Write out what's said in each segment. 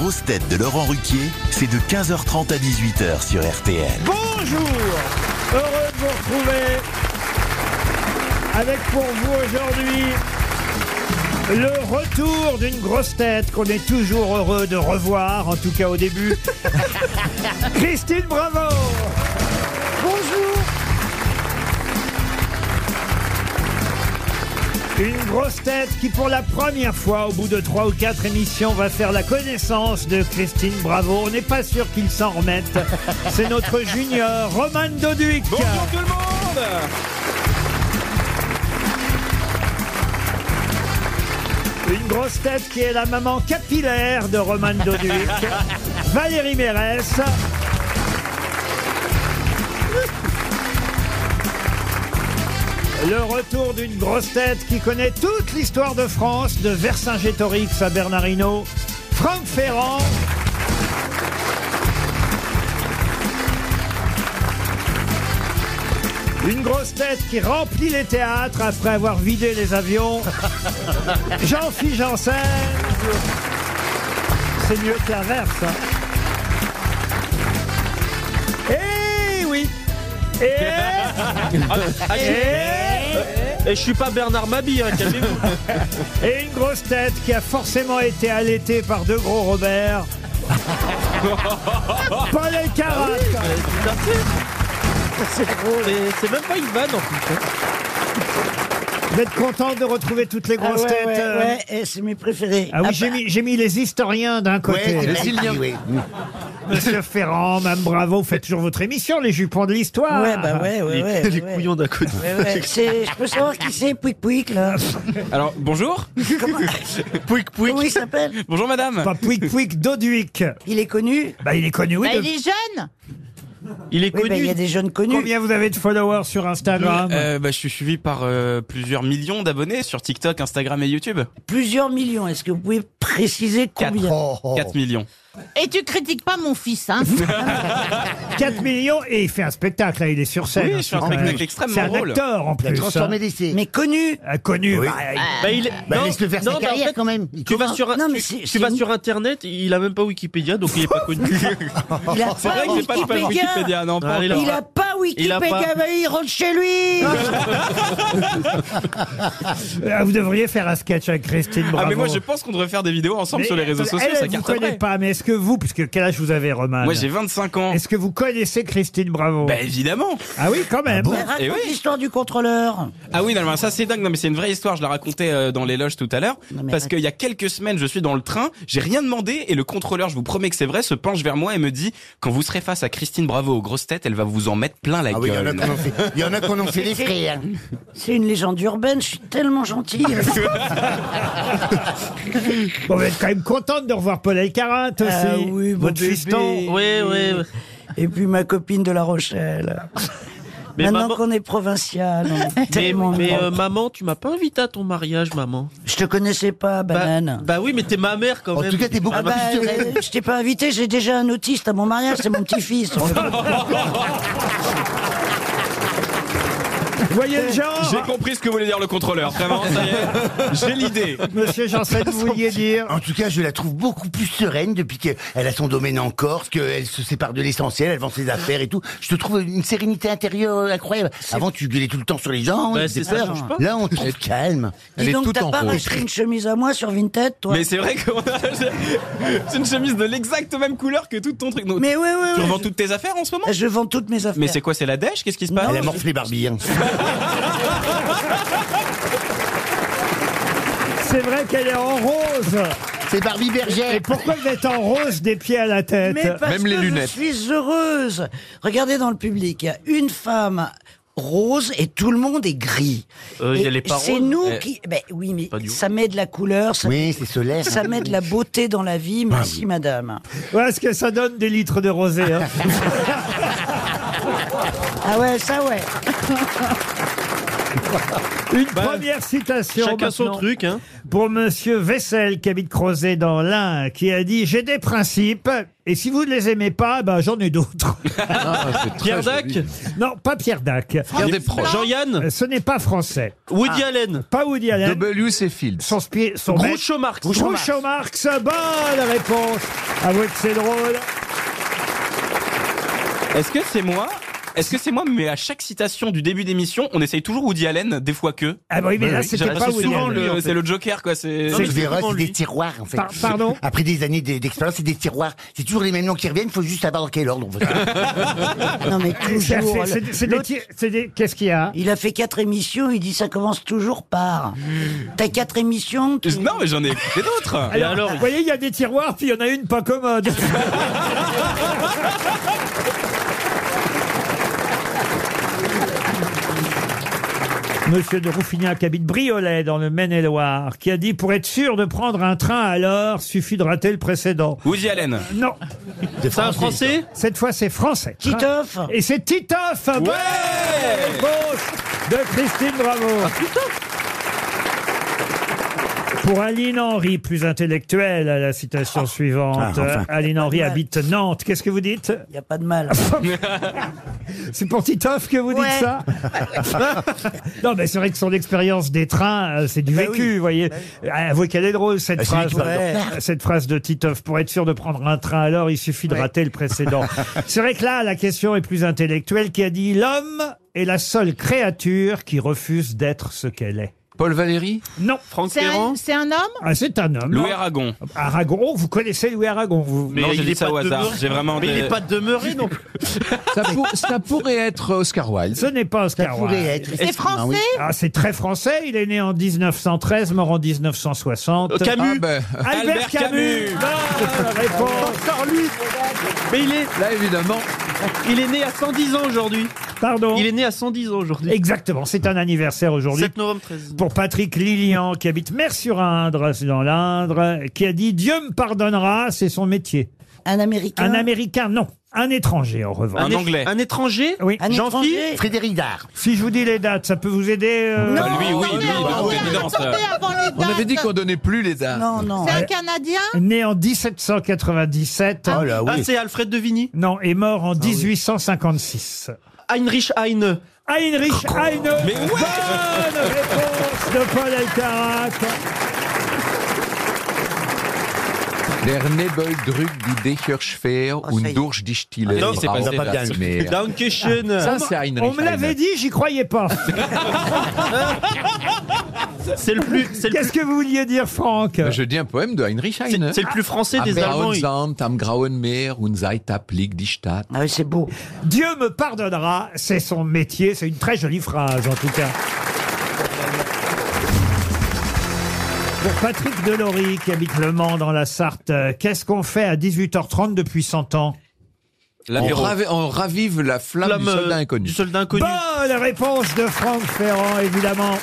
grosses têtes de Laurent Ruquier, c'est de 15h30 à 18h sur RTL. Bonjour, heureux de vous retrouver avec pour vous aujourd'hui le retour d'une grosse tête qu'on est toujours heureux de revoir, en tout cas au début. Christine Bravo. Bonjour. Une grosse tête qui, pour la première fois, au bout de 3 ou 4 émissions, va faire la connaissance de Christine Bravo. On n'est pas sûr qu'il s'en remette. C'est notre junior, Roman Doduic. Bonjour tout le monde. Une grosse tête qui est la maman capillaire de Roman Doduic, Valérie Mérès. Le retour d'une grosse tête qui connaît toute l'histoire de France, de Vercingétorix à Bernardino, Franck Ferrand. Une grosse tête qui remplit les théâtres après avoir vidé les avions, Jean-Philippe Janssen. C'est mieux que l'inverse. Eh oui. Et je suis pas Bernard Mabille, hein, calmez-vous. Et une grosse tête qui a forcément été allaitée par deux gros Robert. Paul Elkarat. C'est drôle, et c'est même pas une vanne en plus. Vous êtes contente de retrouver toutes les grosses têtes Ouais, et c'est mes préférés. Ah oui, j'ai mis les historiens d'un côté. Oui. Monsieur Ferrand, Mme Bravo, vous faites toujours votre émission, les jupons de l'histoire. Ouais. Les couillons d'un côté. Ouais. Je peux savoir qui c'est, Pouic Pouic, là. Alors, bonjour. Pouic Pouic. Comment il s'appelle? Bonjour madame. Pas Pouic Pouic Doduic. Il est connu? Bah, il est connu, oui. Il est jeune. Il est Oui, connu. il y a des jeunes connus. Combien vous avez de followers sur Instagram? Je suis suivi par plusieurs millions d'abonnés sur TikTok, Instagram et YouTube. Plusieurs millions. Est-ce que vous pouvez préciser combien? 4 millions. Et tu critiques pas mon fils, hein? 4 millions et il fait un spectacle, là, il est sur scène. Oui, je fais un spectacle extrêmement C'est un drôle. acteur en plus. Transformé d'essai. Mais connu? Connu. Oui. Il est... laisse-le faire sa carrière quand même. Tu vas sur, Non, mais tu vas sur internet, il a même pas Wikipédia, donc il est pas connu. Il a C'est vrai que j'ai pas de page Wikipédia, non pas. Il a pas Wikipédia, il rentre chez lui. Vous devriez faire un sketch avec Christine Bravo. Ah mais moi je pense qu'on devrait faire des vidéos ensemble Mais sur les réseaux sociaux, elle, ça vous connaît cartonnerait. pas, mais est-ce que vous, puisque quel âge vous avez, Roman? Moi j'ai 25 ans. Est-ce que vous connaissez Christine Bravo? Bah évidemment. Ah oui, quand même. Mais raconte Et oui. l'histoire du contrôleur. Ah oui, non, mais ça c'est dingue. Non, mais c'est une vraie histoire. Je la racontais dans les loges tout à l'heure. Non, mais Parce arrête. qu'il y a quelques semaines, je suis dans le train, j'ai rien demandé et le contrôleur, je vous promets que c'est vrai, se penche vers moi et me dit quand vous serez face à Christine Bravo aux grosses têtes, elle va vous en mettre plein la Ah oui, gueule. il y en a qu'on en fait les frais. Hein. C'est une légende urbaine, je suis tellement gentil. Bon, vous êtes quand même contente de revoir Paul Elkarat aussi. Ah oui, mon votre bébé. fiston. Oui. Et puis ma copine de La Rochelle. Mais Maintenant maman- qu'on est provincial, on est tellement maman, tu m'as pas invité à ton mariage, maman. Je te connaissais pas, banane. Bah oui, mais t'es ma mère quand En même. tout cas, t'es beaucoup Ah bah, plus sereine. je t'ai pas invité, j'ai déjà un autiste à mon mariage, c'est mon petit-fils. Vous voyez le genre? J'ai compris ce que voulait dire le contrôleur. Vraiment, ça y est. J'ai l'idée. Monsieur Janssen, vous vouliez dire? En tout cas, je la trouve beaucoup plus sereine depuis qu'elle a son domaine en Corse, qu'elle se sépare de l'essentiel, elle vend ses affaires et tout. Je te trouve une sérénité intérieure incroyable. Avant, tu gueulais tout le temps sur les gens, Bah, tu faisais ça peur. change pas. Là, on te trouve calme. Dis donc, t'as pas racheté une chemise à moi sur Vinted, toi? Mais c'est vrai que c'est une chemise de l'exacte même couleur que tout ton truc. Donc, Mais ouais, tu revends toutes tes affaires en ce moment? Je vends toutes mes affaires. Mais c'est quoi, c'est la dèche? Qu'est-ce qui se passe? Elle a morflé Barbie. Hein. C'est vrai qu'elle est en rose. C'est Barbie Bergère. Et pourquoi vous êtes en rose des pieds à la tête? Mais parce que je suis heureuse. Regardez dans le public, il y a une femme rose et tout le monde est gris. Elle est pas c'est rose. nous qui... Ben oui, mais Pas du ça met de la couleur, ça, Oui, c'est solaire. ça met de la beauté dans la vie. Merci, madame. Voilà ce que ça donne des litres de rosé. Hein. Ah ouais, ça ouais. Une première citation Chacun son maintenant truc, hein. pour Monsieur Vessel qui habite Crozet dans l'Ain, qui a dit « J'ai des principes, Et si vous ne les aimez pas, j'en ai d'autres. Pierre Dac. Non, pas Pierre Dac. Jean-Yann. Ce n'est pas français. Woody Allen. Pas Woody Allen. W.C. Fields. Son Groucho Marx. Groucho Marx. Bonne réponse. Avouez que c'est drôle. Est-ce que c'est moi, mais à chaque citation du début d'émission, on essaye toujours Woody Allen, des fois que. Ah oui, mais là, c'était pas Woody souvent Allen. c'est le Joker, quoi. C'est des tiroirs, en fait. Pardon. Après des années d'expérience, c'est des tiroirs. C'est toujours les mêmes noms qui reviennent, il faut juste savoir dans quel ordre. Non, mais toujours. Qu'est-ce qu'il y a? Il a fait 4 émissions, il dit ça commence toujours par. T'as 4 émissions. Non, mais j'en ai écouté d'autres. Alors, vous voyez, il y a des tiroirs, puis il y en a une pas commode. Monsieur de Rouffignac habite Briolet dans le Maine-et-Loire, qui a dit: pour être sûr de prendre un train à l'heure, suffit de rater le précédent. Woody Allen. Non. C'est un français. Cette fois, c'est français. Titoff. Et c'est Titoff. Bonne réponse de Christine Bravo. Pour Aline Henry, plus intellectuelle, la citation suivante. Aline Henry habite Nantes. Qu'est-ce que vous dites? Il n'y a pas de mal. C'est pour Titoff que vous dites ça? Non, mais c'est vrai que son expérience des trains, c'est du vécu, vous voyez. Avouez qu'elle est drôle, cette phrase. Cette phrase de Titoff. Pour être sûr de prendre un train à l'heure, il suffit de rater le précédent. C'est vrai que là, la question est plus intellectuelle, qui a dit: l'homme est la seule créature qui refuse d'être ce qu'elle est. Paul Valéry? Non. Franck Ferrand. C'est un homme? Ah, c'est un homme. Louis Aragon. Aragon, vous connaissez Louis Aragon, vous? Mais non, j'ai il dit est ça pas au hasard. demeuré. J'ai vraiment Mais il n'est pas demeuré non plus. Ça pourrait être Oscar Wilde. Ce n'est pas Oscar Wilde. C'est français? Ah, c'est très français. Il est né en 1913, mort en 1960. Camus. Albert Camus. Bonne réponse. Encore lui. Mais Là, évidemment. il est né à 110 ans aujourd'hui. Pardon. Il est né à 110 ans aujourd'hui. Exactement, c'est un anniversaire aujourd'hui. 7 novembre 13. Pour Patrick Lilian, qui habite Mer-sur-Indre, c'est dans l'Indre, qui a dit: Dieu me pardonnera, c'est son métier. Un Américain. Un Américain, non. Un étranger, en revanche. Un Anglais. Un étranger. Oui. Un Jean-Philippe. étranger. Frédéric Dard. Si je vous dis les dates, ça peut vous aider Bah, lui, oui, Attendez, lui, attendez, dans l'évidence. attendez, avant les On avait dates. dit qu'on donnait plus les dates. Non, non. C'est un Canadien? Né en 1797. Oh là, oui. Ah, c'est Alfred de Vigny. Non, est mort en 1856. Heinrich Heine. Heinrich Heine. Mais ouais. Bonne réponse de Paul Elkarat. Der Nebelbrück die Dächer schwer ça y und est. durch die Stille. Non, c'est pas Raum bien. das Meer. Dankeschön. Ça, c'est Heinrich On me l'avait Heine. dit, j'y croyais pas. C'est le plus. Qu'est-ce que vous vouliez dire, Franck? Je dis un poème de Heinrich Heine. C'est le plus français des Am Allemands. grauen Sand, am grauen Meer und Seitap liegt die Stadt. Ah oui, c'est beau. Dieu me pardonnera, c'est son métier. C'est une très jolie phrase, en tout cas. Pour Patrick Delory, qui habite Le Mans dans la Sarthe, qu'est-ce qu'on fait à 18h30 depuis 100 ans? L'apéro. On ravive la flamme du soldat inconnu. Du soldat inconnu. Bonne réponse de Franck Ferrand, évidemment.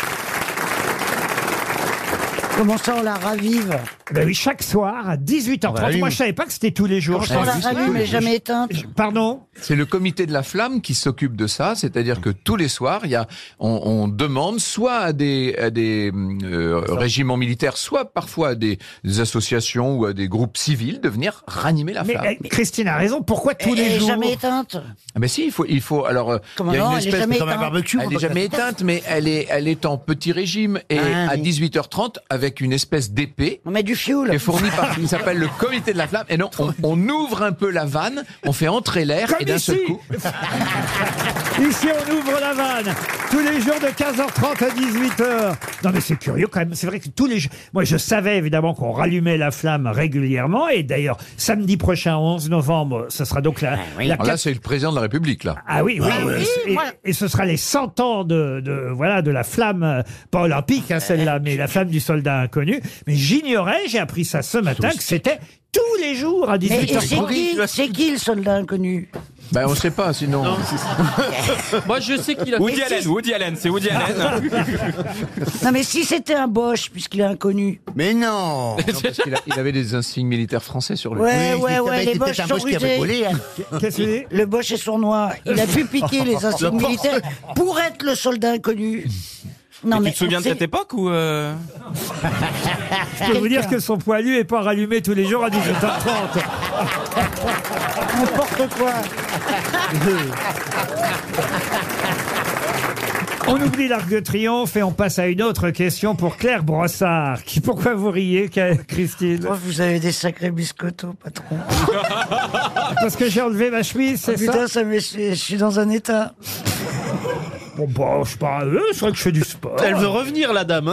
Comment ça, on la ravive? Ben oui, chaque soir à 18h30. Moi, je savais pas que c'était tous les jours. Comment ça, on la rallume, mais jamais éteinte? Pardon? C'est le comité de la flamme qui s'occupe de ça, c'est-à-dire que tous les soirs, on demande soit à des régiments militaires, soit parfois à des associations ou à des groupes civils de venir ranimer la Mais flamme. Christine a raison. Pourquoi tous Elle les est jours? jamais éteinte. Ah ben si, il faut. Alors, Comment il y a non, une elle est espèce jamais Comme un éteinte. barbecue. Elle est jamais éteinte, mais elle est en petit régime et Ah, à oui. 18h30 avec une espèce d'épée On met du fioul. qui est fournie par ce qui s'appelle le comité de la flamme. Et non, on ouvre un peu la vanne, on fait entrer l'air Comme et d'un seul ici. coup. Ici, on ouvre la vanne. Tous les jours de 15h30 à 18h. Non, mais c'est curieux quand même. C'est vrai que tous les jours. Moi, je savais évidemment qu'on rallumait la flamme régulièrement. Et d'ailleurs, samedi prochain, 11 novembre, ce sera donc la Alors là, c'est le président de la République, là. Ah oui, oui. oui, Et, voilà. et ce sera les 100 ans de la flamme, pas olympique, hein, celle-là, mais la flamme du soldat inconnu. Mais j'ignorais, j'ai appris ça ce matin, que c'était tous les jours à Et c'est 18h30. qui le soldat inconnu? Ben, on sait pas, sinon. Moi, je sais qu'il a. Woody Allen, c'est Woody Allen. Non, mais si c'était un Bosch, puisqu'il est inconnu. Mais non. Non, parce il avait des insignes militaires français sur lui. Ouais, Oui, ouais, ça ouais, avait les été Bosch peut-être un sont Bosch qui avait rusés. volé, hein. Qu'est-ce que c'est? Le Bosch est sournois. Il a pu piquer les insignes militaires pour être le soldat inconnu. Non, Tu te souviens de cette époque ou Je peux vous dire que son poilu est pas rallumé tous les jours à 18h30. N'importe quoi. On oublie l'Arc de Triomphe et on passe à une autre question pour Claire Brossard. Pourquoi vous riez, Christine? Oh, vous avez des sacrés biscottos, patron. Parce que j'ai enlevé ma chemise, c'est ça? Putain, je suis dans un état. Bon, bah, je sais pas, c'est vrai que je fais du sport. Elle veut revenir, la dame. Hein.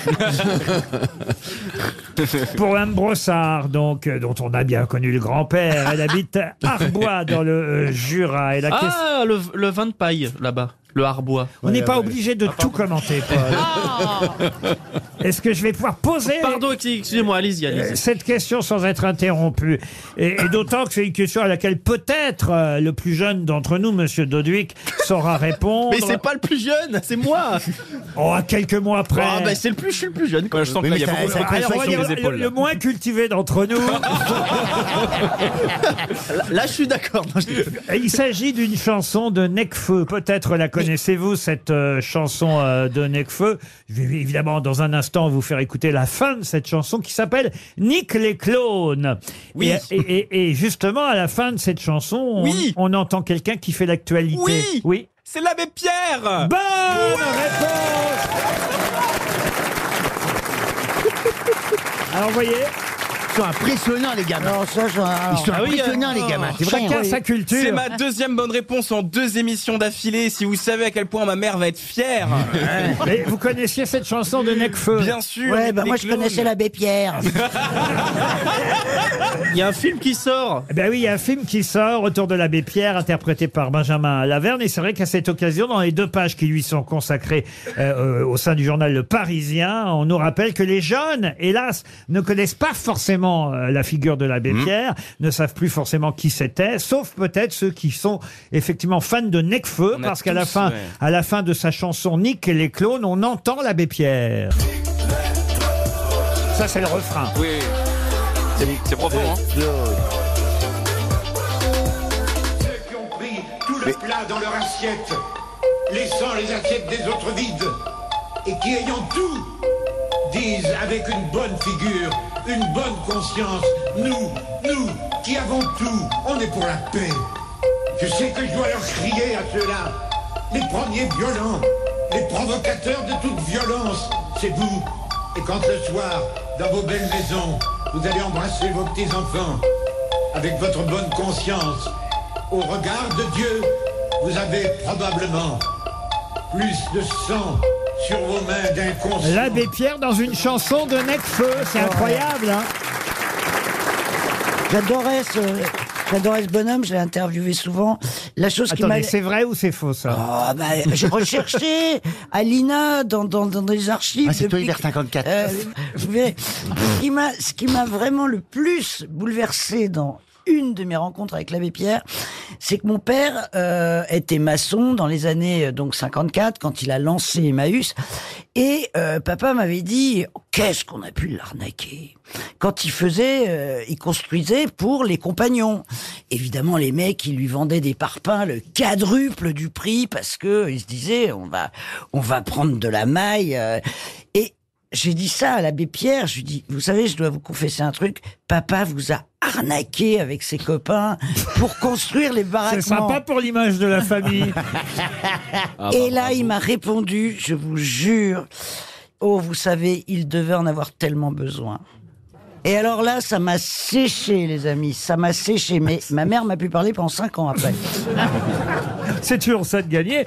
Pour Mme Brossard, donc, dont on a bien connu le grand-père, elle habite Arbois dans le Jura. Et la question... Ah, le vin de paille, là-bas. Le Arbois. On n'est pas obligé de tout commenter, Paul. Est-ce que je vais pouvoir poser Pardon, excusez-moi, allez-y. cette question sans être interrompu? Et d'autant que c'est une question à laquelle peut-être le plus jeune d'entre nous, Monsieur Doduic, saura répondre. Mais c'est pas le plus jeune, c'est moi. Oh, à quelques mois après. Ah, bah, je suis le plus jeune. Ouais, je sens qu'il y a beaucoup de Alors, pression on va sur dire les épaules. le moins cultivé d'entre nous. Là, je suis d'accord. Il s'agit d'une chanson de Necfeu. Peut-être la connaissez-vous, cette chanson de Necfeu. Je vais évidemment, dans un instant, vous faire écouter la fin de cette chanson qui s'appelle Nick les clones. Oui. Et justement, à la fin de cette chanson, Oui. on entend quelqu'un qui fait l'actualité. Oui. Oui. C'est l'abbé Pierre. Bonne réponse. Alors, vous voyez, Ils sont impressionnants, les gamins. Non, ça, Ils sont impressionnants, les gamins. C'est vrai. chacun hein. sa culture. C'est ma deuxième bonne réponse en 2 émissions d'affilée. Si vous savez à quel point ma mère va être fière. Mais vous connaissiez cette chanson de Necfeu? Bien sûr. Ouais, bah les moi je clones. connaissais l'abbé Pierre. Il y a un film qui sort. Eh ben oui, il y a un film qui sort autour de l'abbé Pierre, interprété par Benjamin Laverne. Et c'est vrai qu'à cette occasion, dans les 2 pages qui lui sont consacrées au sein du journal Le Parisien, on nous rappelle que les jeunes, hélas, ne connaissent pas forcément la figure de l'abbé Pierre, ne savent plus forcément qui c'était, sauf peut-être ceux qui sont effectivement fans de Necfeu, On a parce qu'à la tous, fin, ouais. à la fin de sa chanson Nick et les clones, on entend l'abbé Pierre. Ça, c'est le refrain. Oui. C'est profond, hein. Ceux qui ont pris tout le plat dans leur assiette, laissant les assiettes des autres vides, et qui ayant tout, disent avec une bonne figure, une bonne conscience, nous qui avons tout, on est pour la paix. Je sais que je dois leur crier à ceux-là, les premiers violents, les provocateurs de toute violence, c'est vous. Et quand le soir, dans vos belles maisons, vous allez embrasser vos petits-enfants, avec votre bonne conscience, au regard de Dieu, vous avez probablement plus de sang sur vos mains d'inconscients. L'abbé Pierre dans une chanson de Necfeu, c'est incroyable, hein. J'adorais ce bonhomme, je l'ai interviewé souvent. La chose qui m'a... Attendez, c'est vrai ou c'est faux, ça? Oh, bah, j'ai recherché à l'INA dans des archives. Ah, c'est toi, depuis hiver 54. Ce qui m'a vraiment le plus bouleversé dans une de mes rencontres avec l'abbé Pierre, c'est que mon père était maçon dans les années 54 quand il a lancé Emmaüs, et papa m'avait dit qu'est-ce qu'on a pu l'arnaquer quand il construisait pour les compagnons. Évidemment, les mecs ils lui vendaient des parpaings le quadruple du prix parce que ils se disaient on va prendre de la maille et j'ai dit ça à l'abbé Pierre, je lui dis, vous savez, je dois vous confesser un truc, papa vous a arnaqué avec ses copains pour construire les baraquements. C'est sympa pour l'image de la famille. Et là, il m'a répondu, je vous jure, oh, vous savez, il devait en avoir tellement besoin. Et alors là, ça m'a séché, les amis, ça m'a séché. Mais ma mère m'a pu parler pendant 5 ans après. C'est toujours ça de gagner.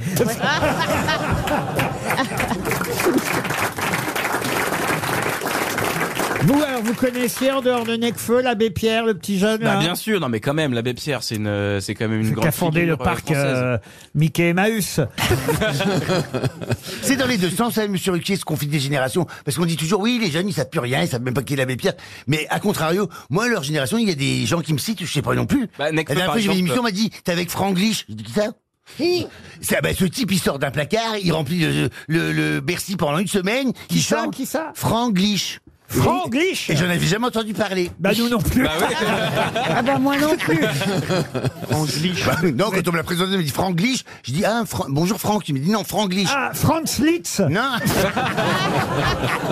Vous, alors, vous connaissiez en dehors de Necfeu l'abbé Pierre, le petit jeune Bah, là, bien sûr, non mais quand même, l'abbé Pierre, c'est quand même une qui grande a fondé figure le parc française. Mickey Emmaüs. C'est dans les deux sens, hein, monsieur Ruquier, ce conflit des générations. Parce qu'on dit toujours, oui, les jeunes, ils savent plus rien, ils savent même pas qui est l'abbé Pierre. Mais à contrario, moi, leur génération, il y a des gens qui me citent, je sais pas non plus. Bah, Necfeu, La dernière par fois, j'ai vu une exemple. émission, on m'a dit, t'es avec Franglish. J'ai dit, qui ça? Ce type, il sort d'un placard, il remplit le Bercy pendant une semaine. Qui ça Franglish. Franglish. Et j'en avais jamais entendu parler. Bah nous non plus. Bah oui. Ah bah moi non plus. Franglish. Non, quand on me l'a présenté, il me dit Franglish. Je dis, ah, bonjour Franck. Il me dit, non, Franglish. Ah, Franz Litz. Non.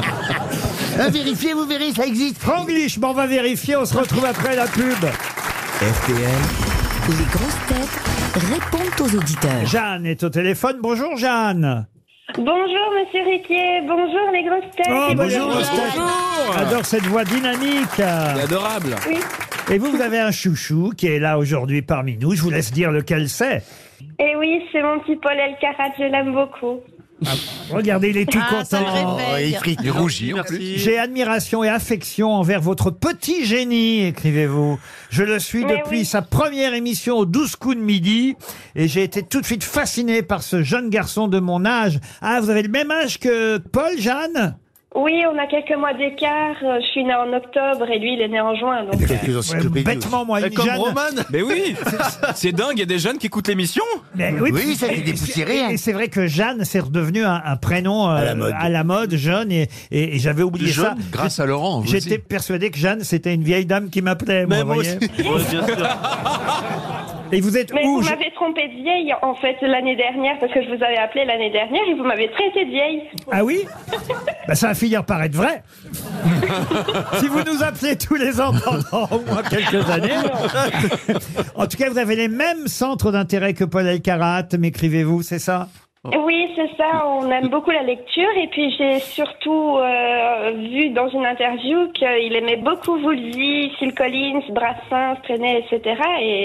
Vérifiez, vous verrez, ça existe. Franglish. Bon, on va vérifier. On se retrouve après la pub. RTL, Les grosses têtes répondent aux auditeurs. Jeanne est au téléphone. Bonjour Jeanne. Bonjour Monsieur Riquier, bonjour les grosses têtes. Oh, et bonjour, bonjour. J'adore cette voix dynamique. C'est adorable. Oui. Et vous avez un chouchou qui est là aujourd'hui parmi nous. Je vous laisse dire lequel c'est. Et oui, c'est mon petit Paul Elkarat, je l'aime beaucoup. Regardez, il est tout ça le content. réveille. Il rougit en plus. J'ai admiration et affection envers votre petit génie, écrivez-vous. Je le suis Mais depuis oui. sa première émission aux 12 coups de midi et j'ai été tout de suite fasciné par ce jeune garçon de mon âge. Ah, vous avez le même âge que Paul, Jeanne? Oui, on a quelques mois d'écart. Je suis née en octobre et lui, il est né en juin. Donc... Quelques Ouais, encyclopédies. bêtement, moi, une Comme Jeanne. Roman. Mais oui, c'est dingue, il y a des jeunes qui écoutent l'émission. Mais Oui, ça fait dépoussiérer, hein. Et c'est vrai que Jeanne, c'est redevenu un prénom À la mode. jeune, et j'avais oublié ça. Grâce à Laurent. vous J'étais aussi. persuadé que Jeanne, c'était une vieille dame qui m'appelait, moi, Mais moi voyez. aussi. Ouais, bien sûr. Et vous êtes Mais où vous Je- m'avez trompé de vieille, en fait, l'année dernière, parce que je vous avais appelé l'année dernière et vous m'avez traité de vieille. Ah oui bah, ça va finir par être vrai. Si vous nous appelez tous les ans pendant au moins quelques années. En tout cas, vous avez les mêmes centres d'intérêt que Paul Elkarat, m'écrivez-vous, c'est ça? Oui, c'est ça, on aime beaucoup la lecture et puis j'ai surtout vu dans une interview qu'il aimait beaucoup Woolsey, Phil Collins, Brassens, Trenet, etc.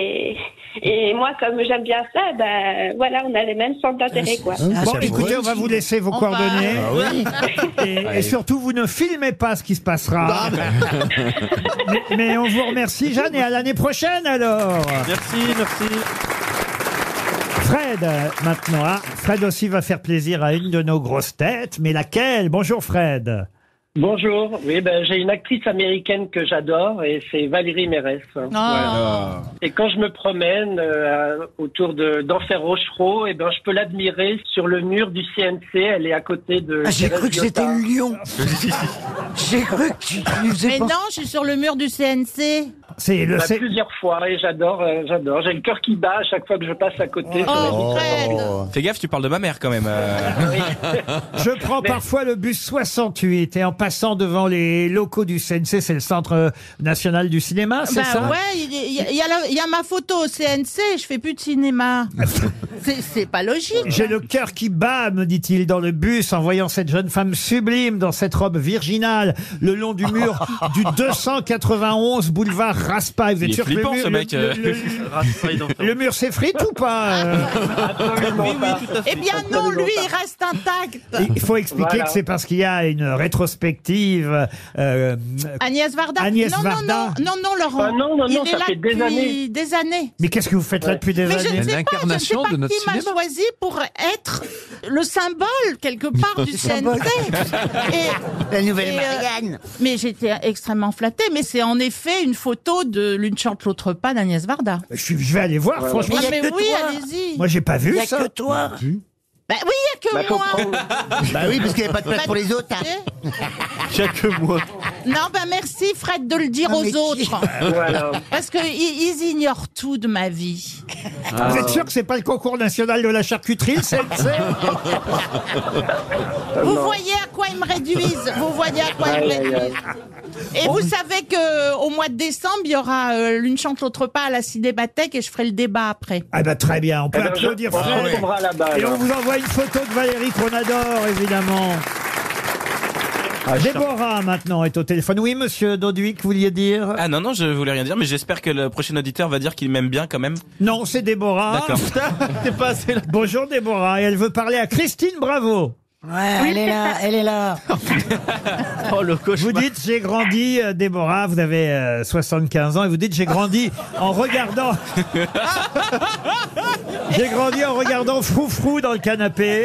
Et moi, comme j'aime bien ça, ben voilà, on a les mêmes centres d'intérêt, quoi. Bon, écoutez, on va vous laisser vos coordonnées. Ah oui. Et surtout, vous ne filmez pas ce qui se passera. mais on vous remercie, Jeanne, et à l'année prochaine, alors. Merci. Fred, maintenant. Ah, Fred aussi va faire plaisir à une de nos grosses têtes. Mais laquelle? Bonjour, Fred. Bonjour, oui, j'ai une actrice américaine que j'adore et c'est Valérie Mérès. Voilà. Et quand je me promène autour d'Enfer Rochereau, je peux l'admirer sur le mur du CNC. Elle est à côté de. Ah, j'ai cru que c'était le lion. J'ai cru que tu faisais Mais pas. non, je suis sur le mur du CNC. C'est le. c'est- Plusieurs fois et j'adore. J'ai le cœur qui bat à chaque fois que je passe à côté. Oh, Fred. Fais gaffe, tu parles de ma mère quand même. Je prends parfois le bus 68 et en passant devant les locaux du CNC, c'est le Centre national du cinéma, c'est ça? Ouais, il y a ma photo au CNC, je fais plus de cinéma. C'est pas logique. J'ai le cœur qui bat, me dit-il, dans le bus, en voyant cette jeune femme sublime dans cette robe virginale, le long du mur du 291 boulevard Raspail. Vous êtes Il est sûr que flippant, le mur, ce mec. le mur s'effrite ou pas Oui, tout à fait. Eh bien non, lui, il reste intact. Il faut expliquer Voilà. que c'est parce qu'il y a une rétrospective. Agnès Varda. Agnès non, Varda. non, Laurent. Ah non, il est ça là fait des depuis des années. Mais qu'est-ce que vous faites là depuis des Mais je années ne sais pas, je ne sais L'incarnation pas de notre qui m'a cinéma. choisi pour être le symbole, quelque part, du CNC. La nouvelle Et, Marianne. mais j'étais extrêmement flattée. Mais c'est en effet une photo de L'une chante, l'autre pas d'Agnès Varda. Je vais aller voir, franchement. Ah, y a mais que oui, toi. allez-y. Moi, j'ai pas Il vu n'y a ça. que toi. Bah oui, il n'y a que Faut moi. prendre- Bah oui, parce qu'il n'y avait pas de place pour les autres. hein. Il y a que moi. Non, ben merci Fred de le dire Non, mais aux autres. Voilà. Parce que ils ignorent tout de ma vie. Vous êtes sûr que c'est pas le concours national de la charcuterie, le CNC? Vous voyez à quoi ils me réduisent. Vous voyez à quoi ils me Aïe, aïe, réduisent. Et vous savez que au mois de décembre, il y aura L'une chante, l'autre pas à la Cinémathèque et je ferai le débat après. Ah bah très bien, on peut Eh ben, applaudir on se Fred. retrouvera là-bas. Et on alors. vous envoie une photo de Valérie qu'on adore, évidemment. Déborah, maintenant, est au téléphone. Oui, monsieur Dauduic, vous vouliez dire? Ah non, je voulais rien dire, mais j'espère que le prochain auditeur va dire qu'il m'aime bien quand même. Non, c'est Déborah. D'accord. T'es pas assez là. Bonjour Déborah, et elle veut parler à Christine Bravo. Ouais, elle est là, elle est là. Oh, le Vous cauchemar. dites, j'ai grandi, Déborah, vous avez 75 ans, et vous dites, j'ai grandi en regardant... J'ai grandi en regardant Froufrou dans le canapé.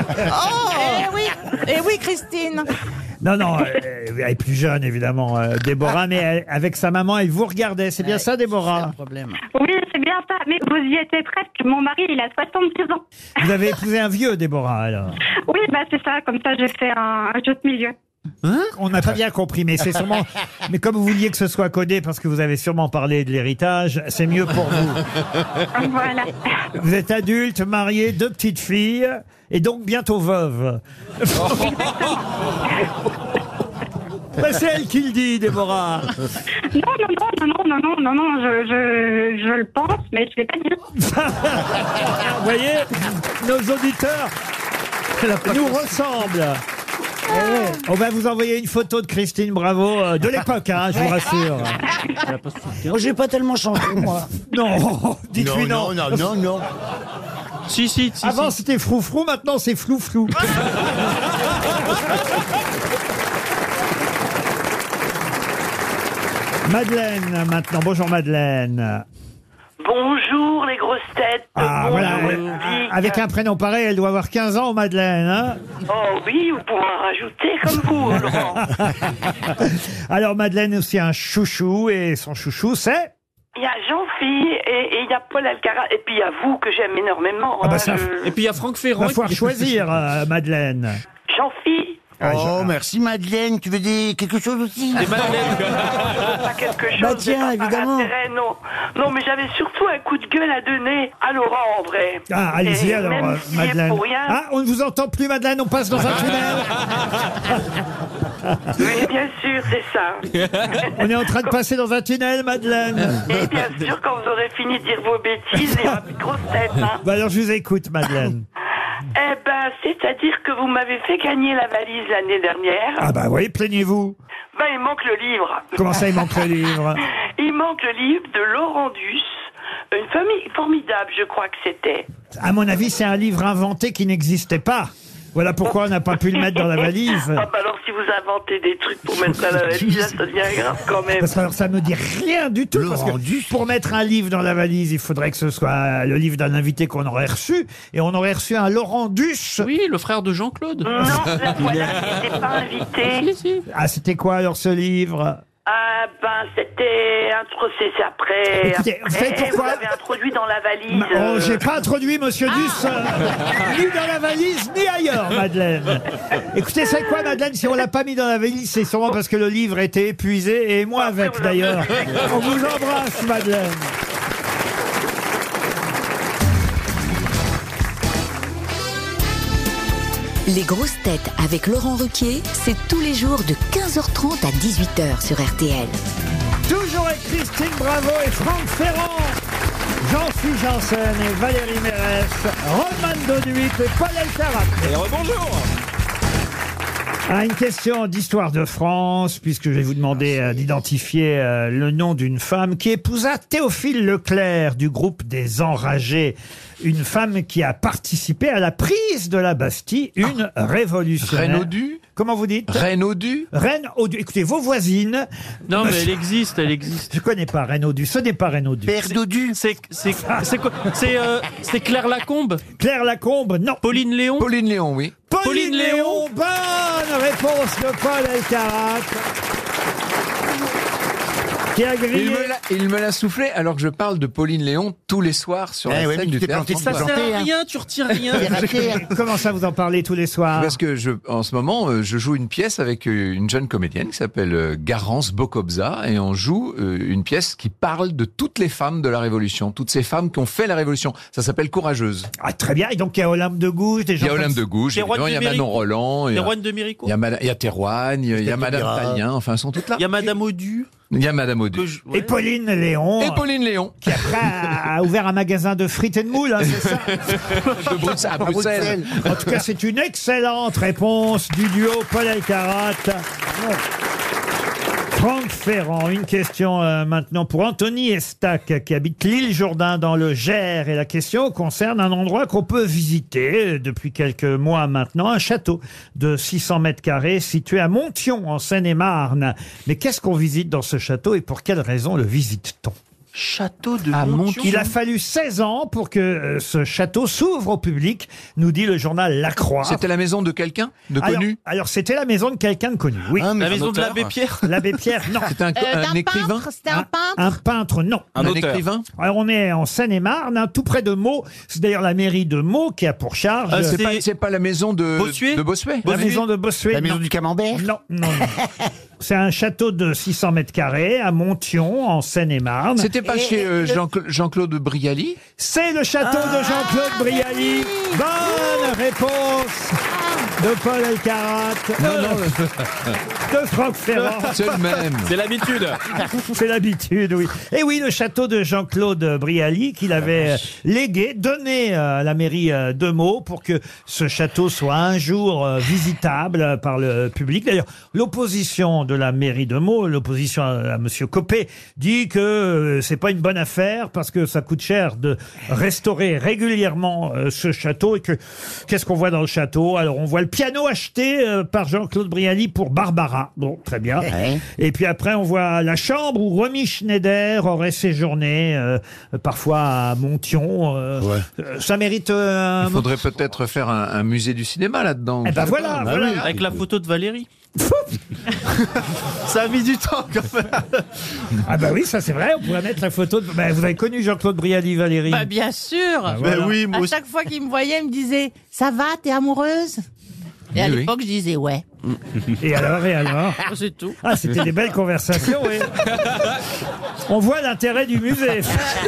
Eh oui, Christine. Non, non, elle est plus jeune, évidemment, Déborah, mais avec sa maman, elle vous regardait. C'est bien ça, Déborah? Problème. Oui, c'est bien ça, mais vous y étiez presque. Mon mari, il a 72 ans. Vous avez épousé un vieux, Déborah, alors. Oui, c'est ça, comme ça j'ai fait un jeu de milieu. On n'a pas bien compris, mais c'est sûrement... Mais comme vous vouliez que ce soit codé, parce que vous avez sûrement parlé de l'héritage, c'est mieux pour vous. Voilà. Vous êtes adulte, marié, 2 petites filles, et donc bientôt veuve. Bah, c'est elle qui le dit, Déborah. Non, je le pense, mais je ne vais pas dire. Vous voyez, nos auditeurs nous ressemblent. On va vous envoyer une photo de Christine Bravo de l'époque, hein, je vous rassure. Oh, j'ai pas tellement changé, moi. Non, dites-lui non. Non. Si. Avant c'était froufrou, maintenant c'est flou-flou. Madeleine, maintenant. Bonjour Madeleine. Bonjour les grosses têtes. Ah, voilà. Avec un prénom pareil, elle doit avoir 15 ans, Madeleine. Hein. Oh oui, vous pouvez en rajouter comme vous, Laurent. Alors Madeleine aussi a un chouchou, et son chouchou c'est... Il y a Jean-Phi et il y a Paul Alcaraz. Et puis il y a vous que j'aime énormément. Ah bah hein, ça, Et puis il y a Franck Ferrand. va falloir choisir, Madeleine. Jean-Phi. Oh, merci Madeleine. Tu veux dire quelque chose aussi? Et Madeleine. Pas quelque chose. Bah tiens, mais pas par évidemment. intérêt, non, mais j'avais surtout un coup de gueule à donner à Laurent en vrai. Ah, allez-y Et alors, même s'il est Madeleine. pour rien. Ah, on ne vous entend plus, Madeleine, on passe dans un tunnel. Oui, bien sûr, c'est ça. On est en train de passer dans un tunnel, Madeleine. Et bien sûr, quand vous aurez fini de dire vos bêtises, il n'y aura plus de grosses têtes. Hein. Bah alors je vous écoute, Madeleine. Eh ben, c'est-à-dire que vous m'avez fait gagner la valise l'année dernière. Ah bah oui, plaignez-vous. Ben, il manque le livre. Comment ça, il manque le livre? Il manque le livre de Laurent Duss. Une famille formidable, je crois que c'était. À mon avis, c'est un livre inventé qui n'existait pas. Voilà pourquoi on n'a pas pu le mettre dans la valise. Ah bah alors, si vous inventez des trucs pour mettre dans la valise, là, ça devient grave quand même. Parce que alors, ça me dit rien du tout. Parce que pour mettre un livre dans la valise, il faudrait que ce soit le livre d'un invité qu'on aurait reçu. Et on aurait reçu un Laurent Duss. Oui, le frère de Jean-Claude. Non, la voilà, il n'était pas invité. Ah, c'était quoi alors ce livre? Ah ben, c'était c'est après. Écoutez, vous savez pourquoi vous l'avez introduit dans la valise. Oh, j'ai pas introduit Monsieur Duss ni dans la valise ni ailleurs, Madeleine. Écoutez, c'est quoi, Madeleine? Si on l'a pas mis dans la valise, c'est sûrement parce que le livre était épuisé, et moi avec d'ailleurs. On vous embrasse, Madeleine. Les grosses têtes avec Laurent Ruquier, c'est tous les jours de 15h30 à 18h sur RTL. Toujours avec Christine Bravo et Franck Ferrand, Jean-Philippe Janssen et Valérie Mérès, Roman Doduit et Paul Alcaraz. Et rebonjour. Ah, une question d'histoire de France, puisque je vais vous demander d'identifier le nom d'une femme qui épousa Théophile Leclerc du groupe des Enragés. Une femme qui a participé à la prise de la Bastille, une révolutionnaire. Reine Audu? Comment vous dites? Reine Audu? Reine Audu. Écoutez, vos voisines. Non, mais Monsieur- elle existe. Je connais pas Reine Audu. Ce n'est pas Reine Audu. Père Dodu. C'est quoi? C'est Claire Lacombe? Claire Lacombe, non. Pauline Léon? Pauline Léon, oui. Pauline Léon, bonne réponse de Paul Alcarat. Qui a grillé. Il me l'a soufflé alors que je parle de Pauline Léon tous les soirs sur la ouais, scène mais du tu t'es théâtre. planté de Ça Planté, sert à hein. rien, tu retires rien. Comment ça vous en parlez tous les soirs? Parce que en ce moment, je joue une pièce avec une jeune comédienne qui s'appelle Garance Bokobza, et on joue une pièce qui parle de toutes les femmes de la Révolution, toutes ces femmes qui ont fait la Révolution. Ça s'appelle Courageuse. Ah, très bien. Et donc, il y a Olympe de Gouges, des gens. Il y a Olympe de Gouges, Des rois évidemment, il y a de Manon Roland, il y a- Théroigne de Méricourt. il y a Théroigne, il y a Madame Talien, enfin, elles sont toutes là. Il y a Madame Audu. Il y a Madame Audu. Et Pauline Léon. Et Pauline Léon. Qui après a ouvert un magasin de frites et de moules, hein, c'est ça? À Bruxelles. En tout cas, c'est une excellente réponse du duo Paul Alcarat. Franck Ferrand, une question maintenant pour Anthony Estac qui habite l'île Jourdain dans le Gers, et la question concerne un endroit qu'on peut visiter depuis quelques mois maintenant, un château de 600 mètres carrés situé à Monthyon en Seine-et-Marne. Mais qu'est-ce qu'on visite dans ce château et pour quelle raison le visite-t-on? Château de Monthyon. Il a fallu 16 ans pour que ce château s'ouvre au public, nous dit le journal La Croix. C'était la maison de quelqu'un de connu? Alors c'était la maison de quelqu'un de connu, oui. Ah, mais La maison de l'abbé Pierre. L'abbé Pierre, non. C'était un D'un écrivain? peintre, c'était un peintre. Un peintre, non. Un écrivain? Alors on est en Seine-et-Marne, hein, tout près de Meaux. C'est d'ailleurs la mairie de Meaux qui a pour charge C'est pas la maison de Bossuet? de Bossuet? la maison de Bossuet. La maison non. du Camembert. Non, non, non. C'est un château de 600 mètres carrés à Monthyon, en Seine-et-Marne. C'était pas chez Jean-Claude Brialy? C'est le château de Jean-Claude Brialy. Bonne réponse de Paul Elkarat. De Franck Ferrand. C'est le même. C'est l'habitude. C'est l'habitude, oui. Et oui, le château de Jean-Claude Brialy qu'il avait légué, donné à la mairie de Meaux pour que ce château soit un jour visitable par le public. D'ailleurs, l'opposition de la mairie de Meaux, l'opposition à Monsieur Copé, dit que c'est pas une bonne affaire parce que ça coûte cher de restaurer régulièrement ce château et que qu'est-ce qu'on voit dans le château? Alors, on voit le piano acheté par Jean-Claude Brialy pour Barbara. Bon, très bien. Et puis après, on voit la chambre où Romy Schneider aurait séjourné, parfois à Monthyon. Ça mérite... Il faudrait peut-être faire un musée du cinéma là-dedans. Eh ben voilà, voilà. Oui, avec la photo de Valérie. Ça a mis du temps quand même. Ah bah oui, ça c'est vrai, on pourrait mettre la photo de... Bah, vous avez connu Jean-Claude Brialy, Valérie? Bah bien sûr. Voilà. Oui, moi À aussi. chaque fois qu'il me voyait, il me disait « Ça va, t'es amoureuse ?» Et à Oui, l'époque, je disais « Ouais Et alors, et alors ?» C'est tout. Ah, c'était des belles conversations, oui. On voit l'intérêt du musée.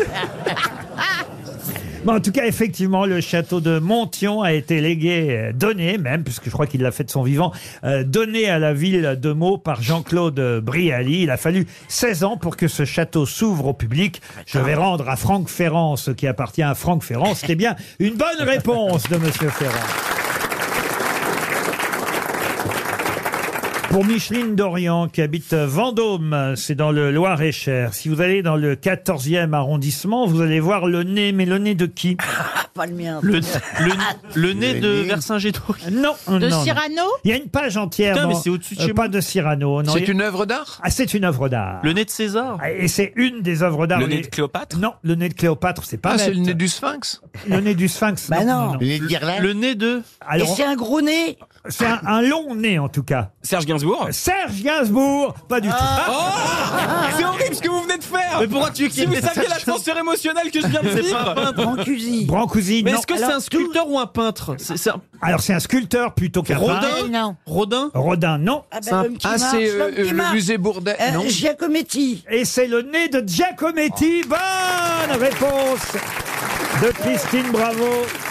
Bon, en tout cas, effectivement, le château de Monthyon a été légué, donné même, puisque je crois qu'il l'a fait de son vivant, donné à la ville de Meaux par Jean-Claude Brialy. Il a fallu 16 ans pour que ce château s'ouvre au public. Je vais rendre à Franck Ferrand ce qui appartient à Franck Ferrand. C'était bien une bonne réponse de Monsieur Ferrand. Pour Micheline Dorian, qui habite Vendôme, c'est dans le Loir-et-Cher. Si vous allez dans le 14e arrondissement, vous allez voir le nez, mais le nez de qui? Pas le mien. Le nez de Vercingétorix. Non, De non, Cyrano. non. Il y a une page entière. Putain, mais dans- c'est au-dessus de chez pas moi. de Cyrano. Non, C'est il y a- une œuvre d'art? Ah, c'est une œuvre d'art. Le nez de César. Et c'est une des œuvres d'art. Le nez les- de Cléopâtre? Non, le nez de Cléopâtre, c'est pas Ah, c'est bête. le nez du Sphinx? Le nez du Sphinx. Bah non. Le nez de Guerlain. Le nez de... Et Alors, c'est un gros nez. c'est un long nez, en tout cas. Serge Gainsbourg? Serge Gainsbourg, pas du tout. C'est horrible ce que vous venez de faire! Mais pourquoi tu Si vous saviez l'ascenseur émotionnel que je viens de C'est pas un vivre! peintre. Brancusi. Brancusi, Mais non. est-ce que c'est Alors, un sculpteur ou un peintre? C'est un... Alors, c'est un sculpteur plutôt qu'un peintre. Rodin? Non. Rodin? Rodin, non. Ah C'est un- l'homme qui Ah, marche, c'est l'homme qui le marche. musée Bourdet, non? Giacometti. Et c'est le nez de Giacometti. Bonne réponse de Christine Bravo.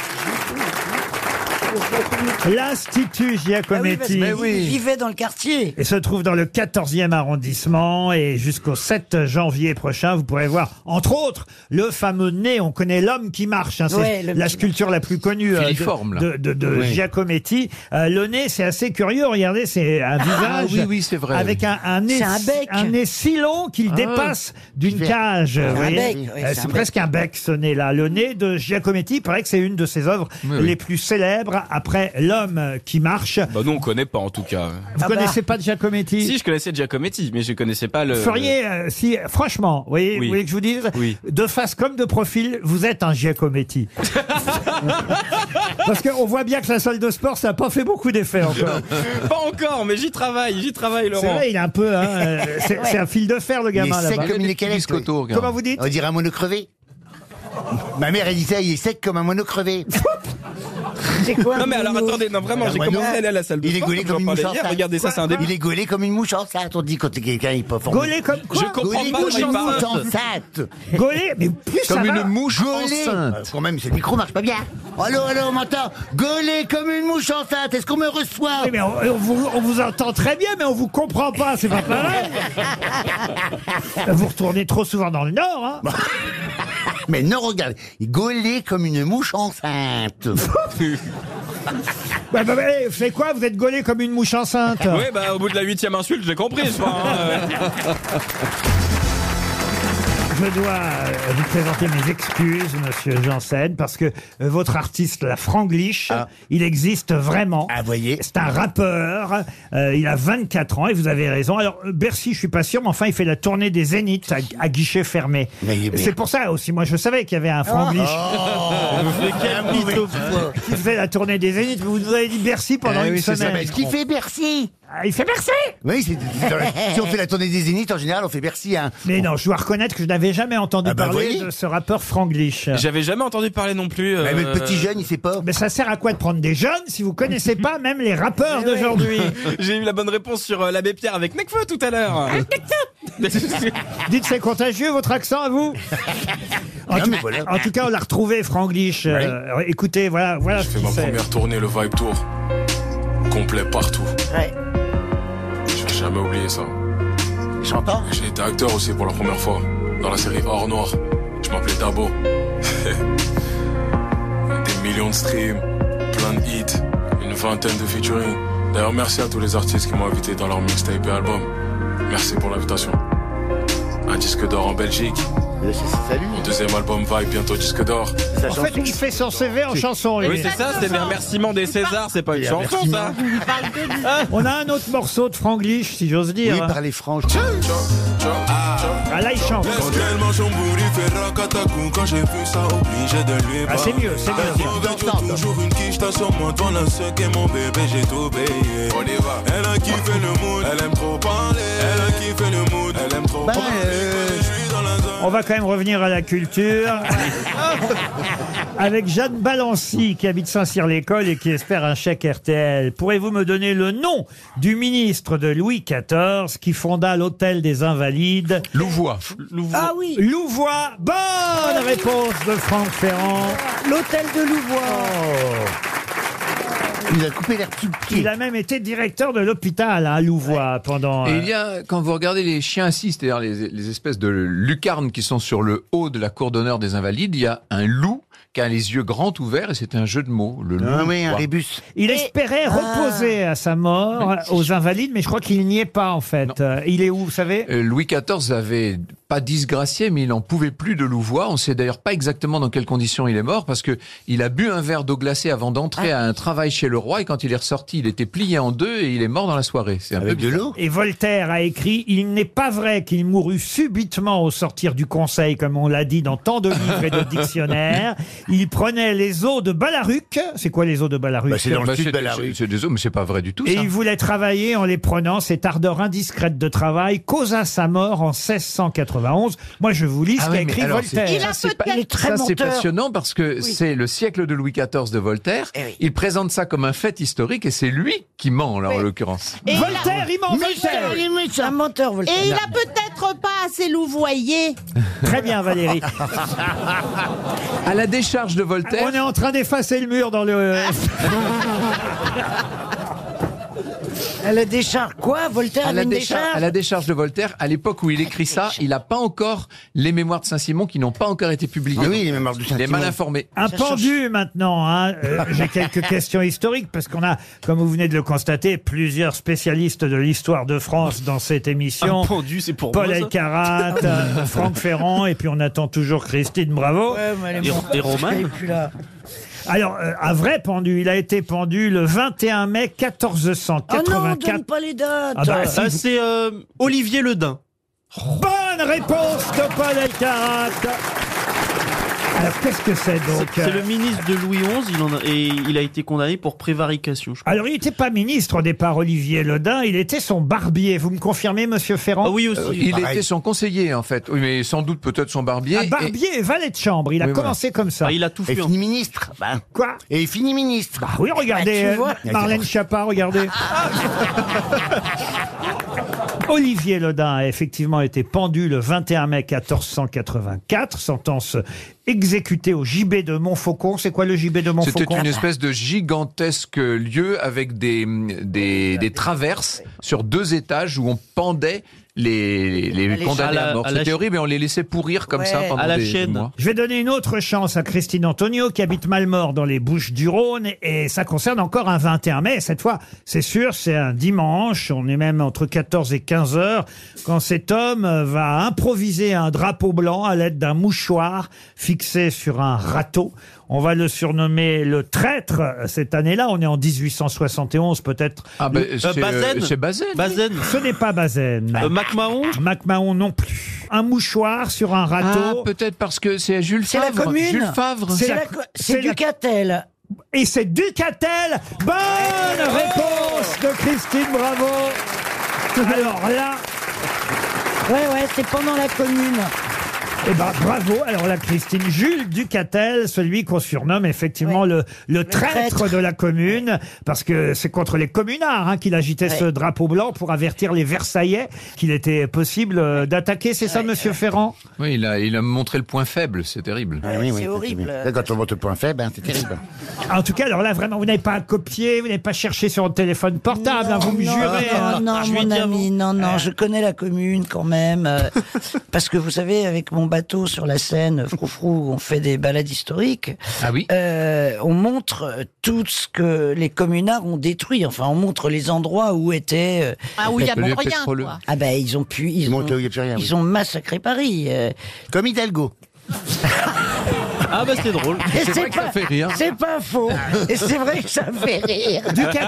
L'Institut Ah oui, parce Giacometti. qu'il vivait dans le quartier. Et se trouve dans le 14e arrondissement. Et jusqu'au 7 janvier prochain, vous pourrez voir, entre autres, le fameux nez. On connaît l'homme qui marche. Hein, c'est Ouais, le la petit- sculpture la plus connue Filiforme, là. de Oui. Giacometti. Le nez, c'est assez curieux. Regardez, c'est un visage. oui, oui, c'est vrai. Avec un nez, C'est un bec. un nez si long qu'il dépasse d'une cage. Vous un voyez. bec, oui, c'est C'est un presque un bec, ce nez-là. Le nez de Giacometti, il paraît que c'est une de ses œuvres Oui, oui. les plus célèbres après L'homme qui marche. Bah nous on connaît pas en tout cas. Vous connaissez pas de Giacometti? Si je connaissais Giacometti, mais je connaissais pas le... Vous feriez, si, franchement, vous voyez, Oui. vous voulez que je vous dise, Oui. de face comme de profil, vous êtes un Giacometti. Parce qu'on voit bien que la salle de sport, ça n'a pas fait beaucoup d'effet encore. Pas encore, mais j'y travaille C'est Laurent. vrai, il est un peu, hein, c'est un fil de fer le Il est gamin sec là-bas. comme une écalette. Biscotto, regarde. Comment vous dites? On dirait un mono crevé. Ma mère, elle dit ça, il est sec comme un mono crevé. C'est quoi? Non mais alors attendez, non vraiment, Un j'ai moineau. commencé à aller à la salle de Il est sport, gaulé comme comme j'en une parlais mouche hier. enceinte. Regardez ça, c'est un début. Il est gaulé comme une mouche enceinte. On dit quand quelqu'un est pas formé. Gaulé comme quoi? Je comprends Gaulé pas comme de une quoi il mouche parle. enceinte. Gaulé, mais plus ça Comme va. une mouche Gaulé. enceinte. Quand même, ce micro marche pas bien. Allô, on m'entend. Gaulé comme une mouche enceinte. Est-ce qu'on me reçoit? Oui, mais on vous entend très bien, mais on vous comprend pas, c'est pas pareil. Vous retournez trop souvent dans le Nord, hein. Mais non, regarde. Gaulé comme une mouche enceinte. Bah, vous savez quoi? Vous êtes gaulé comme une mouche enceinte. Oui, bah au bout de la 8e insulte, j'ai compris, je crois. hein. Je dois vous présenter mes excuses, monsieur Janssen, parce que votre artiste, la Franglish, il existe vraiment. Ah, voyez. C'est un rappeur, il a 24 ans, et vous avez raison. Alors, Bercy, je suis pas sûr, mais enfin, il fait la tournée des Zéniths à guichet fermé. Mais- C'est pour ça aussi, moi, je savais qu'il y avait un Franglish Mais quel mytho. qui faisait la tournée des Zéniths. Vous nous avez dit Bercy pendant Ah une oui, c'est ça. semaine. Mais ce qu'il fait Bercy. Ah, il fait Bercy! Oui, si on fait la tournée des Zéniths, en général, on fait Bercy. Hein. Mais non, je dois reconnaître que je n'avais jamais entendu Ah bah parler voyez. de ce rappeur Franglish. J'avais jamais entendu parler non plus. Mais le petit jeune, il sait pas. Mais ça sert à quoi de prendre des jeunes si vous connaissez pas même les rappeurs d'aujourd'hui? J'ai eu la bonne réponse sur l'abbé Pierre avec Necfeu tout à l'heure. Dites, c'est contagieux votre accent à vous? En, Non, tout, mais voilà. en tout cas, on l'a retrouvé, Franglish. Écoutez, voilà ce Fais qu'il ma fait. première tournée, le Vibe Tour. complet partout. Ouais. Je vais jamais oublier ça. J'entends. J'ai été acteur aussi pour la première fois dans la série Or Noir. Je m'appelais Dabo. Des millions de streams, plein de hits, une vingtaine de featuring. D'ailleurs, merci à tous les artistes qui m'ont invité dans leur mixtape et album. Merci pour l'invitation. Un disque d'or en Belgique. Salut. Mon deuxième album Vibe, bientôt disque d'or. En fait, il fait son CV en chanson. Oui, c'est ça, c'est des remerciements des Césars, c'est pas une chanson, ça. On a un autre morceau de Franglish, si j'ose dire. Oui, parlez franche. Ah, là, il chante. Ah, c'est mieux, c'est mieux. Toujours une quiche, t'as sur moi, devant la seule et mon bébé, j'ai tout payé. On y va. Elle a kiffé le mood, elle aime trop parler. Elle a kiffé le mood, elle aime trop parler. On va quand même revenir à la culture. Avec Jeanne Balancy, qui habite Saint-Cyr-l'École et qui espère un chèque RTL. Pourrez-vous me donner le nom du ministre de Louis XIV qui fonda l'Hôtel des Invalides? Louvois. Ah oui. Louvois. Bonne réponse de Franck Ferrand. L'hôtel de Louvois. Il a coupé l'air tout pied. Il a même été directeur de l'hôpital à Louvois pendant... Et il y a, quand vous regardez les chiens assis, c'est-à-dire les espèces de lucarnes qui sont sur le haut de la cour d'honneur des Invalides, il y a un loup qui a les yeux grands ouverts et c'est un jeu de mots. Le loup. Ah oui, un rébus. Il espérait reposer à sa mort aux Invalides, mais je crois qu'il n'y est pas en fait. Il est où, vous savez? Louis XIV avait pas disgracié, mais il n'en pouvait plus de Louvois. On sait d'ailleurs pas exactement dans quelles conditions il est mort, parce que il a bu un verre d'eau glacée avant d'entrer à un travail chez le roi, et quand il est ressorti, il était plié en deux et il est mort dans la soirée. C'est un peu de l'eau. Et Voltaire a écrit « Il n'est pas vrai qu'il mourut subitement au sortir du conseil, comme on l'a dit dans tant de livres et de dictionnaires. Il prenait les eaux de Balaruc. » C'est quoi les eaux de Balaruc? C'est dans le sud de Balaruc. C'est des eaux, mais c'est pas vrai du tout, Et ça. il voulait travailler en les prenant. Cette ardeur indiscrète de travail causa sa mort en 1691. Moi, je vous lis ce qu'a écrit Voltaire. Il a peut-être Ça, c'est passionnant parce que c'est le siècle de Louis XIV de Voltaire. Il présente ça comme un fait historique et c'est lui qui ment, là, en l'occurrence. Et Voltaire, il ment, Voltaire. C'est un menteur, Voltaire. Et il a peut-être pas assez louvoyé. Très bien, Valérie. À la décharge de Voltaire. On est en train d'effacer le mur dans le... À la décharge, quoi? Voltaire avait une décharge? À la décharge de Voltaire, à l'époque où il écrit ça, il n'a pas encore les mémoires de Saint-Simon qui n'ont pas encore été publiées. Ah oui, les mémoires de Saint-Simon. Il est mal informé. Un pendu maintenant. Hein. J'ai quelques questions historiques parce qu'on a, comme vous venez de le constater, plusieurs spécialistes de l'histoire de France dans cette émission. Un pendu, c'est pour Paul moi, ça. Elkarat, Franck Ferrand, et puis on attend toujours Christine Bravo. Ouais, mais elle est Et- morte. et Romain Elle est plus là. Alors, un vrai pendu, il a été pendu le 21 mai Oh non, 1484. donne pas les dates. Ah bah, si, Ah, c'est Olivier Ledain. Bonne réponse de Paul Elkarat. Alors, qu'est-ce que c'est donc? C'est le ministre de Louis XI, et il a été condamné pour prévarication. Je crois. Alors, il n'était pas ministre au départ, Olivier Ledain, il était son barbier. Vous me confirmez, monsieur Ferrand? Ah oui aussi. Il était son conseiller, en fait. Oui, mais sans doute peut-être son barbier. Ah, barbier et valet de chambre. Il a Oui, voilà. commencé comme ça. Ah, il a tout Et fait. fini ministre. Bah. Quoi? Et il finit ministre. Ah oui, regardez, Ah, tu vois. Marlène Schiappa, regardez. Olivier Ledain a effectivement été pendu le 21 mai 1484, sentence exécutée au gibet de Montfaucon. C'est quoi le gibet de Montfaucon? C'était une espèce de gigantesque lieu avec des traverses sur 2 étages où on pendait les condamnés à mort. C'était horrible et on les laissait pourrir comme ça pendant des mois. Je vais donner une autre chance à Christine Antonio qui habite Malmort dans les Bouches-du-Rhône et ça concerne encore un 21 mai. Cette fois, c'est sûr, c'est un dimanche. On est même entre 14 et 15 heures quand cet homme va improviser un drapeau blanc à l'aide d'un mouchoir fixé sur un râteau. On va le surnommer le traître cette année-là. On est en 1871 peut-être. Ah ben, Bazaine. c'est Bazaine. Bazaine. Ce n'est pas Bazaine. MacMahon. MacMahon non plus. Un mouchoir sur un râteau. Ah, peut-être parce que c'est Jules C'est la Favre. commune. Jules Favre. C'est Ducatel. Et c'est Ducatel. Bonne réponse de Christine Bravo. Alors là, Ouais, c'est pendant la commune. Eh ben, bravo. Alors là, Christine, Jules Ducatel, celui qu'on surnomme effectivement le traître de la commune, parce que c'est contre les communards qu'il agitait ce drapeau blanc pour avertir les Versaillais qu'il était possible d'attaquer. C'est ça, Monsieur Ferrand? Oui, il a montré le point faible, c'est terrible. C'est horrible. Là, quand on montre le point faible, c'est terrible. En tout cas, alors là, vraiment, vous n'avez pas copié, vous n'avez pas cherché sur le téléphone portable, vous me jurez. Non, mon ami, non, je connais la commune quand même. Parce que vous savez, avec mon bateau sur la Seine, Froufrou, on fait des balades historiques. Ah oui. On montre tout ce que les communards ont détruit. Enfin, on montre les endroits où étaient... où il y a rien, quoi. Ah ben, ils ont massacré Paris. Comme Hidalgo. Ah bah c'est drôle. Et C'est vrai que ça fait rire. C'est pas faux. Et c'est vrai que ça fait rire.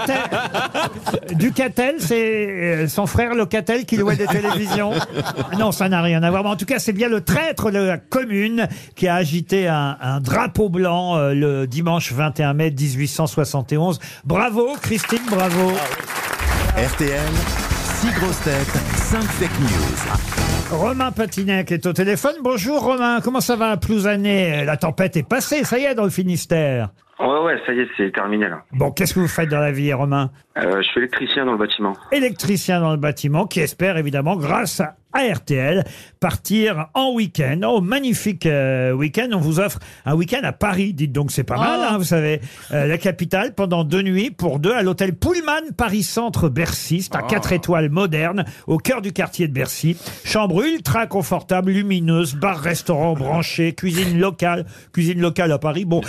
Ducatel, c'est son frère Locatel qui louait des télévisions. Non, ça n'a rien à voir. Mais en tout cas, c'est bien le traître de la commune qui a agité un drapeau blanc le dimanche 21 mai 1871. Bravo, Christine, bravo. RTL, 6 grosses têtes, 5 fake news. Romain Patinet qui est au téléphone. Bonjour Romain, comment ça va à Plouzané? La tempête est passée, ça y est, dans le Finistère. Ouais, ça y est, c'est terminé là. Bon, qu'est-ce que vous faites dans la vie, Romain? Je suis électricien dans le bâtiment. Électricien dans le bâtiment, qui espère évidemment, grâce à RTL, partir en week-end. Oh, magnifique week-end. On vous offre un week-end à Paris. Dites donc, c'est pas mal, vous savez. La capitale, pendant 2 nuits pour 2 à l'hôtel Pullman Paris Centre Bercy. C'est un 4 étoiles moderne, au cœur du quartier de Bercy. Chambre ultra confortable, lumineuse, bar-restaurant branché, cuisine locale à Paris. Bon.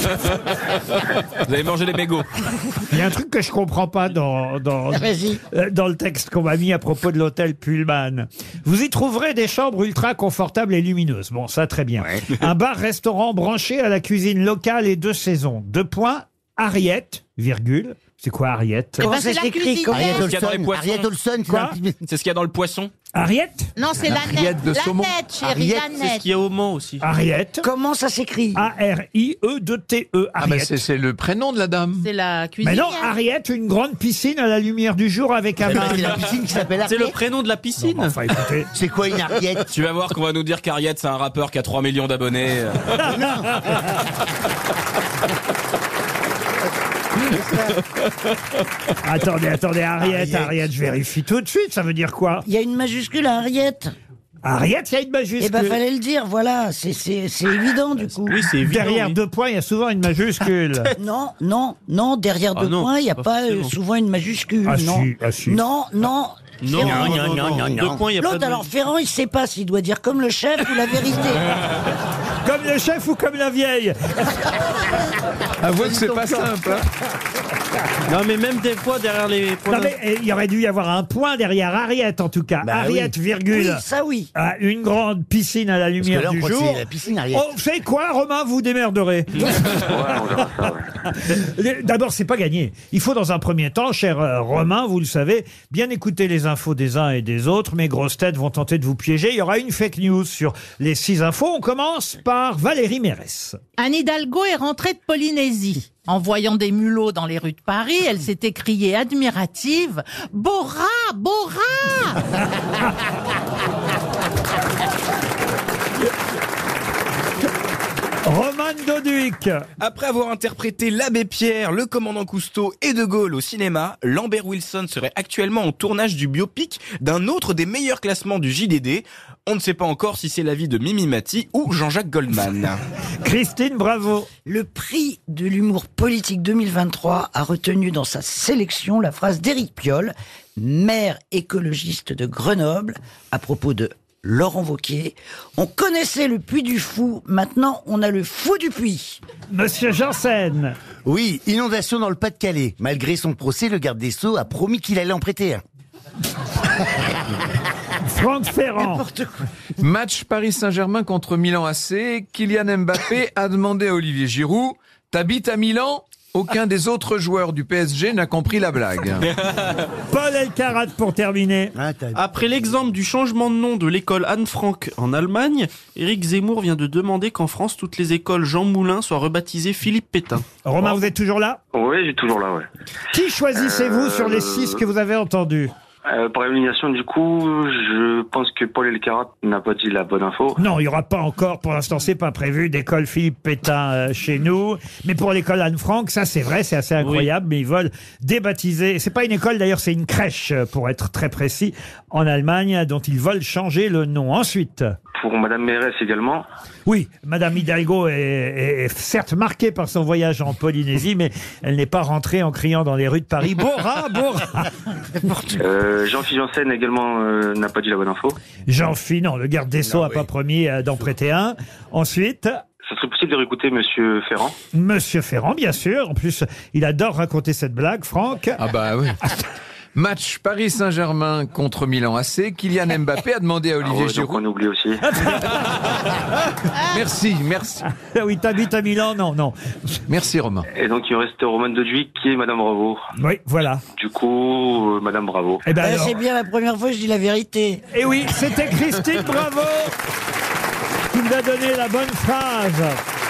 Vous avez mangé les mégots. Il y a un truc que je comprends pas dans le texte qu'on m'a mis à propos de l'hôtel Pullman. Vous y trouverez des chambres ultra confortables et lumineuses. Bon, ça, très bien. Ouais. Un bar-restaurant branché à la cuisine locale et de saison. 2 points, Ariette, virgule. C'est quoi Ariette? Comment ça s'écrit? Ariette Olson. Quoi? C'est ce qu'il y a dans le poisson. Ariette? Non, c'est l'aneth. L'aneth, chérie, l'aneth. C'est ce qu'il y a au Mans aussi. Ariette. Comment ça s'écrit? A-R-I-E-2-T-E. Ah bah c'est le prénom de la dame. C'est la cuisine. Mais non, Ariette, une grande piscine à la lumière du jour avec un bar. C'est la piscine qui s'appelle Ariette. C'est le prénom de la piscine. Non, enfin, écoutez. C'est quoi une Ariette? Tu vas voir qu'on va nous dire qu'Ariette, c'est un rappeur qui a 3 millions d'abonnés. Attendez, Ariette, je vérifie tout de suite, ça veut dire quoi? Il y a une majuscule à Ariette. Ariette, il y a une majuscule. Eh ben, fallait le dire, voilà, c'est évident, du coup. Oui, c'est évident. Derrière 2 points, il y a souvent une majuscule. Non, derrière 2 points, il n'y a pas souvent une majuscule. Si. Non. Non. 2 points, il y a pas L'autre, alors, Ferrand, il sait pas s'il doit dire comme le chef ou la vérité. Comme le chef ou comme la vieille? Avouez que c'est pas simple. Non, mais même des fois, derrière les points... Non, mais il y aurait dû y avoir un point derrière Ariette, en tout cas. Ariette, virgule. Oui, ça oui. Une grande piscine à la lumière du jour. C'est la piscine Ariette. Oh, vous savez quoi, Romain, vous démerderez. Ouais, on verra ça, ouais. D'abord, c'est pas gagné. Il faut, dans un premier temps, cher Romain, vous le savez, bien écouter les infos des uns et des autres. Mes grosses têtes vont tenter de vous piéger. Il y aura une fake news sur les 6 infos. On commence par Valérie Mérès. Anne Hidalgo est rentrée de Polynésie. En voyant des mulots dans les rues de Paris, elle s'est écriée admirative « Bora, Bora !» Roman Doduic. Après avoir interprété l'abbé Pierre, le commandant Cousteau et De Gaulle au cinéma, Lambert Wilson serait actuellement en tournage du biopic d'un autre des meilleurs classements du JDD. On ne sait pas encore si c'est l'avis de Mimi Mati ou Jean-Jacques Goldman. Christine, bravo. Le prix de l'humour politique 2023 a retenu dans sa sélection la phrase d'Éric Piolle, maire écologiste de Grenoble, à propos de Laurent Wauquiez. On connaissait le Puy du Fou, maintenant on a le Fou du Puy. Monsieur Janssen. Oui, inondation dans le Pas-de-Calais. Malgré son procès, le garde des Sceaux a promis qu'il allait en prêter un. Franck Ferrand. Match Paris Saint-Germain contre Milan AC. Kylian Mbappé a demandé à Olivier Giroud « T'habites à Milan ?» Aucun des autres joueurs du PSG n'a compris la blague. Paul Elkarat pour terminer. Après l'exemple du changement de nom de l'école Anne Frank en Allemagne, Éric Zemmour vient de demander qu'en France, toutes les écoles Jean Moulin soient rebaptisées Philippe Pétain. Romain, vous êtes toujours là? Oui, j'ai toujours là, ouais. Qui choisissez-vous sur les 6 que vous avez entendus? Par élimination, du coup, je pense que Paul Elkarat n'a pas dit la bonne info. Non, il n'y aura pas encore, pour l'instant, c'est pas prévu, d'école Philippe Pétain chez nous. Mais pour l'école Anne Frank, ça c'est vrai, c'est assez incroyable, mais ils veulent débaptiser. C'est pas une école d'ailleurs, c'est une crèche, pour être très précis, en Allemagne, dont ils veulent changer le nom. Ensuite. Pour Madame Mérès également. Oui, Madame Hidalgo est certes marquée par son voyage en Polynésie, mais elle n'est pas rentrée en criant dans les rues de Paris. Bora, Bora. Jean-Philippe Janssen également n'a pas dit la bonne info. Jean-Philippe, non, le garde des Sceaux n'a pas promis d'en prêter un. Ensuite. Ça serait possible de réécouter Monsieur Ferrand? Monsieur Ferrand, bien sûr. En plus, il adore raconter cette blague, Franck. Ah bah oui. Match Paris Saint-Germain contre Milan AC. Kylian Mbappé a demandé à Olivier Giroud. Donc on oublie aussi. Merci. Oui, t'habites à Milan, non. Merci Romain. Et donc il reste Romane Doduy qui est Madame Bravo. Oui, voilà. Du coup, Madame Bravo. Eh ben alors... C'est bien la première fois que je dis la vérité. Et oui, c'était Christine Bravo qui nous a donné la bonne phrase.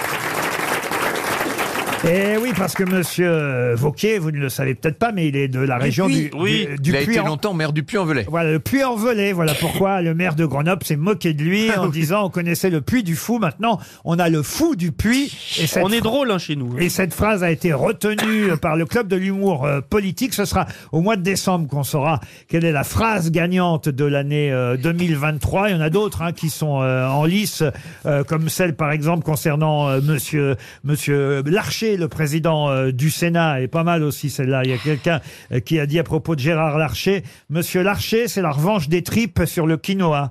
Et oui, parce que monsieur Wauquiez, vous ne le savez peut-être pas, mais il est de la région du il a été longtemps maire du Puy-en-Velay. Voilà, le Puy-en-Velay. Voilà pourquoi le maire de Grenoble s'est moqué de lui en disant on connaissait le Puy du Fou, maintenant on a le Fou du Puy. Et on est drôle chez nous. Et cette phrase a été retenue par le club de l'humour politique. Ce sera au mois de décembre qu'on saura quelle est la phrase gagnante de l'année 2023. Il y en a d'autres qui sont en lice, comme celle par exemple concernant monsieur Larcher, le président du Sénat, est pas mal aussi celle-là. Il y a quelqu'un qui a dit à propos de Gérard Larcher, Monsieur Larcher, c'est la revanche des tripes sur le quinoa.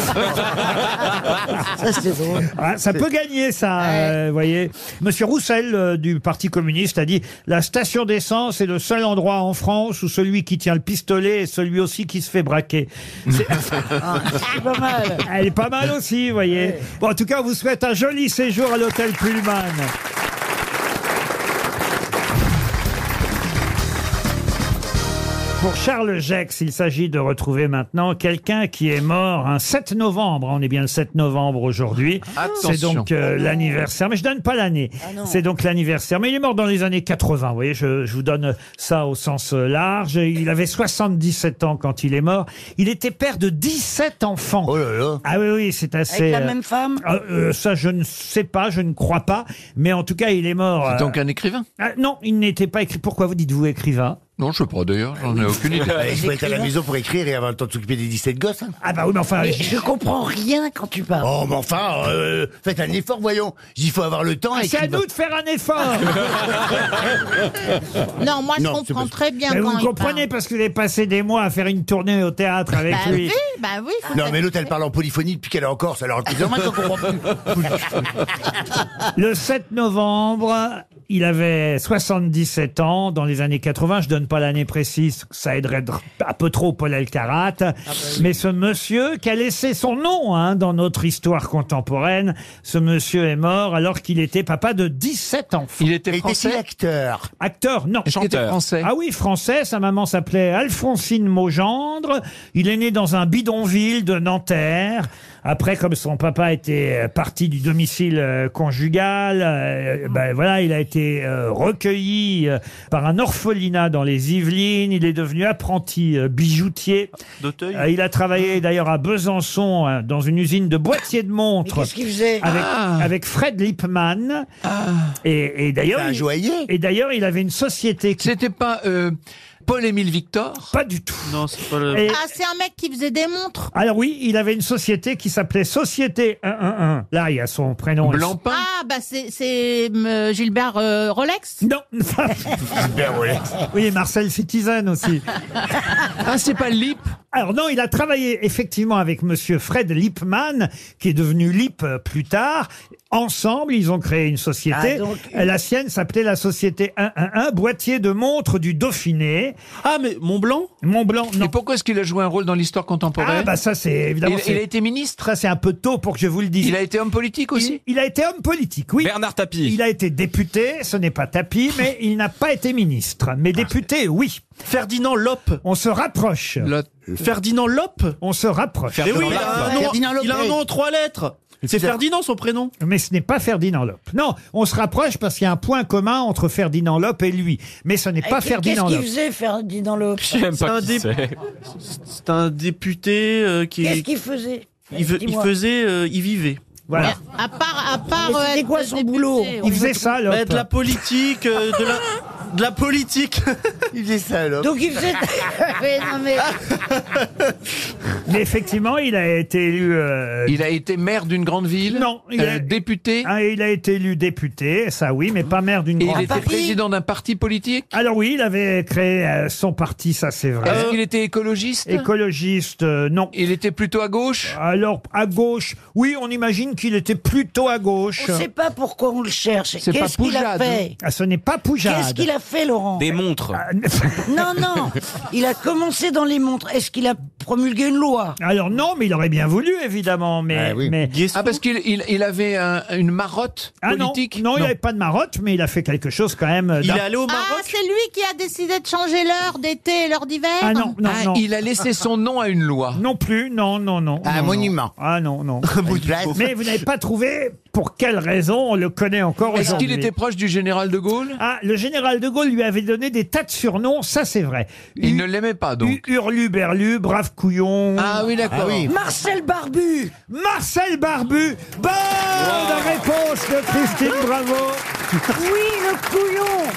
Ça, c'est drôle. Ça peut gagner, ça, voyez. Monsieur Roussel, du Parti communiste, a dit la station d'essence est le seul endroit en France où celui qui tient le pistolet est celui aussi qui se fait braquer. C'est pas mal. Elle est pas mal aussi, voyez. Bon, en tout cas, on vous souhaite un joli séjour à l'hôtel Pullman. Pour Charles Gex, il s'agit de retrouver maintenant quelqu'un qui est mort un 7 novembre. On est bien le 7 novembre aujourd'hui. C'est donc l'anniversaire. Mais je donne pas l'année. C'est donc l'anniversaire. Mais il est mort dans les années 80. Vous voyez, je vous donne ça au sens large. Il avait 77 ans quand il est mort. Il était père de 17 enfants. Oh là là. Ah oui, c'est assez... Avec la même femme ça, je ne sais pas, je ne crois pas. Mais en tout cas, il est mort... C'est donc un écrivain? Non, il n'était pas écrit. Pourquoi vous dites-vous écrivain? Non, je sais pas d'ailleurs, j'en ai aucune idée. Il faut être à la maison pour écrire et avoir le temps de s'occuper des 17 gosses. Ah bah oui, mais enfin... Mais je comprends rien quand tu parles. Oh, mais enfin, faites un effort, voyons. Il faut avoir le temps. C'est à nous de faire un effort. Non, moi je comprends très bien mais quand vous comprenez parce que vous avez passé des mois à faire une tournée au théâtre avec lui. Oui, non, mais l'autre, elle parle en polyphonie depuis qu'elle est en Corse, alors plusieurs mois qu'on comprend plus. Le 7 novembre, il avait 77 ans dans les années 80. Je donne pas l'année précise, ça aiderait un peu trop Paul Elkarat. Mais ce monsieur qui a laissé son nom dans notre histoire contemporaine, ce monsieur est mort alors qu'il était papa de 17 enfants. Il était français? Était acteur? Acteur, non. Est-ce qu'il était français? Ah oui, français. Sa maman s'appelait Alphonsine Maugendre. Il est né dans un bidonville de Nanterre. Après, comme son papa était parti du domicile conjugal, voilà, il a été recueilli par un orphelinat dans les Yvelines. Il est devenu apprenti bijoutier. d'Auteuil. Il a travaillé d'ailleurs à Besançon dans une usine de boîtiers de montres. Qu'est-ce qu'il faisait avec Fred Lippmann. Et d'ailleurs, un joaillier. Et d'ailleurs, il avait une société. C'était pas Paul-Émile Victor? Pas du tout. Non, c'est pas le... Ah, c'est un mec qui faisait des montres. Alors oui, il avait une société qui s'appelait Société 111. Là, il y a son prénom. Blancpain? Ah, bah c'est Gilbert Rolex. Non. Gilbert Rolex. Oui, Marcel Citizen aussi. Ah, c'est pas Lipp? Alors non, il a travaillé effectivement avec monsieur Fred Lippmann, qui est devenu Lipp plus tard. Ensemble, ils ont créé une société. La sienne s'appelait la Société 111, boîtier de montres du Dauphiné. Ah, mais Montblanc? Montblanc, non. Et pourquoi est-ce qu'il a joué un rôle dans l'histoire contemporaine? Ah, bah ça, c'est évidemment... Il a été ministre? Ça, c'est un peu tôt pour que je vous le dise. Il a été homme politique aussi? Il a été homme politique, oui. Bernard Tapie. Il a été député, ce n'est pas Tapie, mais il n'a pas été ministre. Mais député, oui. Ferdinand Lope. On se rapproche. Ferdinand Lope. On se rapproche. Mais oui, il a un nom en 3 lettres. C'est Ferdinand son prénom. Mais ce n'est pas Ferdinand Lope. Non, on se rapproche parce qu'il y a un point commun entre Ferdinand Lope et lui. Mais ce n'est pas Ferdinand Lope. Qu'est-ce qu'il faisait, Ferdinand Lope? Je sais même pas qui c'est. C'est un député qui... Qu'est-ce qu'il faisait? Il vivait. Voilà. À part. C'était quoi son boulot? Il faisait ça, Lope. De la politique, de la politique. Il faisait ça, Lope. Donc il faisait. Mais non, mais. Mais effectivement, il a été élu. Il a été maire d'une grande ville. Non, député. Ah, il a été élu député, ça oui, mais pas maire d'une Et grande il était président d'un parti politique. Alors oui, il avait créé son parti, ça c'est vrai. Est-ce qu'il était écologiste? Écologiste, non. Il était plutôt à gauche? Alors, à gauche, oui, on imagine qu'il était plutôt à gauche. On ne sait pas pourquoi on le cherche. C'est pas Qu'est-ce qu'il a Poujade. fait? Ah, ce n'est pas Poujade. Qu'est-ce qu'il a fait, Laurent? Des montres. Non. Il a commencé dans les montres. Est-ce qu'il a promulgué une loi? Alors non, mais il aurait bien voulu, évidemment. Mais, parce qu'il avait une marotte politique. Non, il n'avait pas de marotte, mais il a fait quelque chose quand même. Il est allé au Maroc. Ah, c'est lui qui a décidé de changer l'heure d'été et l'heure d'hiver. Ah non. Il a laissé son nom à une loi. Non plus, non. Un monument. Ah non. Une place. Mais vous n'avez pas trouvé pour quelle raison on le connaît encore aujourd'hui. Est-ce qu'il était proche du général de Gaulle? Ah, le général de Gaulle lui avait donné des tas de surnoms, ça c'est vrai. Il ne l'aimait pas donc. Hurluberlu, brave couillon. Ah oui, d'accord. Marcel Barbu. Marcel Barbu. Bonne réponse de Christine Bravo. Oui, le couillon.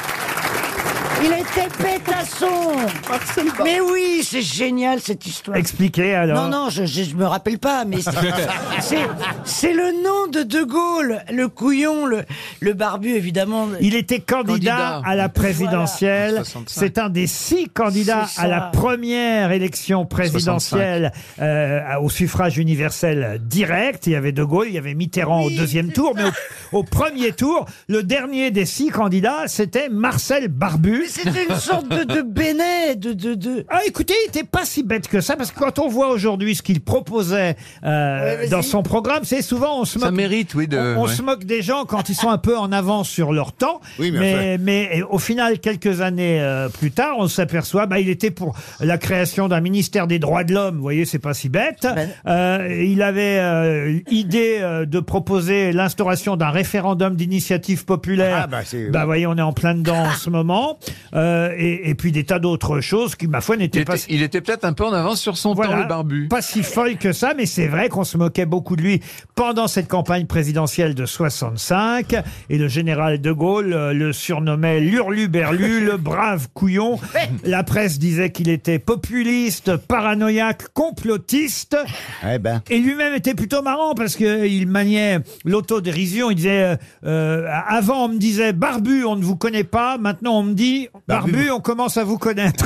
Il était pétasson. Mais oui, c'est génial cette histoire. Expliquez alors. Non, je me rappelle pas, mais c'est le nom de Gaulle. Le couillon, le barbu, évidemment. Il était candidat à la présidentielle. Voilà. C'est un des 6 candidats à la première élection présidentielle au suffrage universel direct. Il y avait De Gaulle, il y avait Mitterrand au deuxième tour, mais au premier tour, le dernier des 6 candidats, c'était Marcel Barbu. C'était une sorte de Bénet, Ah, écoutez, il était pas si bête que ça, parce que quand on voit aujourd'hui ce qu'il proposait dans son programme, c'est souvent on se moque. Ça mérite, oui. On se moque des gens quand ils sont un peu en avance sur leur temps. Oui, mais au final, quelques années plus tard, on s'aperçoit, il était pour la création d'un ministère des droits de l'homme. Vous voyez, c'est pas si bête. Il avait idée de proposer l'instauration d'un référendum d'initiative populaire. Vous voyez, on est en plein dedans en ce moment. Et puis des tas d'autres choses qui, ma foi, n'étaient pas... Il était peut-être un peu en avance sur son temps, le Barbu. Pas si folle que ça, mais c'est vrai qu'on se moquait beaucoup de lui pendant cette campagne présidentielle de 65. Et le général de Gaulle le surnommait l'Hurluberlu, le brave couillon. La presse disait qu'il était populiste, paranoïaque, complotiste. Et lui-même était plutôt marrant parce qu'il maniait l'autodérision. Il disait, avant on me disait Barbu, on ne vous connaît pas. Maintenant on me dit Barbu, on commence à vous connaître.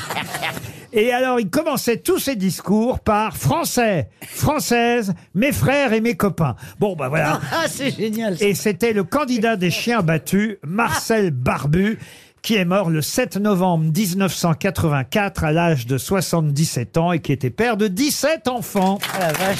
Et alors, il commençait tous ses discours par Français, Françaises, mes frères et mes copains. Bon, voilà. Ah, c'est génial. Et c'était le candidat des chiens battus, Marcel Barbu, qui est mort le 7 novembre 1984 à l'âge de 77 ans et qui était père de 17 enfants. Ah la vache.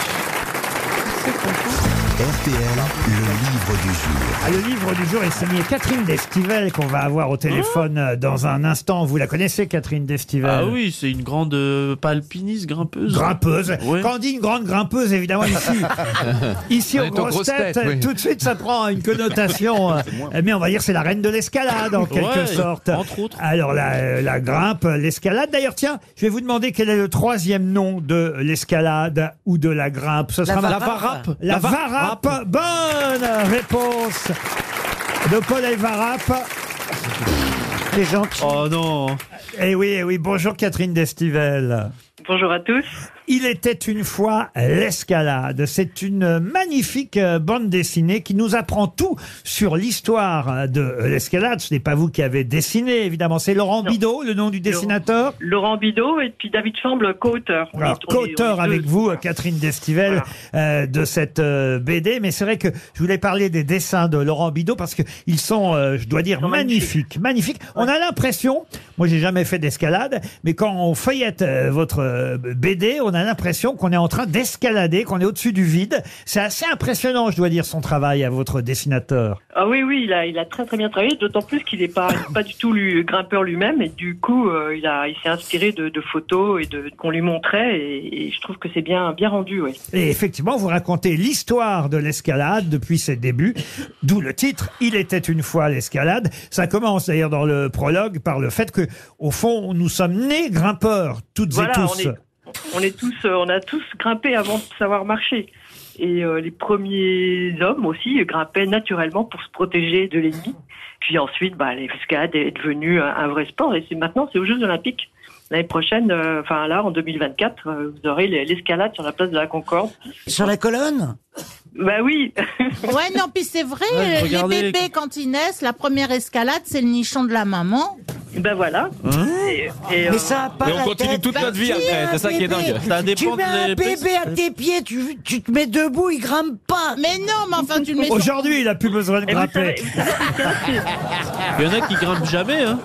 RTL, le livre du jour. Le livre du jour est signé Catherine Destivelle, qu'on va avoir au téléphone dans un instant. Vous la connaissez, Catherine Destivelle? Ah oui, c'est une grande, pas alpiniste, grampeuse. Grimpeuse. Ouais. Quand on dit une grande grimpeuse, évidemment, ici aux grosses têtes, tout de suite, ça prend une connotation. Mais on va dire c'est la reine de l'escalade, en quelque sorte. Entre autres. Alors, la grimpe, l'escalade. D'ailleurs, tiens, je vais vous demander quel est le 3e nom de l'escalade ou de la grimpe. Ce sera la varap. La varap. Bonne réponse de Paul Elvarap. C'est gentil. Oh non. Eh oui, bonjour Catherine Destivelle. Bonjour à tous. Il était une fois l'escalade. C'est une magnifique bande dessinée qui nous apprend tout sur l'histoire de l'escalade. Ce n'est pas vous qui avez dessiné, évidemment. C'est Laurent Bidot, le nom du dessinateur. Laurent Bidot et puis David Chamble, co-auteur. Alors, co-auteur avec vous, Catherine Destivelle, de cette BD. Mais c'est vrai que je voulais parler des dessins de Laurent Bidot parce que ils sont, je dois dire, magnifiques. Magnifiques. On a l'impression, moi j'ai jamais fait d'escalade, mais quand on feuillette votre BD, on a a l'impression qu'on est en train d'escalader, qu'on est au-dessus du vide. C'est assez impressionnant, je dois dire, son travail à votre dessinateur. Ah oui, il a très très bien travaillé, d'autant plus qu'il n'est pas du tout grimpeur lui-même, et du coup, il s'est inspiré de photos et qu'on lui montrait, et je trouve que c'est bien rendu, oui. Et effectivement, vous racontez l'histoire de l'escalade depuis ses débuts, d'où le titre « Il était une fois l'escalade ». Ça commence d'ailleurs dans le prologue par le fait que, au fond, nous sommes nés grimpeurs, toutes et tous. On a tous grimpé avant de savoir marcher. Et les premiers hommes aussi grimpaient naturellement pour se protéger de l'ennemi. Puis ensuite, l'escalade est devenue un vrai sport. Et maintenant, c'est aux Jeux Olympiques. L'année prochaine, là, en 2024, vous aurez l'escalade sur la place de la Concorde. Sur la colonne? Bah oui. Ouais, non, puis c'est vrai, les bébés, quand ils naissent, la première escalade, c'est le nichon de la maman. Ben voilà. Mais ça a pas Et on continue toute notre vie après, c'est ça qui est dingue. Ça dépend Tu mets un bébé à tes pieds, tu te mets debout, il grimpe pas. Mais non, mais enfin, tu le mets... Aujourd'hui, il a plus besoin de grimper. Il y en a qui grimpent jamais, hein.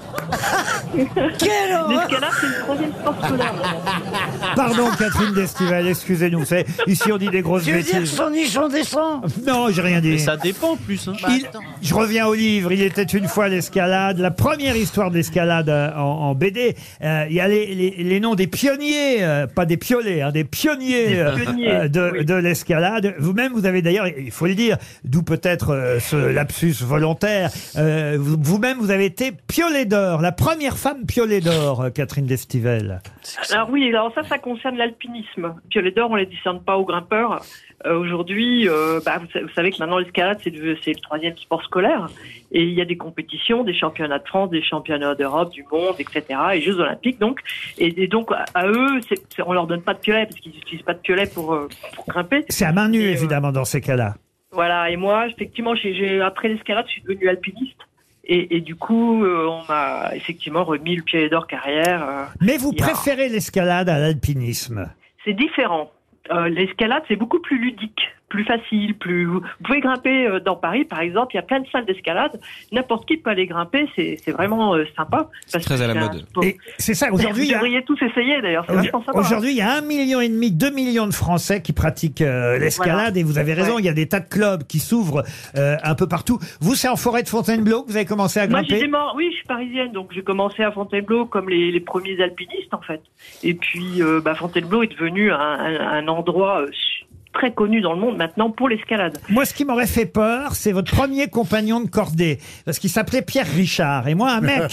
Quelle horreur. L'escalade, c'est le troisième sport scolaire. Pardon, Catherine Destivelle, excusez-nous. Ici, on dit des grosses Tu veux bêtises. dire son nichon descend? Non, j'ai rien dit. Mais ça dépend en plus, hein. Je reviens au livre. Il était une fois l'escalade. La première histoire de l'escalade en BD. Il y a les noms des pionniers, pas des piolets, des pionniers, de l'escalade. Vous-même, vous avez d'ailleurs, il faut le dire, d'où peut-être ce lapsus volontaire. Vous-même, vous avez été piolet d'or, la première femme piolet d'or, Catherine Destivelle. Alors oui, ça concerne l'alpinisme. Piolet d'or, on les discerne pas aux grimpeurs. Aujourd'hui, vous savez que maintenant l'escalade c'est le troisième sport scolaire, et il y a des compétitions, des championnats de France, des championnats d'Europe, du monde, etc. et Jeux Olympiques donc. Et donc à eux, on leur donne pas de piolet parce qu'ils n'utilisent pas de piolet pour grimper. C'est à main nue évidemment dans ces cas-là. Voilà. Et moi, effectivement, après l'escalade, je suis devenue alpiniste. Et du coup, on m'a effectivement remis le piolet d'or carrière. Mais vous préférez l'escalade à l'alpinisme? C'est différent. L'escalade, c'est beaucoup plus ludique, plus facile, vous pouvez grimper dans Paris, par exemple, il y a plein de salles d'escalade, n'importe qui peut aller grimper, c'est vraiment sympa. C'est très à la mode. Et c'est ça, aujourd'hui... Vous devriez tous essayer, d'ailleurs, c'est vachement sympa. Aujourd'hui, il y a 1,5 million, 2 millions de Français qui pratiquent l'escalade, et vous avez raison, il y a des tas de clubs qui s'ouvrent un peu partout. Vous, c'est en forêt de Fontainebleau que vous avez commencé à grimper? Oui, je suis parisienne, donc j'ai commencé à Fontainebleau comme les premiers alpinistes, en fait. Et puis, Fontainebleau est devenu un endroit très connu dans le monde maintenant pour l'escalade. Moi, ce qui m'aurait fait peur, c'est votre premier compagnon de cordée, parce qu'il s'appelait Pierre Richard. Et moi, un mec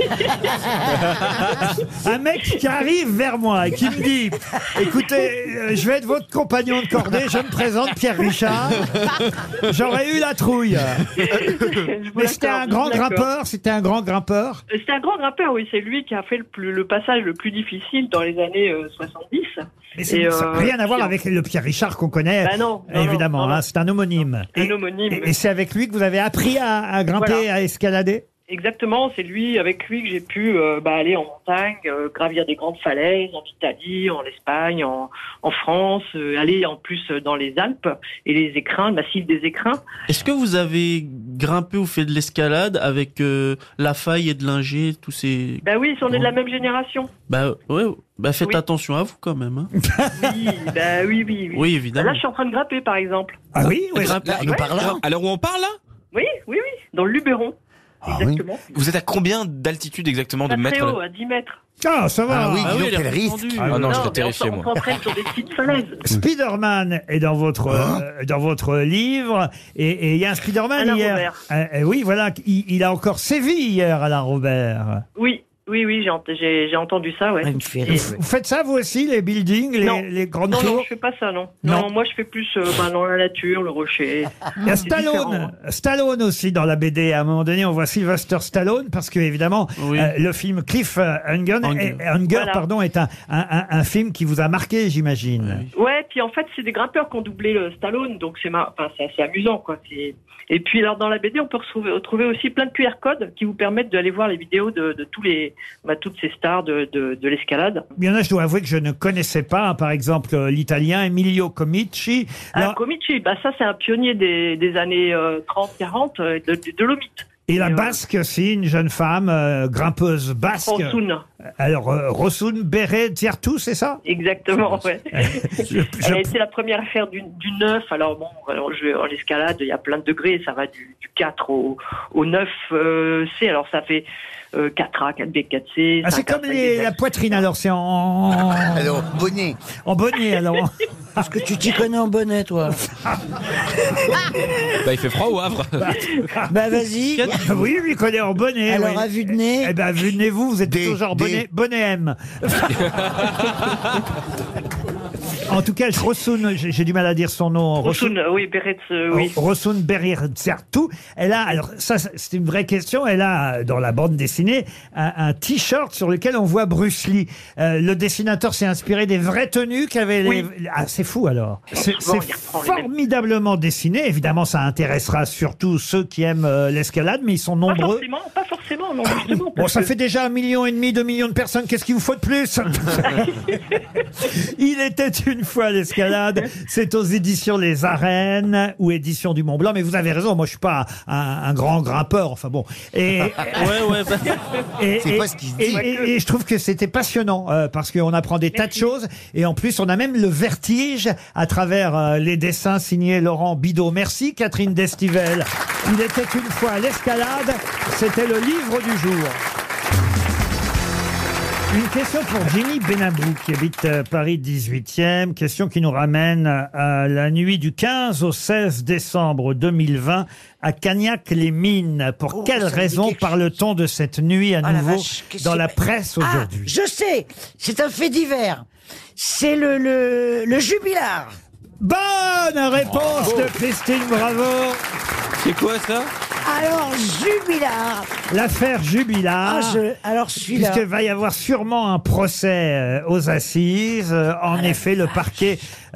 qui arrive vers moi et qui me dit « Écoutez, je vais être votre compagnon de cordée, je me présente Pierre Richard. » J'aurais eu la trouille. Mais c'était un grand grimpeur, C'était un grand grimpeur, oui. C'est lui qui a fait le passage le plus difficile dans les années 70. Mais ça n'a rien à voir avec le Pierre Richard qu'on connaît, évidemment. Non. C'est un homonyme. Et c'est avec lui que vous avez appris à grimper, à escalader? Exactement, c'est avec lui que j'ai pu aller en montagne, gravir des grandes falaises en Italie, en Espagne, en France, aller en plus dans les Alpes et les écrins, le massif des écrins. Est-ce que vous avez grimpé ou fait de l'escalade avec Lafaille et Delinger, tous ces... Oui, on est de la même génération. Faites attention à vous quand même. Hein. Oui. Oui, évidemment. Là, je suis en train de grimper, par exemple. Ah oui, À l'heure où on parle, là? Oui, dans le Luberon. Exactement. Vous êtes à combien d'altitude exactement de mètres? Très haut, à 10 mètres. Ah, ça va. Quel risque. Ah non, je serais terrifié, on moi. s'entraîne sur des petites falaises. Spider-Man est dans votre livre, et il y a un Spider-Man Alain hier. Oui, voilà, il a encore sévi hier, Alain Robert. Oui, j'ai entendu ça, ouais. Vous faites ça, vous aussi, les buildings, les grandes tours? Non, je fais pas ça, non. Non, moi, je fais plus dans la nature, le rocher. Il y a Stallone aussi dans la BD. À un moment donné, on voit Sylvester Stallone, parce que, évidemment, le film Cliffhanger est un film qui vous a marqué, j'imagine. Ouais, puis en fait, c'est des grimpeurs qui ont doublé Stallone, donc c'est assez amusant, quoi. Et puis, alors, dans la BD, on peut retrouver aussi plein de QR codes qui vous permettent d'aller voir les vidéos de toutes ces stars de l'escalade. Il y en a, je dois avouer que je ne connaissais pas. Par exemple, l'italien Emilio Comici. Comici, ça, c'est un pionnier des années 30-40 de Dolomite. Et la basque aussi, une jeune femme, grimpeuse basque. Rosoun. Alors, Rosoun Beret-Tiertou, c'est ça? Exactement, ouais. Je- Elle a été la première à faire du 9. Alors bon, en escalade, il y a plein de degrés. Ça va du 4 au 9 C. Alors ça fait 4A, 4B, 4C. Ah, c'est 5A, comme 5B, la poitrine, alors c'est en... Alors, bonnet. En bonnet, alors. Parce que tu t'y connais en bonnet, toi. Bah, il fait froid au Havre. Bah vas-y. Oui, lui connaît en bonnet. Alors, oui. à vue de nez. Eh ben, à vue de nez, vous êtes plutôt genre bonnet M. En tout cas, Rosoun, j'ai du mal à dire son nom. Rosoun, oui, Beret, oui. Rosoun Beret-Tiertou. Elle a, alors ça, c'est une vraie question. Elle a dans la bande dessinée un t-shirt sur lequel on voit Bruce Lee. Le dessinateur s'est inspiré des vraies tenues qu'avaient les. Ah, c'est fou alors. C'est formidablement dessiné. Évidemment, ça intéressera surtout ceux qui aiment l'escalade, mais ils sont nombreux. Pas forcément, non, justement. Bon, ça fait déjà 1,5 million, 2 millions de personnes. Qu'est-ce qu'il vous faut de plus? Il était une fois l'escalade. C'est aux éditions Les Arènes ou éditions du Mont Blanc. Mais vous avez raison. Moi, je suis pas un grand grimpeur. Enfin bon. Et C'est pas ce qui se dit. et je trouve que c'était passionnant parce qu'on apprend des tas de choses. Et en plus, on a même le vertige à travers les dessins signés Laurent Bidot. Merci Catherine Destivelle. Il était une fois l'escalade. C'était le livre du jour. Une question pour Jenny Benabou qui habite Paris 18e. Question qui nous ramène à la nuit du 15 au 16 décembre 2020 à Cagnac-les-Mines. Pour quelle raison parle-t-on de cette nuit à nouveau dans la presse aujourd'hui? Je sais, c'est un fait divers. C'est le jubilard. Bonne réponse de Christine Bravo. C'est quoi ça? Alors, Jubilard. L'affaire Jubilard. Alors, celui-là. Puisqu'il va y avoir sûrement un procès aux assises. En effet, le parquet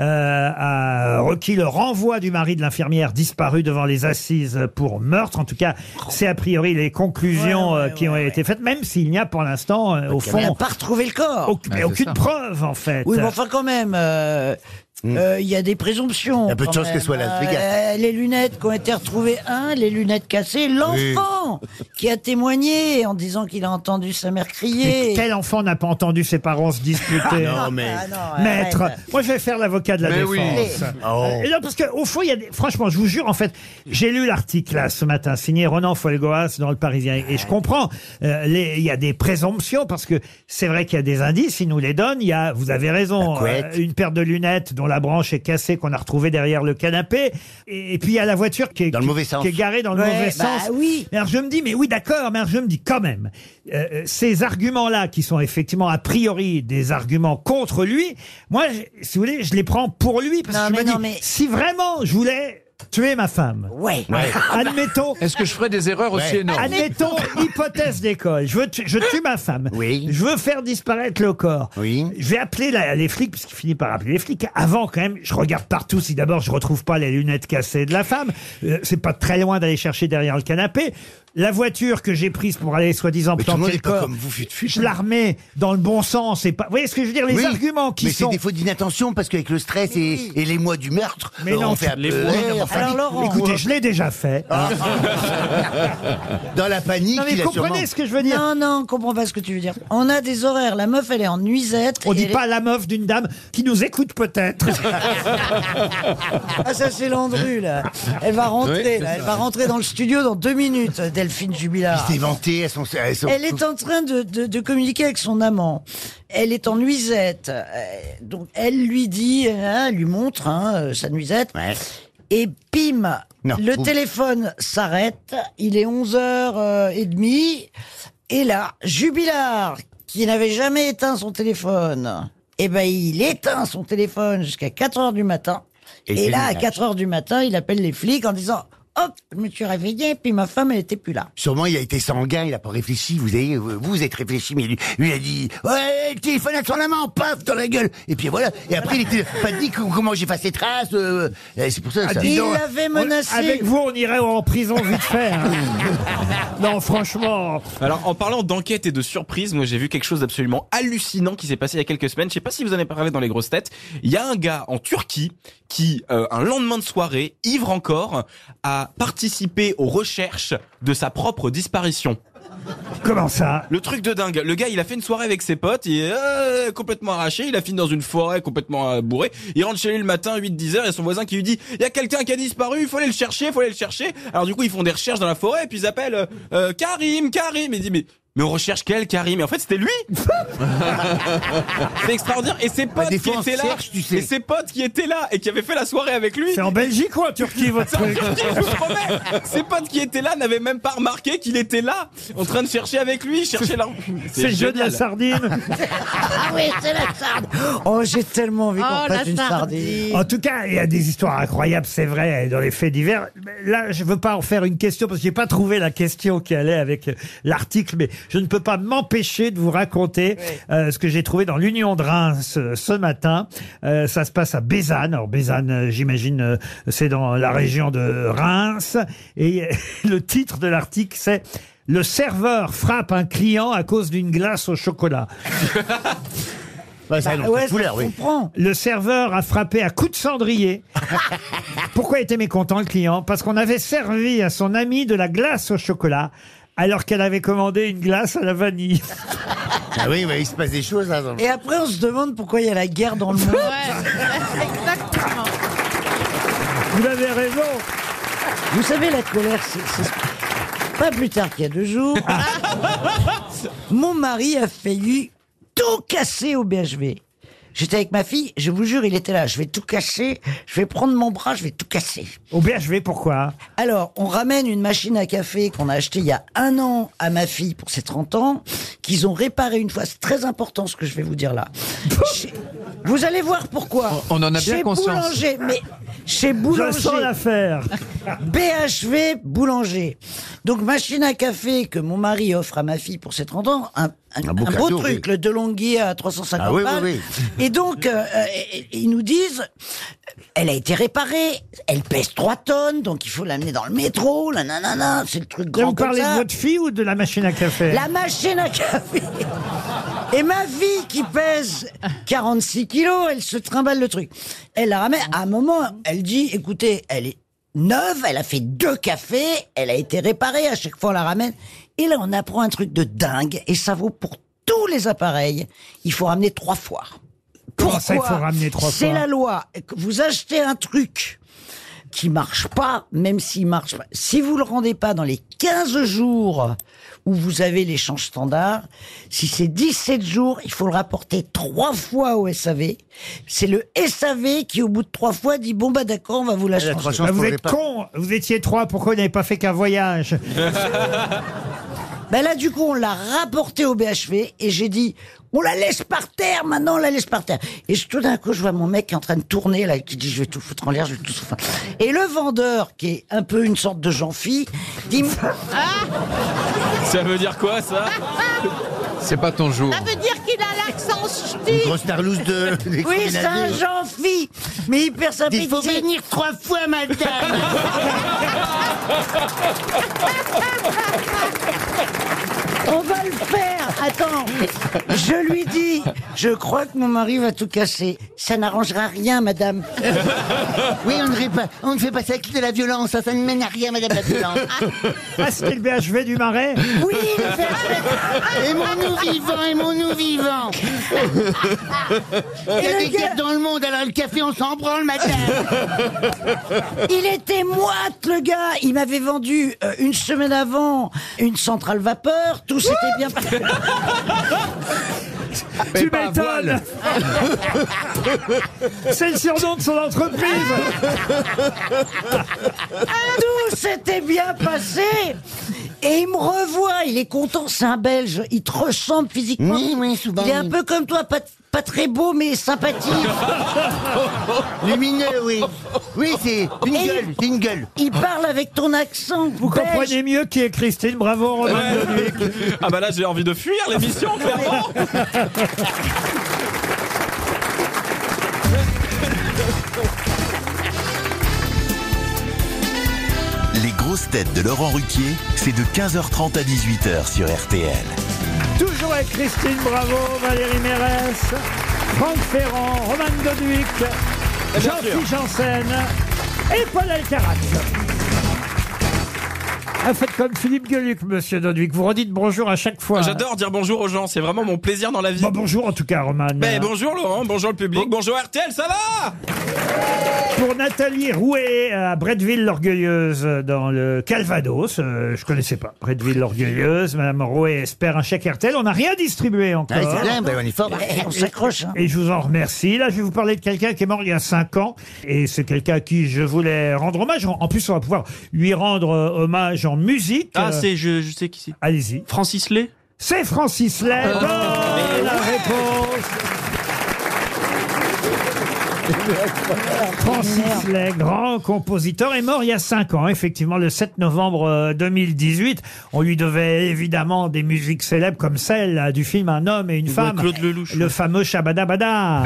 a requis le renvoi du mari de l'infirmière disparue devant les assises pour meurtre. En tout cas, c'est a priori les conclusions qui ont été faites, même s'il n'y a pour l'instant, au fond... On n'a pas retrouvé le corps. Aucune preuve, en fait. Oui, mais enfin, quand même... il y a des présomptions. Il y a peu de chances qu'elle soit Las Vegas. Les lunettes qui ont été retrouvées, les lunettes cassées, l'enfant qui a témoigné en disant qu'il a entendu sa mère crier. Mais quel enfant n'a pas entendu ses parents se disputer? Non, mais... Maître, arrête. moi je vais faire l'avocat de la défense. Oui. Et non, parce qu'au fond, il y a franchement, je vous jure, en fait, j'ai lu l'article là ce matin, signé Ronan Folgoas dans Le Parisien, et je comprends, il y a des présomptions, parce que c'est vrai qu'il y a des indices, il nous les donne, il y a, vous avez raison, une paire de lunettes dont la branche est cassée, qu'on a retrouvée derrière le canapé, et puis il y a la voiture qui est, dans le mauvais sens. qui est garée dans le mauvais sens. Oui. Mais alors je me dis, mais oui d'accord, mais alors je me dis quand même, ces arguments-là qui sont effectivement a priori des arguments contre lui, moi, si vous voulez, je les prends pour lui, parce que je me dis, si vraiment je voulais tuer ma femme, admettons... Est-ce que je ferais des erreurs aussi énormes? Admettons, hypothèse d'école, je tue ma femme, je veux faire disparaître le corps, je vais appeler les flics, puisqu'il finit par appeler les flics, avant quand même, je regarde partout si d'abord je retrouve pas les lunettes cassées de la femme, c'est pas très loin d'aller chercher derrière le canapé. La voiture que j'ai prise pour aller soi-disant planter le corps, je la remets dans le bon sens. Et pas... Vous voyez ce que je veux dire? Les arguments qui sont... Mais c'est des fautes d'inattention, parce qu'avec le stress et les mois du meurtre, mais non, on fait alors Laurent, écoutez, je l'ai déjà fait. Dans la panique, non, mais comprenez ce que je veux dire? Non, on comprend pas ce que tu veux dire. On a des horaires, la meuf elle est en nuisette. On dit pas la meuf d'une dame qui nous écoute peut-être. Ah ça c'est Landru là. Elle va rentrer là. Elle va rentrer dans le studio dans 2 minutes, Delphine Jubilard. Il s'est vanté, Elle est en train de communiquer avec son amant. Elle est en nuisette. Donc elle lui dit, elle lui montre sa nuisette. Et bim, le téléphone s'arrête. Il est 11h30. Et là, Jubilard, qui n'avait jamais éteint son téléphone, il éteint son téléphone jusqu'à 4h du matin. Et là, à 4h du matin, il appelle les flics en disant... Hop, je me suis réveillé, puis ma femme, elle était plus là. Sûrement, il a été sanguin, il a pas réfléchi. Vous êtes réfléchi, mais lui, il a dit, ouais, le téléphone à son amant, paf, dans la gueule. Et puis voilà. Et après, il était pas dit comment j'ai fait traces. C'est pour ça. Il l'avait menacé. Avec vous, on irait en prison vite fait. Non, franchement. Alors, en parlant d'enquête et de surprise, moi, j'ai vu quelque chose d'absolument hallucinant qui s'est passé il y a quelques semaines. Je sais pas si vous en avez parlé dans les grosses têtes. Il y a un gars en Turquie qui, un lendemain de soirée, ivre encore, a participé aux recherches de sa propre disparition. Comment ça? Le truc de dingue. Le gars, il a fait une soirée avec ses potes, il est complètement arraché, il a fini dans une forêt complètement bourré. Il rentre chez lui le matin, 8-10 heures, il y a son voisin qui lui dit « Il y a quelqu'un qui a disparu, il faut aller le chercher, Alors du coup, ils font des recherches dans la forêt, et puis ils appellent Karim. Il dit mais on recherche quel Karim? Et en fait, c'était lui. C'est extraordinaire. Et ses potes qui étaient là, et ses potes qui étaient là et qui avaient fait la soirée avec lui. C'est en Belgique ou en Turquie, votre truc? Je vous promets. Ses potes qui étaient là n'avaient même pas remarqué qu'il était là, en train de chercher avec lui, C'est le jeu de la sardine. Ah oui, c'est la sardine. Oh, j'ai tellement envie qu'on fasse une sardine. En tout cas, il y a des histoires incroyables, c'est vrai, dans les faits divers. Là, je veux pas en faire une question parce que j'ai pas trouvé la question qui allait avec l'article, mais je ne peux pas m'empêcher de vous raconter ce que j'ai trouvé dans l'Union de Reims ce matin. Ça se passe à Bézanne. Alors Bézanne, j'imagine, c'est dans la région de Reims. Et le titre de l'article, c'est « Le serveur frappe un client à cause d'une glace au chocolat ». Le serveur a frappé à coups de cendrier. Pourquoi était mécontent le client? Parce qu'on avait servi à son ami de la glace au chocolat, alors qu'elle avait commandé une glace à la vanille. Ah oui, il se passe des choses là. Et après, on se demande pourquoi il y a la guerre dans le monde. Exactement. Vous avez raison. Vous savez, la colère, c'est pas plus tard qu'il y a 2 jours. Mon mari a failli tout casser au BHV. J'étais avec ma fille, je vous jure, il était là. Je vais tout casser, je vais prendre mon bras, je vais tout casser. Au BHV, pourquoi? Alors, on ramène une machine à café qu'on a achetée il y a 1 an à ma fille pour ses 30 ans, qu'ils ont réparé une fois. C'est très important ce que je vais vous dire là. Vous allez voir pourquoi. On en a bien conscience. Chez Boulanger. Je sens l'affaire. BHV Boulanger. Donc, machine à café que mon mari offre à ma fille pour ses 30 ans. Un beau truc, le DeLonghi à 350 balles. Et donc, ils nous disent, elle a été réparée, elle pèse 3 tonnes, donc il faut l'amener dans le métro, c'est le truc grand. Vous parlez de votre fille ou de la machine à café? La machine à café. Et ma fille qui pèse 46 kilos, elle se trimballe le truc. Elle la ramène, à un moment, elle dit, écoutez, elle est neuve, elle a fait 2 cafés, elle a été réparée, à chaque fois on la ramène. Et là, on apprend un truc de dingue, et ça vaut pour tous les appareils. Il faut ramener 3 fois. Pourquoi ça, il faut ramener 3 fois? C'est la loi. Vous achetez un truc qui marche pas, même s'il marche pas. Si vous le rendez pas dans les 15 jours où vous avez l'échange standard, si c'est 17 jours, il faut le rapporter 3 fois au SAV. C'est le SAV qui, au bout de 3 fois, dit bon bah d'accord, on va vous la changer. Vous êtes con. Vous étiez 3. Pourquoi vous n'avez pas fait qu'un voyage? Ben là, du coup, on l'a rapporté au BHV et j'ai dit, on la laisse par terre, maintenant on la laisse par terre. Et tout d'un coup, je vois mon mec qui est en train de tourner, là, qui dit, je vais tout foutre en l'air, je vais tout foutre. Et le vendeur, qui est un peu une sorte de Jean-Phi, dit... Ça veut dire quoi, ça? C'est pas ton jour. Ça veut dire qu'il a l'accent ch'ti. Une grosse tarlouse de... Oui, c'est un Jean-Phi, mais hyper sympathique. Il faut venir 3 fois, madame. On va le faire. Attends, je lui dis, je crois que mon mari va tout casser. Ça n'arrangera rien, madame. Oui, on ne fait pas ça avec de la violence. Ça ne mène à rien, madame la violence. Ah, c'était le BHV du Marais? Oui, le BHV. Aimons-nous vivants. Il y a des guerres dans le monde, alors le café, on s'en branle, madame. Il était moite, le gars. Il m'avait vendu 1 semaine avant une centrale vapeur. Tout s'était bien passé. Tu m'étonnes. C'est le surnom de son entreprise. Tout s'était bien passé. Et il me revoit, il est content, c'est un Belge, il te ressemble physiquement. Oui, souvent. Il est un peu comme toi, pas très beau, mais sympathique. Lumineux, oui. Oui, c'est une gueule, Il parle avec ton accent. Vous comprenez mieux qui est Christine, bravo Romain Doduic. Ah bah là, j'ai envie de fuir l'émission, clairement. Les grosses têtes de Laurent Ruquier, c'est de 15h30 à 18h sur RTL. Toujours avec Christine Bravo, Valérie Mérès, Franck Ferrand, Romain Doduic, Jean-Philippe Janssen et Paul Alcarat. Faites comme Philippe Gueluc, monsieur Doduic. Vous redites bonjour à chaque fois. J'adore dire bonjour aux gens, c'est vraiment mon plaisir dans la vie. Bon, bonjour en tout cas, Roman. Bonjour Laurent, bonjour le public, bonjour RTL, ça va? Pour Nathalie Rouet à Bretteville-l'Orgueilleuse dans le Calvados. Je connaissais pas Bretteville-l'Orgueilleuse. Madame Rouet espère un chèque RTL. On n'a rien distribué encore. C'est bien, on est fort. On s'accroche. Hein. Et je vous en remercie. Là, je vais vous parler de quelqu'un qui est mort il y a 5 ans. Et c'est quelqu'un à qui je voulais rendre hommage. En plus, on va pouvoir lui rendre hommage en musique. Ah, je sais qui c'est. Allez-y. Francis Lay. C'est Francis Lay. Bonne réponse. Francis Lay, grand compositeur, est mort il y a 5 ans, effectivement, le 7 novembre 2018. On lui devait évidemment des musiques célèbres comme celle du film Un homme et une femme, Claude Lelouch. le fameux Shabada-Bada.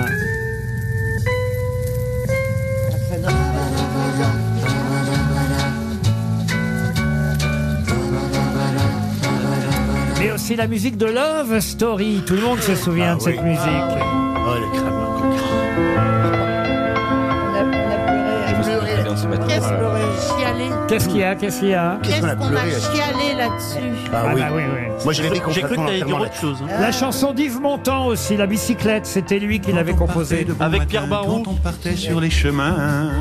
Mais aussi la musique de Love Story. Tout le monde se souvient de cette musique. Oh, le crâne. Qu'est-ce qu'il y a? Qu'est-ce qu'on a chialé là-dessus? Ah oui. bah oui, oui. Moi, j'ai rêvé J'ai cru que t'allais dire autre chose. Hein. La chanson d'Yves Montand aussi, La bicyclette, c'était lui qui l'avait composée. Avec Pierre Barou. Quand on partait sur les chemins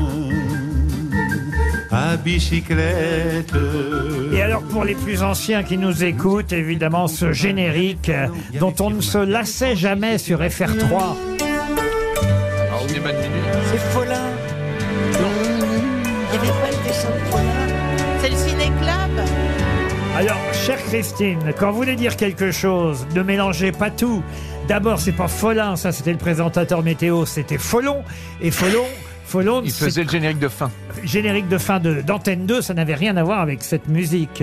à bicyclette. Et alors pour les plus anciens qui nous écoutent, évidemment ce générique dont on ne se lassait jamais sur FR3. C'est Follin. Il n'y avait pas le dessin de Follin. C'est le ciné-club. Alors, chère Christine, quand vous voulez dire quelque chose, ne mélangez pas tout. D'abord, c'est pas Follin, ça c'était le présentateur météo, c'était Follon. Et Follon, il faisait le générique de fin. Générique de fin d'Antenne 2, ça n'avait rien à voir avec cette musique.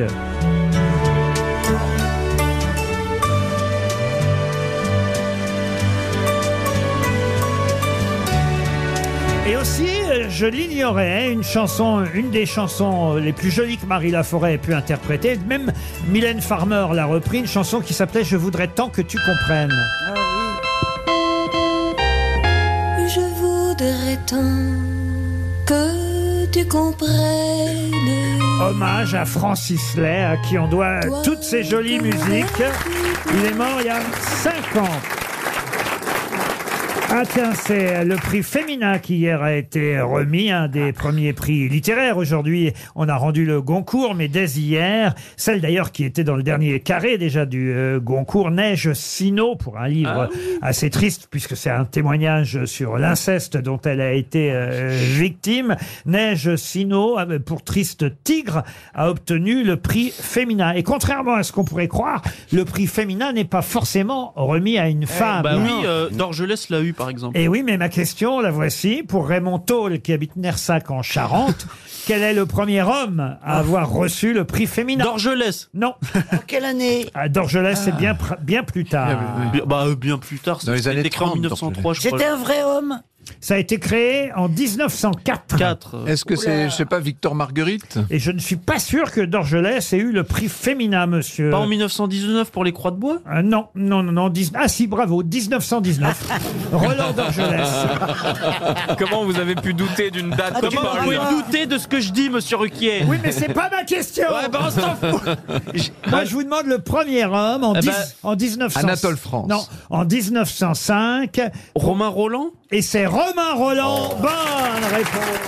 Et aussi, je l'ignorais, une des chansons les plus jolies que Marie Laforêt ait pu interpréter, même Mylène Farmer l'a repris, une chanson qui s'appelait « Je voudrais tant que tu comprennes ». Je voudrais tant que tu comprennes. Hommage à Francis Lay, à qui on doit toutes ces jolies musiques. Il est mort il y a 5 ans. Ah tiens, c'est le prix Femina qui hier a été remis, un des premiers prix littéraires. Aujourd'hui, on a rendu le Goncourt, mais dès hier, celle d'ailleurs qui était dans le dernier carré déjà du Goncourt, Neige Sino, pour un livre assez triste, puisque c'est un témoignage sur l'inceste dont elle a été victime. Neige Sino, pour Triste Tigre, a obtenu le prix Femina. Et contrairement à ce qu'on pourrait croire, le prix Femina n'est pas forcément remis à une femme. Oui, Dorgelès l'a eu par exemple. Et oui, mais ma question, la voici, pour Raymond Taule, qui habite Nersac en Charente. Quel est le premier homme à avoir reçu le prix Femina? Dorgelès. Non. En quelle année? Dorgelès, c'est bien plus tard. Bien plus tard, dans les années été créé en 30, 1903, je crois. C'était un vrai homme? Ça a été créé en 1904. Est-ce que c'est, je sais pas, Victor Marguerite? Et je ne suis pas sûr que Dorgelès ait eu le prix Femina, monsieur. Pas en 1919 pour les Croix de Bois? Non. Ah si, bravo, 1919. Roland Dorgelès. Comment vous avez pu douter d'une date comme Comment vous pouvez douter de ce que je dis, monsieur Ruquier? Oui, mais c'est pas ma question. Ouais, on s'en fout. Moi, je vous demande le premier homme en 1900. Anatole France. Non, en 1905. Romain Roland? Et c'est Romain Roland. Bonne réponse.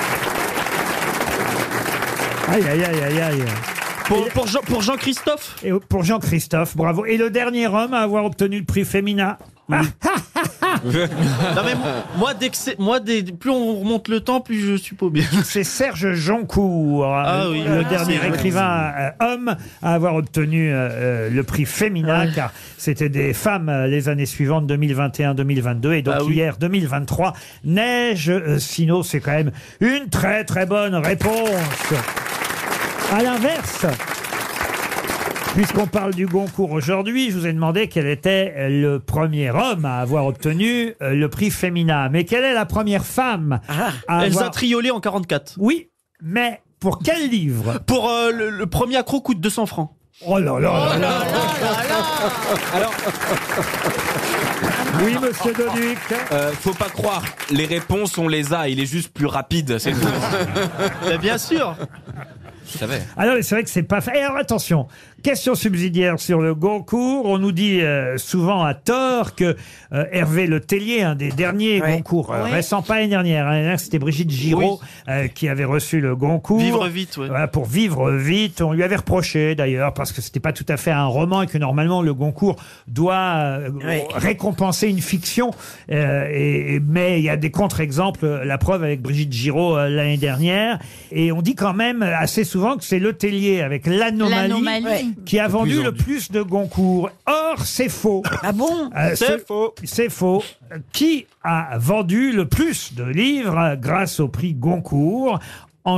Aïe. Pour Jean-Christophe? Et pour Jean-Christophe, bravo. Et le dernier homme à avoir obtenu le prix Femina. Non mais plus on remonte le temps, plus je suis pas bien. C'est Serge Joncourt, le dernier écrivain homme à avoir obtenu le prix Femina, car c'était des femmes les années suivantes, 2021-2022, et donc hier 2023. Neige Sino, c'est quand même une très très bonne réponse. À l'inverse, puisqu'on parle du Goncourt aujourd'hui, je vous ai demandé quel était le premier homme à avoir obtenu le prix Femina. Mais quelle est la première femme à Elsa avoir... Triolet en 44. Oui, mais pour quel livre? Pour le premier accro coûte 200 francs. Oh là là là là. Alors, Oui, monsieur Doduc. Faut pas croire, les réponses on les a, il est juste plus rapide, c'est tout. Bien sûr. Je savais. Alors, c'est vrai que c'est pas fait. Et alors, attention, question subsidiaire sur le Goncourt. On nous dit souvent à tort que Hervé Le Tellier, un des derniers Goncourt récents, pas l'année dernière, hein, c'était Brigitte Giraud qui avait reçu le Goncourt. Vivre vite, Voilà, pour Vivre vite. On lui avait reproché d'ailleurs parce que c'était pas tout à fait un roman et que normalement le Goncourt doit récompenser une fiction. Mais il y a des contre-exemples, la preuve avec Brigitte Giraud l'année dernière. Et on dit quand même assez souvent que c'est Le Tellier avec l'Anomalie qui a vendu le plus de Goncourt. Or, c'est faux. Ah bon? C'est faux. C'est faux. Qui a vendu le plus de livres grâce au prix Goncourt en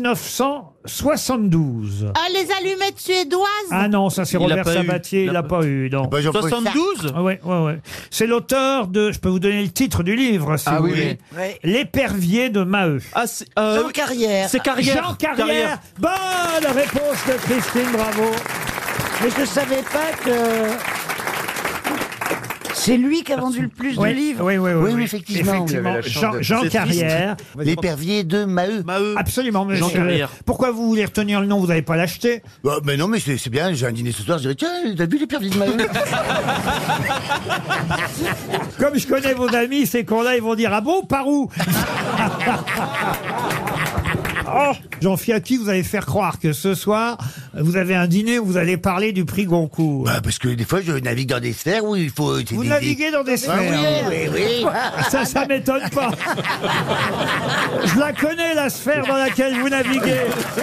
1972? Ah, les allumettes suédoises? Ah non, ça c'est Il l'a Robert pas eu. Sabatier, il l'a pas eu. Non. 72? Ouais. C'est l'auteur de, je peux vous donner le titre du livre si vous voulez. L'Épervier de Maheu. Ah, c'est, Jean Carrière. C'est Carrière. Jean Carrière. Bonne réponse de Christine, bravo. Mais je savais pas que c'est lui qui a vendu le plus de livres. Oui, effectivement. Jean Carrière. L'épervier de Maheu. Absolument, monsieur. Jean Carrière. Pourquoi vous voulez retenir le nom? Vous n'avez pas l'acheté? Mais non, mais c'est bien, j'ai un dîner ce soir, je dirais, tiens, t'as vu l'épervier de Maheu? Comme je connais vos amis, ces cons-là, ils vont dire, ah bon, par où? Jean-Philippe, à qui vous allez faire croire que ce soir, vous avez un dîner où vous allez parler du prix Goncourt? Parce que des fois, je navigue dans des sphères où il faut... Vous naviguez dans des sphères? Oui. Ça m'étonne pas. Je la connais, la sphère dans laquelle vous naviguez.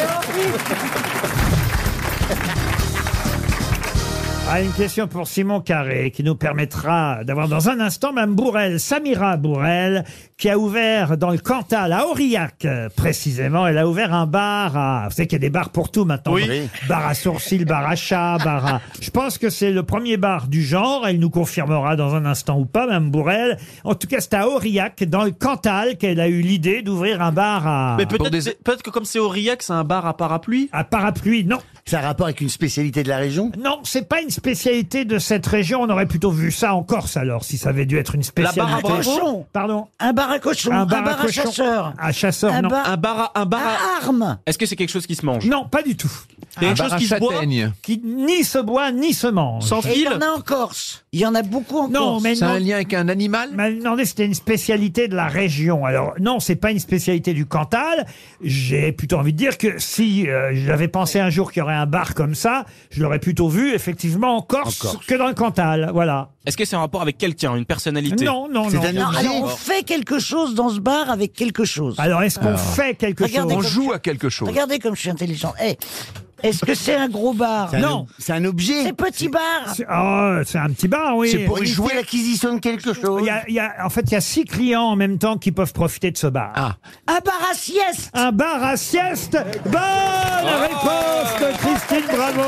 Une question pour Simon Carré qui nous permettra d'avoir dans un instant Mme Bourrel, Samira Bourrel, qui a ouvert dans le Cantal, à Aurillac précisément, elle a ouvert un bar à... Vous savez qu'il y a des bars pour tout maintenant. Oui. Bar à sourcils, bar à chat, bar à... Je pense que c'est le premier bar du genre, elle nous confirmera dans un instant ou pas, Mme Bourrel. En tout cas, c'est à Aurillac, dans le Cantal, qu'elle a eu l'idée d'ouvrir un bar à... Mais peut-être que comme c'est Aurillac, c'est un bar à parapluie. À parapluie, non. Ça a rapport avec une spécialité de la région? Non, c'est pas une spécialité de cette région. On aurait plutôt vu ça en Corse alors, si ça avait dû être une spécialité. La bar à cochon. Pardon. Un bar à cochon. Un bar à chasseur. À chasseur, non. Un bar à armes. Est-ce que c'est quelque chose qui se mange? Non, pas du tout. C'est quelque chose qui se boit? Qui ni se boit, ni se mange. Sans Et il y fil? en a en Corse. Il y en a beaucoup en Non, Corse. mais C'est non. un lien avec un animal? Mais non, mais c'était une spécialité de la région. Alors non, c'est pas une spécialité du Cantal. J'ai plutôt envie de dire que si j'avais pensé un jour qu'il y aurait un bar comme ça, je l'aurais plutôt vu effectivement en Corse que dans le Cantal. Voilà. Est-ce que c'est un rapport avec quelqu'un, une personnalité? Non. Non, alors on fait quelque chose dans ce bar avec quelque chose. Alors est-ce qu'on fait quelque Regardez chose? On joue à quelque chose. Regardez comme je suis intelligent. Est-ce que c'est un gros bar? Non. C'est un objet. C'est petit bar. C'est un petit bar, oui. C'est pour jouer l'acquisition de quelque chose. En fait, il y a 6 clients en même temps qui peuvent profiter de ce bar. Un bar à sieste. Un bar à sieste. Bonne réponse de Christine, bravo.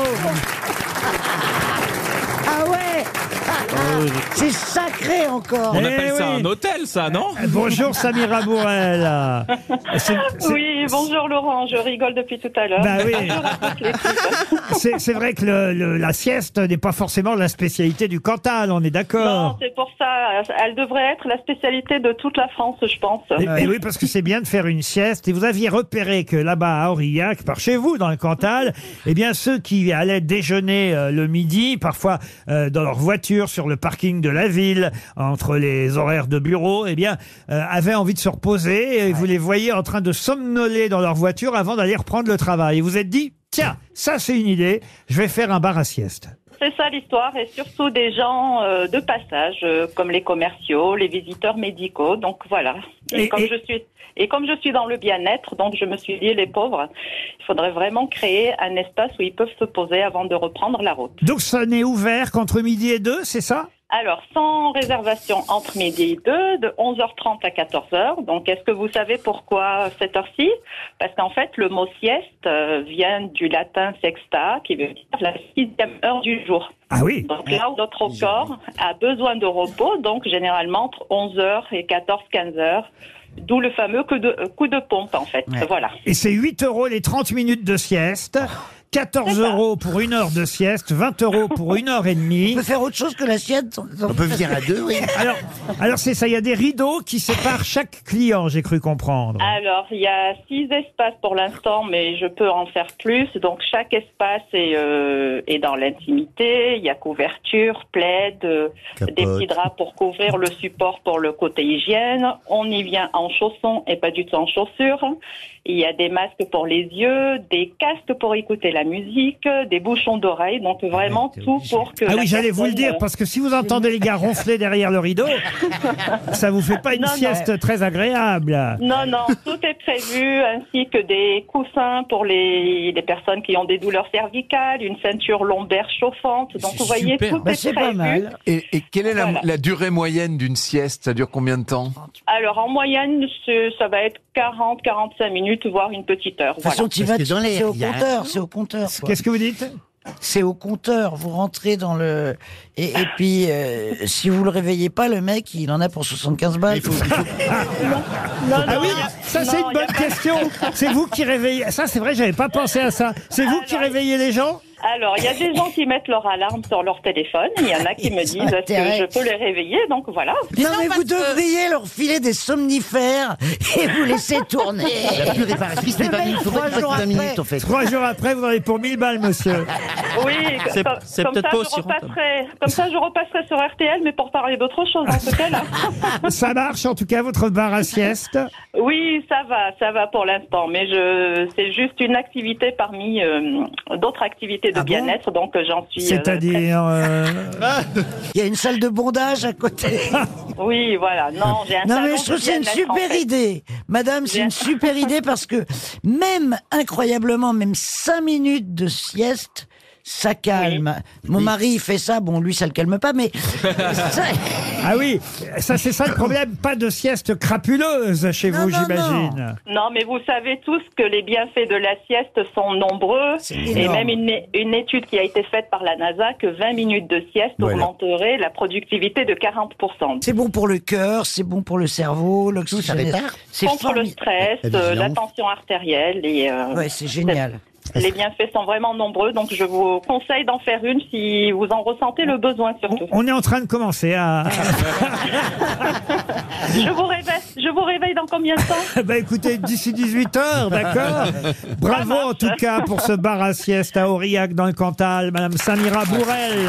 Ah ouais. C'est sacré encore. On appelle ça oui. un hôtel, ça, non? Bonjour Samira Bourrel. Oui, bonjour Laurent, je rigole depuis tout à l'heure. Bah oui. Bonjour à toute l'équipe. C'est vrai que la sieste n'est pas forcément la spécialité du Cantal, on est Non, d'accord. c'est pour ça. Elle devrait être la spécialité de toute la France, je pense. Et oui, parce que c'est bien de faire une sieste. Et vous aviez repéré que là-bas à Aurillac, par chez vous, dans le Cantal, eh bien ceux qui allaient déjeuner le midi, parfois dans leur voiture sur le parking de la ville, entre les horaires de bureau, eh bien avaient envie de se reposer. Et vous les voyez en train de somnoler dans leur voiture avant d'aller reprendre le travail. Et vous êtes dit, tiens, ça c'est une idée, je vais faire un bar à sieste. C'est ça l'histoire, et surtout des gens de passage, comme les commerciaux, les visiteurs médicaux. Donc voilà. Et comme je suis dans le bien-être, donc je me suis dit, les pauvres, il faudrait vraiment créer un espace où ils peuvent se poser avant de reprendre la route. Donc ça n'est ouvert qu'entre midi et 2, c'est ça? Alors, sans réservation entre midi et 2, de 11h30 à 14h. Donc, est-ce que vous savez pourquoi cette heure-ci? Parce qu'en fait, le mot sieste vient du latin sexta, qui veut dire la 6e heure du jour. Ah oui. Donc là où notre corps a besoin de repos, donc généralement entre 11h et 14-15h. D'où le fameux coup de pompe, en fait. Voilà. Et c'est 8 € les 30 minutes de sieste. 14 € pour 1 heure de sieste, 20 € pour 1 heure et demie. On peut faire autre chose que la sieste. On peut venir à deux, oui. Alors c'est ça, il y a des rideaux qui séparent chaque client, j'ai cru comprendre. Alors, il y a 6 espaces pour l'instant, mais je peux en faire plus. Donc, chaque espace est dans l'intimité. Il y a couverture, plaid, des petits draps pour couvrir le support pour le côté hygiène. On y vient en chaussons et pas du tout en chaussures. Il y a des masques pour les yeux, des casques pour écouter la musique, des bouchons d'oreilles. Donc, vraiment tout pour que... Ah oui, j'allais vous le dire, parce que si vous entendez les gars ronfler derrière le rideau, ça vous fait pas une sieste très agréable. Non, tout est prévu, ainsi que des coussins pour les personnes qui ont des douleurs cervicales, une ceinture lombaire chauffante. Donc, vous voyez, tout est c'est prévu. pas mal. Et quelle est la durée moyenne d'une sieste? Ça dure combien de temps? Alors, en moyenne, ça va être 40-45 minutes, voire une petite heure. De toute façon, Voilà. c'est au compteur, c'est au compteur. Qu'est-ce que vous dites? C'est au compteur. Vous rentrez dans le... Et puis, si vous le réveillez pas, le mec, il en a pour 75 balles. Ah oui, ça c'est une bonne question. C'est vous qui réveillez... Ça c'est vrai, j'avais pas pensé à ça. C'est vous qui réveillez les gens? Alors, il y a des gens qui mettent leur alarme sur leur téléphone. Il y en a qui me disent est-ce que je peux les réveiller? Donc voilà. Non, mais vous devriez leur filer des somnifères et vous laisser tourner. La plus réparatrice, c'est 20 minutes. Il faudrait que 20 minutes, en fait. 3 jours après, vous en avez pour 1000 balles, monsieur. Oui, C'est comme peut-être ça, pas aussi comme ça, je repasserai sur RTL, mais pour parler d'autre chose dans ce cas-là. Ça marche en tout cas, votre bar à sieste? Oui, ça va pour l'instant, mais c'est juste une activité parmi d'autres activités de bien-être, donc j'en suis... C'est-à-dire... Il y a une salle de bondage à côté. Oui, voilà. Non, j'ai un Non, salon mais je trouve de que c'est une bien-être, en super fait. idée. Madame, c'est une super idée parce que même, incroyablement, même 5 minutes de sieste, ça calme. Mon mari, il fait ça. Bon, lui, ça le calme pas, mais... Ah oui, ça c'est ça le problème. Pas de sieste crapuleuse chez vous, j'imagine. Non, mais vous savez tous que les bienfaits de la sieste sont nombreux. Et énorme. même une étude qui a été faite par la NASA que 20 minutes de sieste augmenterait la productivité de 40%. C'est bon pour le cœur, c'est bon pour le cerveau, l'oxygène. C'est Contre le stress, la tension artérielle. Ouais, c'est génial. Les bienfaits sont vraiment nombreux, donc je vous conseille d'en faire une si vous en ressentez le besoin surtout. On est en train de commencer à... Je vous réveille dans combien de temps? Bah écoutez, d'ici 18h, d'accord? Bravo en tout cas pour ce bar à sieste à Aurillac dans le Cantal, Madame Samira Bourrel.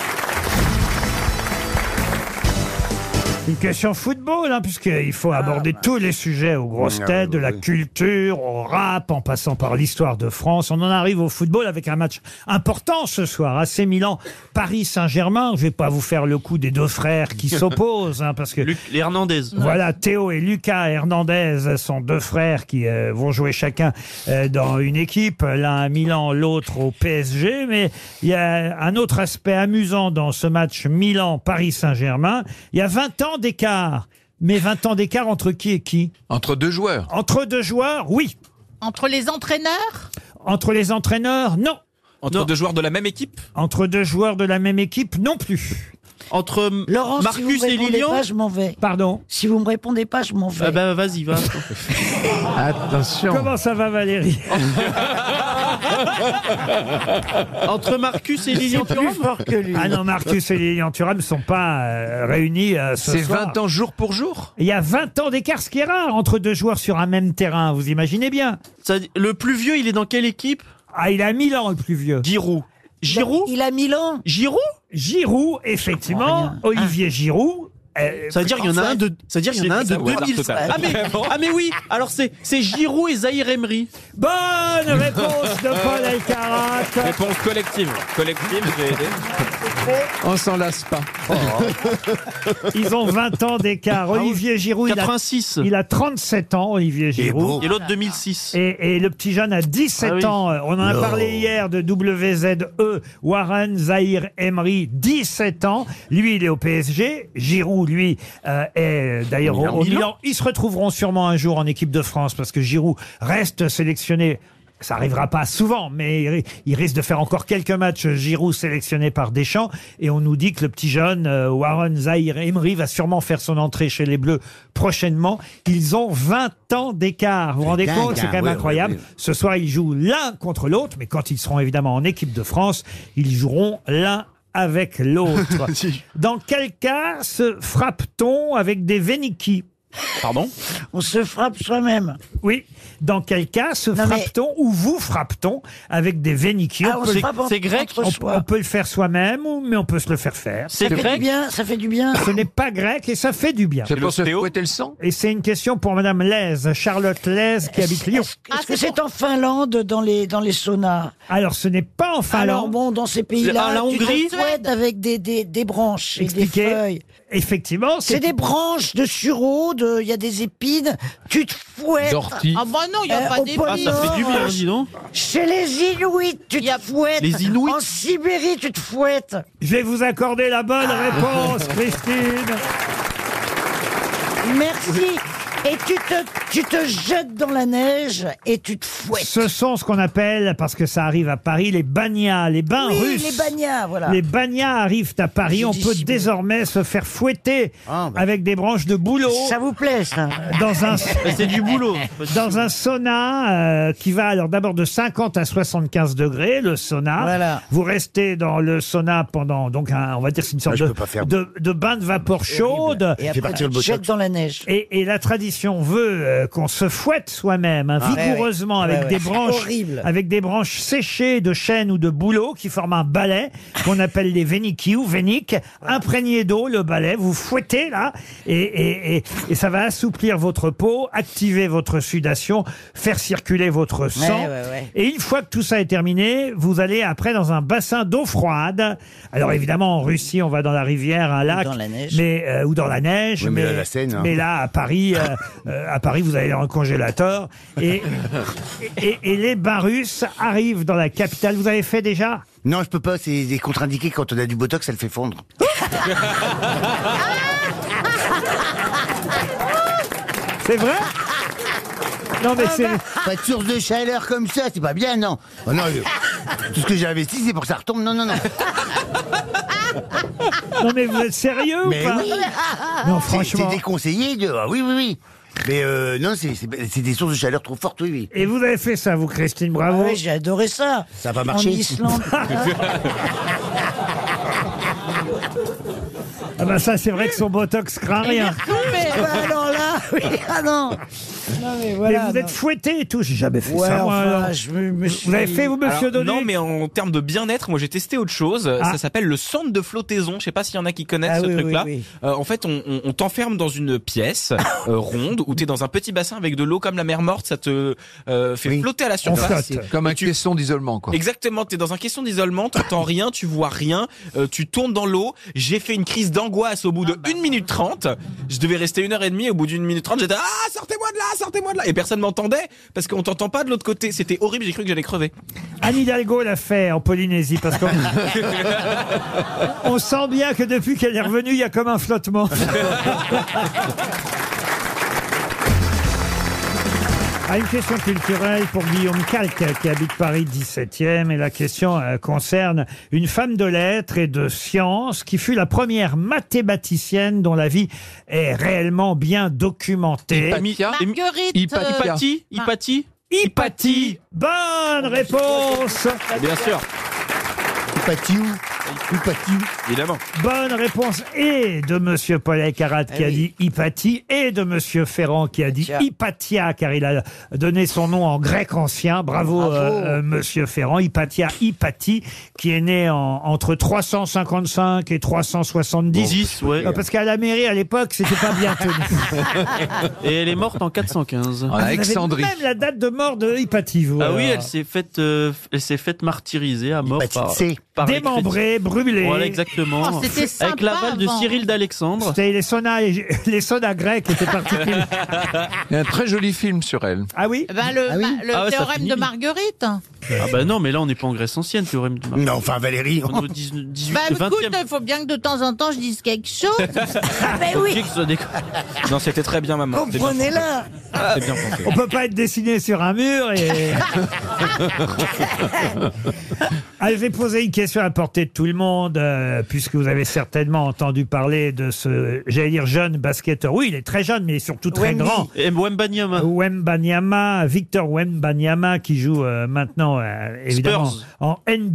Une question football, hein, puisqu'il faut aborder tous les sujets aux grosses têtes, de la culture, au rap, en passant par l'histoire de France. On en arrive au football avec un match important ce soir. AC Milan, Paris Saint-Germain. Je vais pas vous faire le coup des deux frères qui s'opposent, hein, parce que... Les Hernandez. Voilà, Théo et Lucas Hernandez sont deux frères qui vont jouer chacun dans une équipe, l'un à Milan, l'autre au PSG. Mais il y a un autre aspect amusant dans ce match Milan-Paris Saint-Germain. Il y a 20 ans d'écart. Mais 20 ans d'écart entre qui et qui? Entre deux joueurs. Entre deux joueurs, oui. Entre les entraîneurs? Entre les entraîneurs, non. Entre deux joueurs de la même équipe? Entre deux joueurs de la même équipe, non plus. Entre Laurent, si vous Marcus me et répondez Lilian? pas, je m'en vais. Pardon? Si vous me répondez pas, je m'en vais. Ah bah vas-y, va. Attention. Comment ça va, Valérie? Entre Marcus et Lilian Thuram? Fort que lui. Ah non, Marcus et Lilian Thuram ne sont pas réunis ce C'est soir. 20 ans jour pour jour? Il y a 20 ans d'écart, ce qui est rare entre deux joueurs sur un même terrain, vous imaginez bien. Le plus vieux, il est dans quelle équipe? Ah, il a 1000 ans, le plus vieux. Giroud. Giroud? Il a 1000 ans. Giroud? Giroud, effectivement, Olivier Giroud. Ça veut dire qu'il y en a un de, ça veut dire qu'il y en a un de C'est un hasard 2000. total. Ah mais oui. Alors c'est Giroud et Zahir Emery. Bonne réponse de Paul Elkarat. Réponse collective. Collective, j'ai aidé. On s'en lasse pas. Ils ont 20 ans d'écart. Olivier Giroud, 86. il a 37 ans, Olivier Giroud. Et l'autre 2006. Et le petit jeune a 17 Ah oui. ans. On en a parlé hier de WZE, Warren Zahir Emery, 17 ans. Lui, il est au PSG. Giroud, lui, est d'ailleurs au Milan. Ils se retrouveront sûrement un jour en équipe de France parce que Giroud reste sélectionné Ça arrivera pas souvent, mais il risque de faire encore quelques matchs, Giroud, sélectionné par Deschamps. Et on nous dit que le petit jeune Warren Zaïre-Emery va sûrement faire son entrée chez les Bleus prochainement. Ils ont 20 ans d'écart. Vous vous rendez compte? C'est quand même incroyable. Oui. Ce soir, ils jouent l'un contre l'autre, mais quand ils seront évidemment en équipe de France, ils joueront l'un avec l'autre. Dans quel cas se frappe-t-on avec des véniquis? Pardon? On se frappe soi-même. Oui. Dans quel cas se frappe-t-on ou vous frappe-t-on avec des véniquis? Ah, c'est grec. On peut le faire soi-même, mais on peut se le faire faire. Ça fait du bien. Ça fait du bien. Ce n'est pas grec et ça fait du bien. C'est pour se fouetter le sang? Et c'est une question pour Madame Lez, Charlotte Lez, qui habite Lyon. Est-ce que c'est en Finlande, dans les saunas? Alors, ce n'est pas en Finlande. Alors bon, dans ces pays-là, la Hongrie, tu te fouettes avec des branches et Expliquez. des feuilles. Effectivement, c'est des branches de sureau, il y a des épines, tu te fouettes. D'ortie. Ah bah non, il n'y a pas d'épines. Ah, ça fait du bien, dis donc. Chez les Inuits, tu te fouettes. Les Inuits. En Sibérie, tu te fouettes. Je vais vous accorder la bonne réponse, Christine. Merci. Et tu te jettes dans la neige et tu te fouettes. Ce sont ce qu'on appelle, parce que ça arrive à Paris, les bagnats, les bains Oui, russes. les bagnats, voilà. Les bagnats arrivent à Paris. On peut désormais se faire fouetter avec des branches de bouleau. Ça vous plaît, ça? Dans un, C'est du boulot. dans un sauna qui va alors d'abord de 50 à 75 degrés, le sauna. Voilà. Vous restez dans le sauna pendant, donc on va dire c'est une sorte je peux pas faire. de bain de vapeur chaude. Et après, tu te jettes dans la neige. Et la tradition veut qu'on se fouette soi-même vigoureusement avec des branches, horrible. avec des branches séchées de chêne ou de bouleau qui forment un balai qu'on appelle les véniquis ou véniques, imprégné d'eau le balai. Vous fouettez là et ça va assouplir votre peau, activer votre sudation, faire circuler votre sang. Et une fois que tout ça est terminé, vous allez après dans un bassin d'eau froide. Alors évidemment en Russie on va dans la rivière, un lac, dans la neige. mais ou dans la neige. Oui, mais là, la Seine, hein. Mais là à Paris, vous allez dans le congélateur et les bains russes arrivent dans la capitale. Vous avez fait déjà? Non, je peux pas, c'est des contre-indiqués. Quand on a du botox, ça le fait fondre. C'est vrai? Non mais c'est... Pas de source de chaleur comme ça, c'est pas bien, non. Oh, non, tout ce que j'ai investi, c'est pour que ça retombe. Non, non, non. Non mais vous êtes sérieux Mais ou pas? oui. Non franchement. C'est déconseillé de... Ah, oui, oui, oui. Mais non, c'est des sources de chaleur trop fortes, oui, oui. Et vous avez fait ça, vous, Christine, bravo. Oui, j'ai adoré ça. Ça a pas marché. En Islande. Ah bah ça, c'est vrai que son botox craint rien. Alors là, oui, ah non. Non, mais voilà. Mais vous êtes fouetté et tout, j'ai jamais fait Ouais, ça. moi, enfin, alors. je me suis... Vous avez fait, vous, monsieur Alors, Donnet? non, mais en termes de bien-être, moi j'ai testé autre chose. Ah. Ça s'appelle le centre de flottaison. Je sais pas s'il y en a qui connaissent Ah ce oui, truc-là. oui, En fait, on t'enferme dans une pièce ronde où t'es dans un petit bassin avec de l'eau comme la mer morte. Ça te fait flotter à la surface. Comme un caisson d'isolement, quoi. Exactement. T'es dans un caisson d'isolement. T'entends rien, tu vois rien. Tu tournes dans l'eau. J'ai fait une crise d'angoisse au bout de 1 minute 30. Je devais rester 1h30. Au bout d'1 minute 30, j'étais sortez-moi de là, sortez-moi de là. Et personne m'entendait parce qu'on t'entend pas de l'autre côté. C'était horrible. J'ai cru que j'allais crever. Anne Hidalgo l'a fait en Polynésie parce qu'on on sent bien que depuis qu'elle est revenue, il y a comme un flottement. Une question culturelle pour Guillaume Calque qui habite Paris 17e et la question concerne une femme de lettres et de sciences qui fut la première mathématicienne dont la vie est réellement bien documentée. Marguerite. Hypatie. Bonne réponse. Bien sûr. Hypatie où? Évidemment. Bonne réponse et de monsieur Paul Elkarat qui a dit Hypatie et de monsieur Ferrand qui a dit Hypatia car il a donné son nom en grec ancien. Bravo. Monsieur Ferrand. Hypatia, Hypatie qui est né entre 355 et 370. Parce qu'à la mairie à l'époque c'était pas bien tenu. Et elle est morte en 415. En Alexandrie. Vous avez même la date de mort de Hypatie, vous. Ah oui, alors. elle s'est faite martyriser à mort par démembré, brûlé. Voilà, exactement. Oh, c'était sympa avec l'aval de avant. Cyril d'Alexandre. C'était les saunas grecs étaient particuliers. Il y a un très joli film sur elle. Ah oui? Le théorème de Marguerite. Ah bah non, mais là on n'est pas en Grèce ancienne, théorème de Marcuse. Non, enfin Valérie. On est au 18, Bah 20e. écoute, il faut bien que de temps en temps je dise quelque chose. Ah ben oui, Non, c'était très bien, maman. C'était bien comprenez-la. pensé. C'était bien pensé. On peut pas être dessiné sur un mur et... Ah, je vais poser une question à la portée de tout le monde, puisque vous avez certainement entendu parler de ce, j'allais dire jeune basketteur. Oui, il est très jeune, mais il est surtout très Wemby. grand. Et Wembanyama. Wembanyama, Victor Wembanyama, qui joue maintenant, évidemment, Spurs. en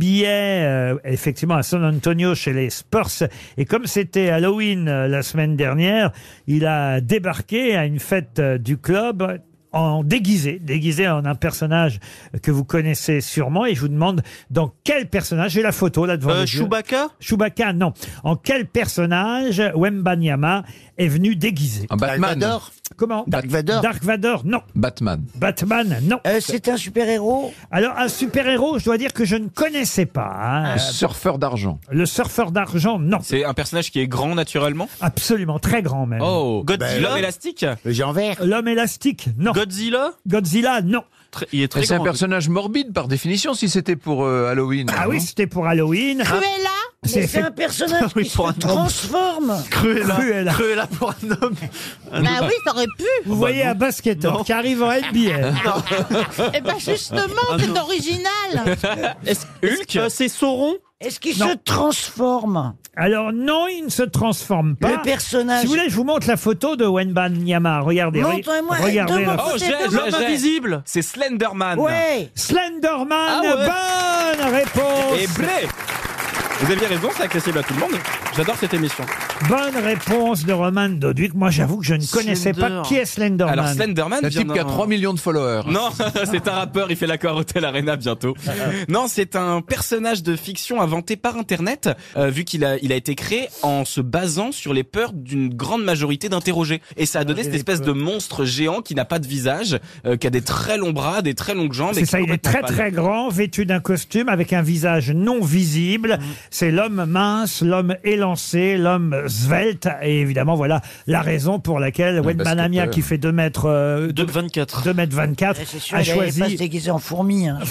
NBA, effectivement à San Antonio chez les Spurs. Et comme c'était Halloween la semaine dernière, il a débarqué à une fête du club en déguisé en un personnage que vous connaissez sûrement, et je vous demande dans quel personnage, j'ai la photo là devant les yeux. Chewbacca. Chewbacca, non. En quel personnage Wembanyama est venu déguisé? Un Batman. Vador. Comment? Dark Vador. Dark Vador, non. Batman. Batman, non. C'est un super-héros. Alors, un super-héros, je dois dire que je ne connaissais pas. hein. Le surfeur d'argent. Le surfeur d'argent, non. C'est un personnage qui est grand naturellement. Absolument, très grand même. Oh, Godzilla. l'homme élastique. Le géant vert. L'homme élastique, non. Godzilla. Godzilla, non. Il est très Et c'est un grand. personnage morbide par définition si c'était pour Halloween. Ah oui, c'était pour Halloween. Cruella. Mais c'est un personnage Oui, qui pour se un homme. transforme. Cruella. Cruella pour un homme. Bah oui, t'aurais pu. Vous voyez un basketteur Non. qui arrive en NBA. Eh ben justement, c'est original. Hulk. C'est Sauron. Est-ce qu'il Non. se transforme? Alors non, il ne se transforme pas. Le personnage. Si vous voulez, je vous montre la photo de Wembanyama. Regardez. Montrez-moi, Regardez. de la- mon Oh, côté, j'ai, de mon j'ai, L'homme j'ai. invisible. C'est Slenderman. Ouais. Slenderman, Ah ouais. bonne réponse. Et blé. Vous aviez raison, c'est accessible à tout le monde. J'adore cette émission. Bonne réponse de Roman Doduc. Moi, j'avoue que je ne connaissais pas Slender. qui est Slenderman. Alors Slenderman Le vient type qui a d'un- 3 millions de followers. Non, c'est un rappeur, il fait l'accord Hotel Arena bientôt. Non, c'est un personnage de fiction inventé par Internet, vu qu'il a été créé en se basant sur les peurs d'une grande majorité d'interrogés. Et ça a donné cette espèce de monstre géant qui n'a pas de visage, qui a des très longs bras, des très longues jambes. et C'est qui ça, il est complètement très pâle. très grand, vêtu d'un costume avec un visage non visible. C'est l'homme mince, l'homme élancé, l'homme svelte. Et évidemment, voilà la raison pour laquelle Wembanyama, basketteur. qui fait 2 mètres, 2,24. 2 mètres 24, C'est sûr, a il allait pas se choisi. déguiser en fourmi. Hein.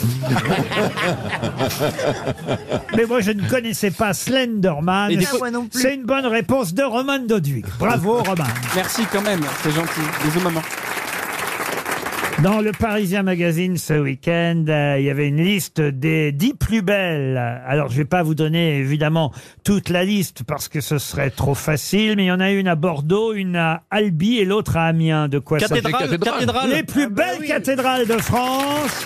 Mais moi, je ne connaissais pas Slenderman. Et des Ah, moi non plus. C'est une bonne réponse de Roman Doduc. Bravo, Roman. Merci quand même, c'est gentil. Bisous maman. Dans le Parisien Magazine ce week-end, il y avait une liste des 10 plus belles. Alors, je vais pas vous donner évidemment toute la liste parce que ce serait trop facile, mais il y en a une à Bordeaux, une à Albi et l'autre à Amiens. De quoi ça Cathédrale. Les plus belles cathédrales de France.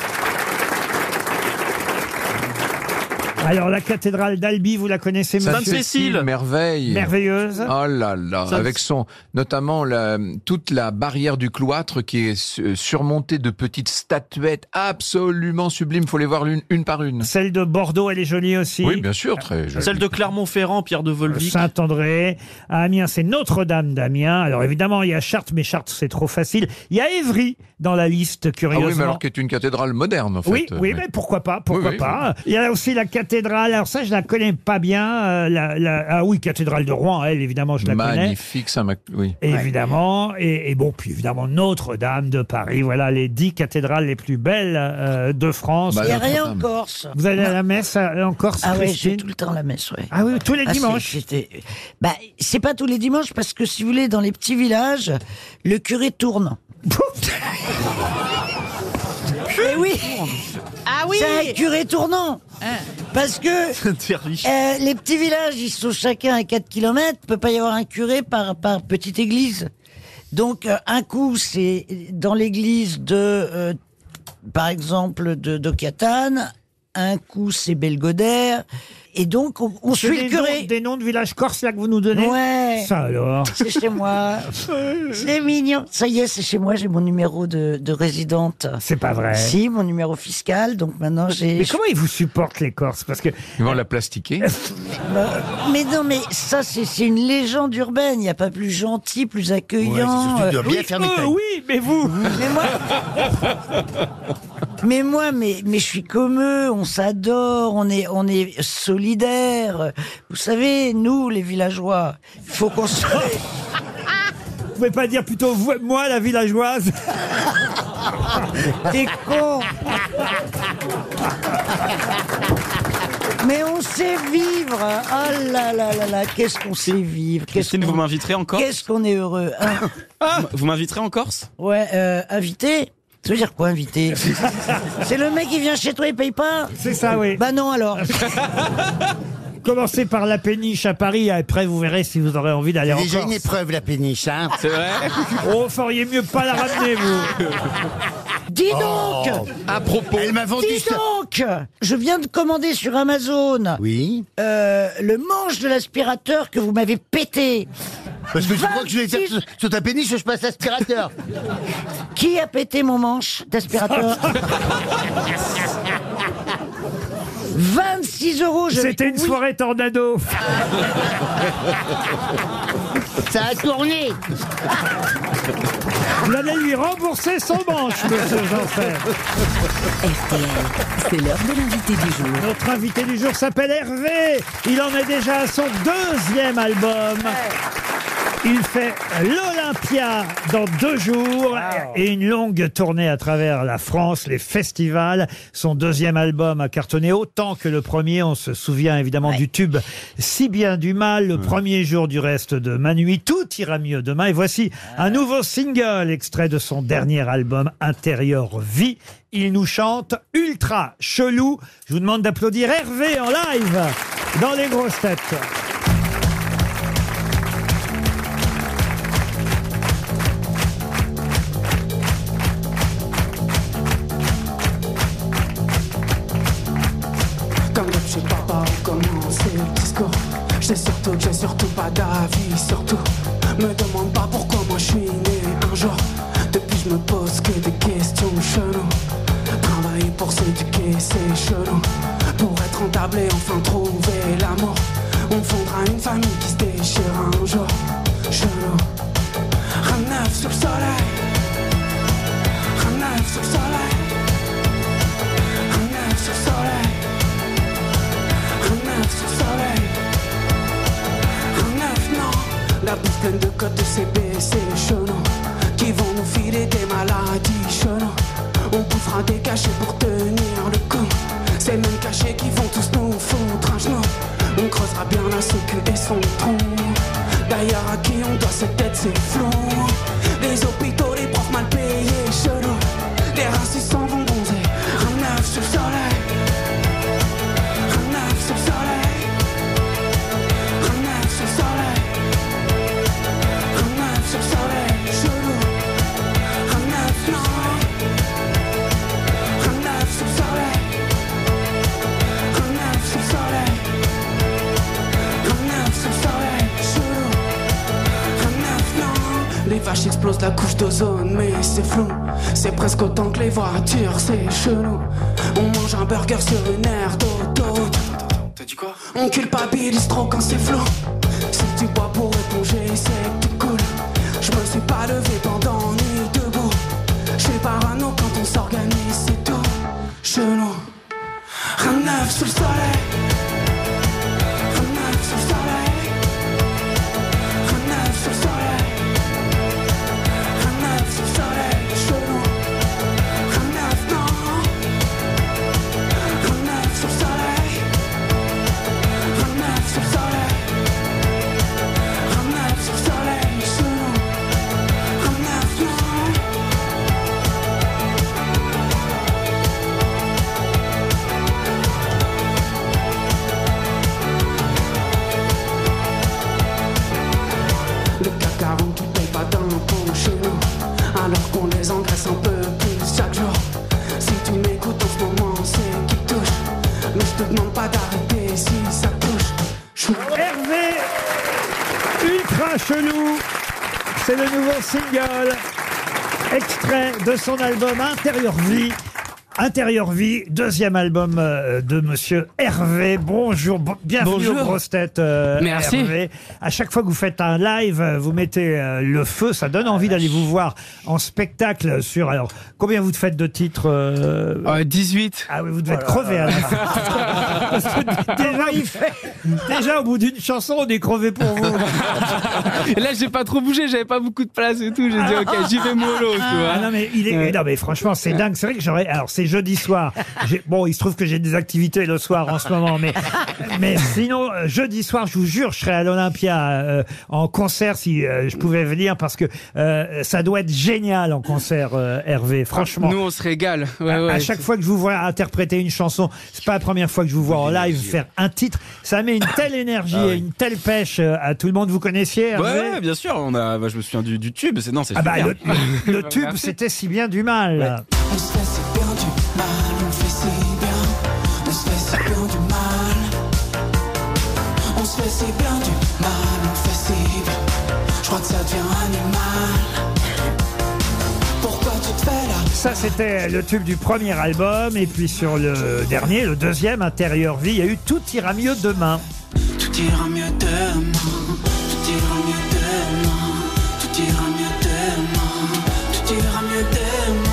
Alors, la cathédrale d'Albi, vous la connaissez, monsieur? Sainte-Cécile. Merveille. Merveilleuse. Oh là là, avec notamment toute la barrière du cloître qui est surmontée de petites statuettes absolument sublimes. Faut les voir une par une. Celle de Bordeaux, elle est jolie aussi. Oui, bien sûr, très jolie. Celle de Clermont-Ferrand, Pierre de Volvic. Saint-André. À Amiens, c'est Notre-Dame d'Amiens. Alors évidemment, il y a Chartres, mais Chartres, c'est trop facile. Il y a Évry dans la liste, Ah curieusement. oui, mais alors qui est une cathédrale moderne, en fait. Oui, oui, mais pourquoi pas, pourquoi Oui, oui. pas. Il y a aussi la cathédrale, alors ça, je la connais pas bien. Ah oui, cathédrale de Rouen, elle, évidemment, je la connais. Magnifique, oui. Évidemment, et bon, puis évidemment Notre-Dame de Paris. Voilà les 10 cathédrales les plus belles de France. Il n'y a rien en Corse. Vous allez à la messe en Corse, Ah oui, Christine? j'ai tout le temps la messe, oui. Ah oui, tous les dimanches. Bah, c'est pas tous les dimanches parce que si vous voulez, dans les petits villages, le curé tourne. Eh oui. Ah oui. C'est un curé tournant. Parce que les petits villages, ils sont chacun à 4 km, peut pas y avoir un curé par petite église. Donc un coup, c'est dans l'église de par exemple d'Ocatane, un coup c'est Belgodère. Et donc, on C'est suit le curé. Des noms de villages corses là que vous nous donnez? Ouais. Ça alors. C'est chez moi. C'est mignon. Ça y est, c'est chez moi. J'ai mon numéro de résidente. C'est pas vrai. Si, mon numéro fiscal. Donc maintenant, j'ai. Mais comment ils vous supportent les Corses? Parce que Ils vont la plastiquer. Mais non, mais ça, c'est une légende urbaine. Il n'y a pas plus gentil, plus accueillant. oui, oui, mais vous. Mais moi, mais je suis comme eux. On s'adore. On est solidaires. Vous savez, nous, les villageois, il faut qu'on se. Vous pouvez pas dire plutôt moi, la villageoise? T'es con. Mais on sait vivre. Oh là là là là, qu'est-ce qu'on sait vivre. Christine, vous m'inviterez en Corse? Qu'est-ce qu'on est heureux. Hein. Vous m'inviterez en Corse? Ouais, invité. Ça veut dire quoi, invité? C'est le mec qui vient chez toi et paye pas? C'est ça, oui. Bah non, alors. Commencez par la péniche à Paris, et après vous verrez si vous aurez envie d'aller en C'est Corse. déjà une épreuve, la péniche, hein. C'est vrai? Oh, feriez mieux pas la ramener, vous. Dis donc! À propos, elle m'a vendu Dis ça. donc! Je viens de commander sur Amazon. Oui. Le manche de l'aspirateur que vous m'avez pété. Parce que tu crois que je vais faire sur ta péniche, je passe aspirateur. Qui a pété mon manche d'aspirateur? 26 €. C'était une soirée tornado. Ça a tourné. Vous allez lui rembourser son manche, monsieur Janssen. RTL, c'est l'heure de l'invité du jour. Notre invité du jour s'appelle Hervé. Il en est déjà à son 2e album. Il fait l'Olympia dans 2 jours et une longue tournée à travers la France, les festivals. Son 2e album a cartonné autant que le premier. On se souvient évidemment du tube Si bien du mal, le premier jour du reste de ma nuit. Tout ira mieux demain. Et voici un nouveau single extrait de son dernier album Intérieur Vie. Il nous chante Ultra Chelou. Je vous demande d'applaudir Hervé en live dans les grosses têtes. Je sais pas par où commencer le discours. Je sais surtout que j'ai surtout pas d'avis. Surtout, me demande pas pourquoi moi je suis né un jour. Depuis je me pose que des questions cheloues. Travailler pour s'éduquer c'est chelou. Pour être rentable et enfin trouver l'amour. On fondera une famille qui se déchire un jour. Chelou. Rien neuf sur le soleil. Rien neuf sur le soleil. Rien neuf sur le soleil. Sur le soleil, un neuf, non. La bouche pleine de codes de CBC chelou, qui vont nous filer des maladies chelou. On bouffera des cachets pour tenir le coup. Ces mêmes cachets qui vont tous nous foutre un genou. On creusera bien la sécu et son trou. D'ailleurs à qui on doit cette tête c'est flou. Les hôpitaux, les profs mal payés chelou. Les racistes s'en vont bronzer. Un neuf sur le soleil. Sur le soleil, un neuf sur le soleil, un neuf sur le soleil, chelou, un neuf non, un neuf sur le soleil, un neuf sur le soleil, un neuf sur le soleil, chelou, un neuf non. Les vaches explosent la couche d'ozone, mais c'est flou, c'est presque autant que les voitures, c'est chelou. On mange un burger sur une aire d'autoroute. On culpabilise trop quand c'est flou. Si tu bois pour éponger, c'est que tu coules. Je me suis pas levé pendant nuit debout. Je suis parano quand on s'organise, c'est tout. Chelou. Rien de neuf sous le soleil. Rien de neuf sous le soleil. Rien de neuf sous le soleil. Rien de neuf sous le soleil. Chelou. Rien de neuf, non. Rien de neuf sous le soleil. Sur le soleil, reneuf sur le soleil, chelou, reneuf non. Le CAC 40 qui paye pas d'impôts chez nous, alors qu'on les engraisse un peu plus chaque jour. Si tu m'écoutes en ce moment, c'est qui touche, mais je te demande pas d'arrêter si ça touche. Hervé, Ultra Chelou, c'est le nouveau single, extrait de son album Intérieur Vie. Intérieur Vie, 2e album de monsieur Hervé. Bonjour, bienvenue aux grosses têtes. Merci. Hervé. À chaque fois que vous faites un live, vous mettez le feu. Ça donne envie d'aller vous voir en spectacle sur. Alors, combien vous faites de titres 18. Ah oui, vous devez être crevé à la fin. Parce que déjà, au bout d'une chanson, on est crevé pour vous. Et là, j'ai pas trop bougé, j'avais pas beaucoup de place et tout. J'ai dit, ok, j'y vais mollo, tu vois. Ah non, mais il est. Non, mais franchement, c'est dingue. C'est vrai que j'aurais. Alors, c'est jeudi soir. Bon, il se trouve que j'ai des activités le soir en ce moment, mais sinon, jeudi soir, je vous jure, je serai à l'Olympia en concert si je pouvais venir, parce que ça doit être génial en concert, Hervé, franchement. Nous, on se régale. À chaque fois que je vous vois interpréter une chanson, c'est pas la première fois que je vous vois en live faire un titre, ça met une telle énergie et une telle pêche à tout le monde. Vous connaissiez, Hervé? Ouais, bien sûr. Je me souviens du tube. C'est super. Le tube, c'était si bien du mal. Ouais. On se fait si bien du mal, on fait si bien. On se fait si bien du mal. On se fait si bien du mal, on fait si bien. Je crois que ça devient animal. Pourquoi tu te fais là? Ça, c'était le tube du premier album. Et puis sur le dernier, le deuxième, Intérieur Vie, il y a eu Tout ira mieux demain. Tout ira mieux demain. Tout ira mieux demain. Tout ira mieux demain. Tout ira mieux demain.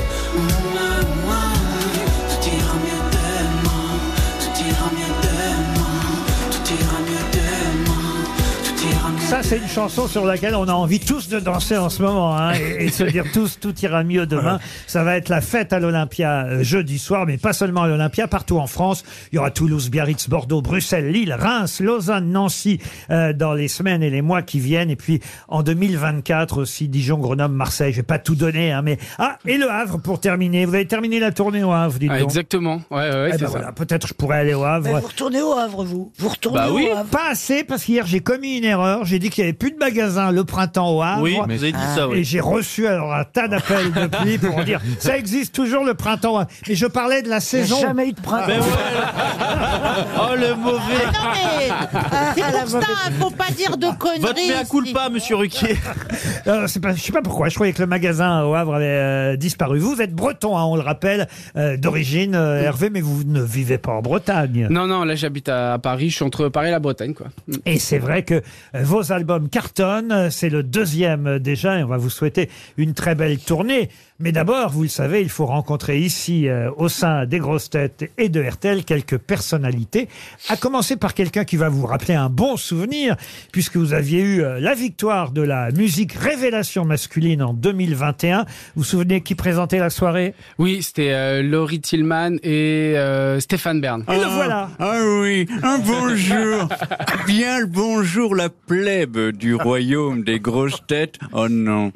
Tout ira mieux demain. Tout ira mieux demain. Tout ira mieux demain. Tout ira mieux. Ça, c'est une chanson sur laquelle on a envie tous de danser en ce moment, hein, et se dire tous, tout ira mieux demain. Ça va être la fête à l'Olympia jeudi soir, mais pas seulement à l'Olympia, partout en France. Il y aura Toulouse, Biarritz, Bordeaux, Bruxelles, Lille, Reims, Lausanne, Nancy, dans les semaines et les mois qui viennent. Et puis, en 2024 aussi, Dijon, Grenoble, Marseille. Je vais pas tout donner, hein, mais... et le Havre pour terminer. Vous avez terminé la tournée au Havre, dites donc. Exactement. Ouais, c'est ça. Voilà, peut-être je pourrais aller au Havre. Mais vous retournez au Havre, vous? Vous retournez au Havre? Pas assez, parce qu'hier, j'ai commis une erreur. J'ai dit qu'il n'y avait plus de magasins le printemps au Havre. Oui, vous avez dit ça, oui. Et j'ai reçu alors un tas d'appels depuis pour dire ça existe toujours le printemps au Havre. Mais je parlais de la saison. Il n'y a jamais eu de printemps. Oh, le mauvais. Non, mais c'est pour ça, faut pas dire de conneries. Votre mea culpa, monsieur Ruquier. Je sais pas pourquoi. Je croyais que le magasin au Havre avait disparu. Vous êtes breton, hein, on le rappelle, d'origine, Hervé, mais vous ne vivez pas en Bretagne. Non, là j'habite à Paris. Je suis entre Paris et la Bretagne, quoi. Et c'est vrai que vos albums cartonnent. C'est le deuxième déjà, et on va vous souhaiter une très belle tournée. Mais d'abord, vous le savez, il faut rencontrer ici, au sein des grosses têtes et de RTL, quelques personnalités. À commencer par quelqu'un qui va vous rappeler un bon souvenir, puisque vous aviez eu la victoire de la musique Révélation masculine en 2021. Vous vous souvenez qui présentait la soirée? Oui, c'était Laurie Tillman et Stéphane Bern. Et le voilà. Ah oui, un bonjour. Bien le bonjour, la plèbe du royaume des grosses têtes. Oh non.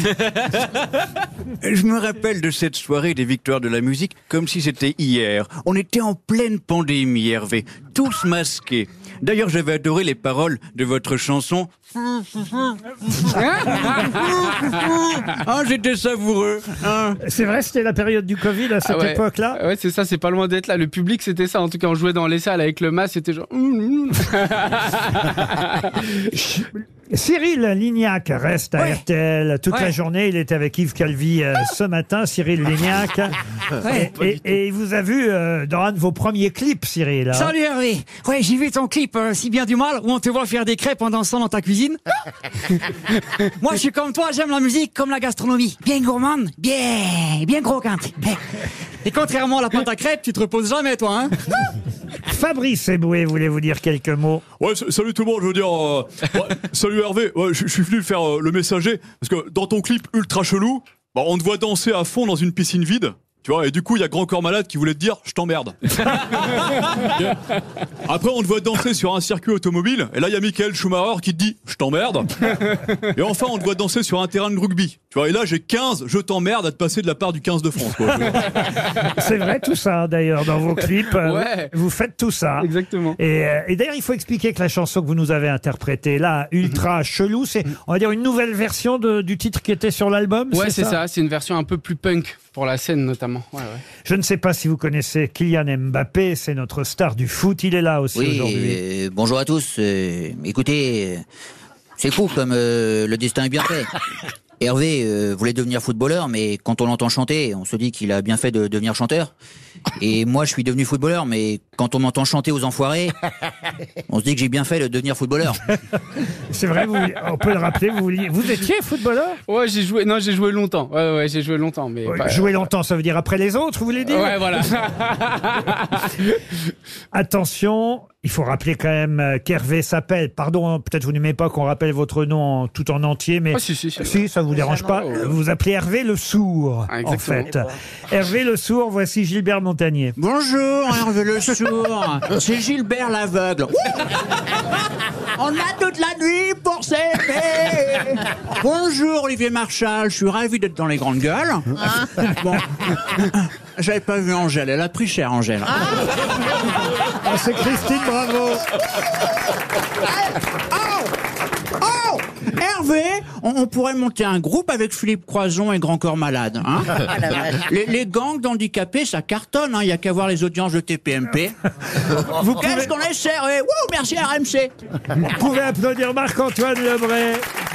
Je me rappelle de cette soirée des victoires de la musique comme si c'était hier. On était en pleine pandémie, Hervé, tous masqués. D'ailleurs, j'avais adoré les paroles de votre chanson. Ah, j'étais savoureux. Hein. C'est vrai, c'était la période du Covid à cette époque-là. Ouais, c'est ça, c'est pas loin d'être là. Le public, c'était ça. En tout cas, on jouait dans les salles avec le masque, c'était genre... Cyril Lignac reste à RTL toute la journée. Il était avec Yves Calvi ce matin, Cyril Lignac. Et il vous a vu dans un de vos premiers clips, Cyril. Hein. Salut Hervé. Ouais, j'ai vu ton clip Si bien du mal où on te voit faire des crêpes en dansant dans ta cuisine. Moi, je suis comme toi, j'aime la musique comme la gastronomie. Bien gourmande, bien croquante. Et contrairement à la pâte à crêpes, tu te reposes jamais, toi, hein. Fabrice Eboué, voulez-vous dire quelques mots? Ouais, salut tout le monde, je veux dire... salut Hervé, je suis venu faire le messager, parce que dans ton clip ultra chelou, on te voit danser à fond dans une piscine vide. Tu vois, et du coup, il y a Grand Corps Malade qui voulait te dire « je t'emmerde ». Après, on te voit danser sur un circuit automobile, et là, il y a Michael Schumacher qui te dit « je t'emmerde ». Et enfin, on te voit danser sur un terrain de rugby. Tu vois, et là, j'ai 15 « je t'emmerde » à te passer de la part du 15 de France. Quoi. C'est vrai tout ça, d'ailleurs, dans vos clips. Ouais. Vous faites tout ça. Exactement. Et d'ailleurs, il faut expliquer que la chanson que vous nous avez interprétée, là, Ultra Chelou, c'est, on va dire, une nouvelle version du titre qui était sur l'album. Ouais, c'est ça. C'est une version un peu plus punk pour la scène, notamment. Ouais. Je ne sais pas si vous connaissez Kylian Mbappé, c'est notre star du foot, il est là aussi aujourd'hui. Bonjour à tous. Écoutez, c'est fou comme le destin est bien fait. Hervé voulait devenir footballeur, mais quand on l'entend chanter, on se dit qu'il a bien fait de devenir chanteur. Et moi, je suis devenu footballeur, mais quand on m'entend chanter aux enfoirés, on se dit que j'ai bien fait de devenir footballeur. C'est vrai, on peut le rappeler, vous étiez footballeur? Ouais, j'ai joué longtemps. Ouais, j'ai joué longtemps. Mais jouer longtemps, ça veut dire après les autres, vous voulez dire? Ouais, voilà. Attention, Il faut rappeler quand même qu'Hervé s'appelle, pardon, peut-être vous n'aimez pas qu'on rappelle votre nom tout en entier, mais si, ça vous dérange pas, vous vous appelez Hervé Le Sourd, en fait. Hervé Le Sourd, voici Gilbert Montagnier. Bonjour, Hervé Le Sourd, c'est Gilbert l'aveugle. On a toute la nuit pour s'aimer. Bonjour Olivier Marchal, je suis ravi d'être dans les grandes gueules. Bon, j'avais pas vu Angèle, elle a pris cher Angèle. Ah, c'est Christine Bravo. Oh Hervé, on pourrait monter un groupe avec Philippe Croison et Grand Corps Malade. Hein. Les gangs d'handicapés, ça cartonne. Il n'y a qu'à voir les audiences de TPMP. Qu'est-ce qu'on est serré. Wouh, merci RMC. Vous pouvez applaudir Marc-Antoine Lebré.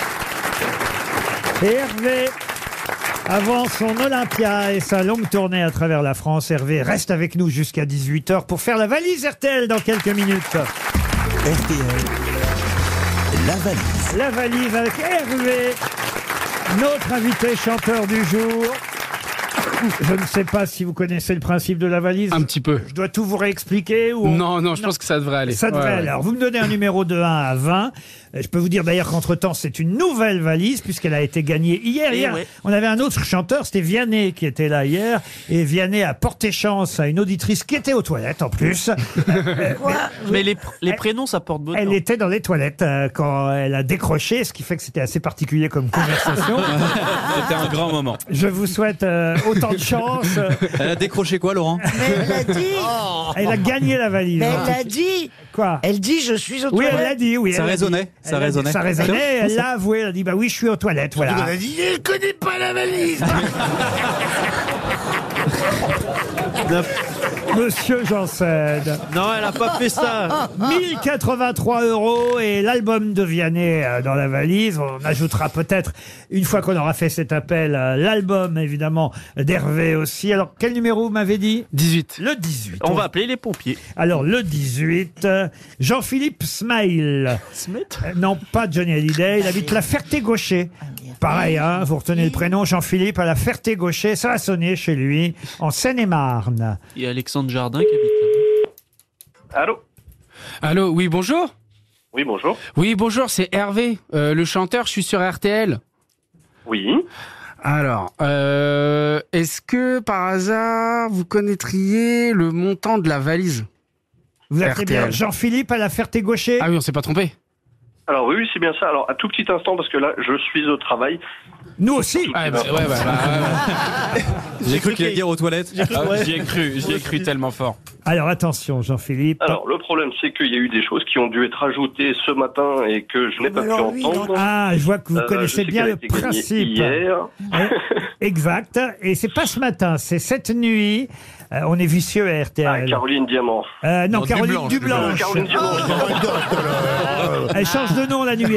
Et Hervé, avant son Olympia et sa longue tournée à travers la France, Hervé reste avec nous jusqu'à 18h pour faire la valise RTL dans quelques minutes. RTL, la valise. La valise avec Hervé, notre invité chanteur du jour. Je ne sais pas si vous connaissez le principe de la valise. Un petit peu. Je dois tout vous réexpliquer ou Non, je pense que ça devrait aller. Ça devrait aller. Alors, vous me donnez un numéro de 1 à 20. Je peux vous dire d'ailleurs qu'entre-temps, c'est une nouvelle valise puisqu'elle a été gagnée hier. Hier, on avait un autre chanteur, c'était Vianney qui était là hier. Et Vianney a porté chance à une auditrice qui était aux toilettes en plus. Mais les prénoms, ça porte bonheur. Elle était dans les toilettes quand elle a décroché, ce qui fait que c'était assez particulier comme conversation. C'était un grand moment. Je vous souhaite autant de chance. Elle a décroché quoi, Laurent? Mais elle l'a dit. Elle a gagné la valise. Mais elle l'a dit. Quoi? Elle dit je suis aux Oui, toilettes. elle l'a dit, oui. Ça résonnait. Ça résonnait, elle l'a avoué, elle a dit bah oui, je suis aux toilettes, voilà. Elle a dit, je connais pas la valise. Monsieur Janssen. Non, elle a pas fait ça. 1083 € et l'album de Vianney dans la valise. On ajoutera peut-être, une fois qu'on aura fait cet appel, l'album évidemment d'Hervé aussi. Alors, quel numéro vous m'avez dit? 18. Le 18. On va appeler les pompiers. Alors, le 18, Jean-Philippe Smile. Smith Non, pas Johnny Hallyday. Il habite la Ferté-Gaucher. Pareil, hein, vous retenez le prénom, Jean-Philippe à la Ferté-Gaucher. Ça a sonné chez lui, en Seine-et-Marne. Il y a Alexandre Jardin qui habite là. Allô? Allô, oui, bonjour. Oui, bonjour. Oui, bonjour, c'est Hervé, le chanteur, je suis sur RTL. Oui. Alors, est-ce que par hasard, vous connaîtriez le montant de la valise? Vous appelez bien RTL. Jean-Philippe à la Ferté-Gaucher? Ah oui, on s'est pas trompé. Alors oui, c'est bien ça. Alors, un tout petit instant, parce que là, je suis au travail. Nous aussi. J'ai cru qu'il allait dire aux toilettes. J'y ai cru tellement fort. Alors attention, Jean-Philippe. Alors, le problème, c'est qu'il y a eu des choses qui ont dû être ajoutées ce matin et que je n'ai pas pu entendre. Ah, je vois que vous Je connaissez sais bien qu'elle a le été gagnée principe. hier. Exact. Et c'est pas ce matin, c'est cette nuit. On est vicieux à RTL. Ah, Caroline Diamant. Non, Caroline Dublanche. Caroline Diamant. Elle change de nom la nuit.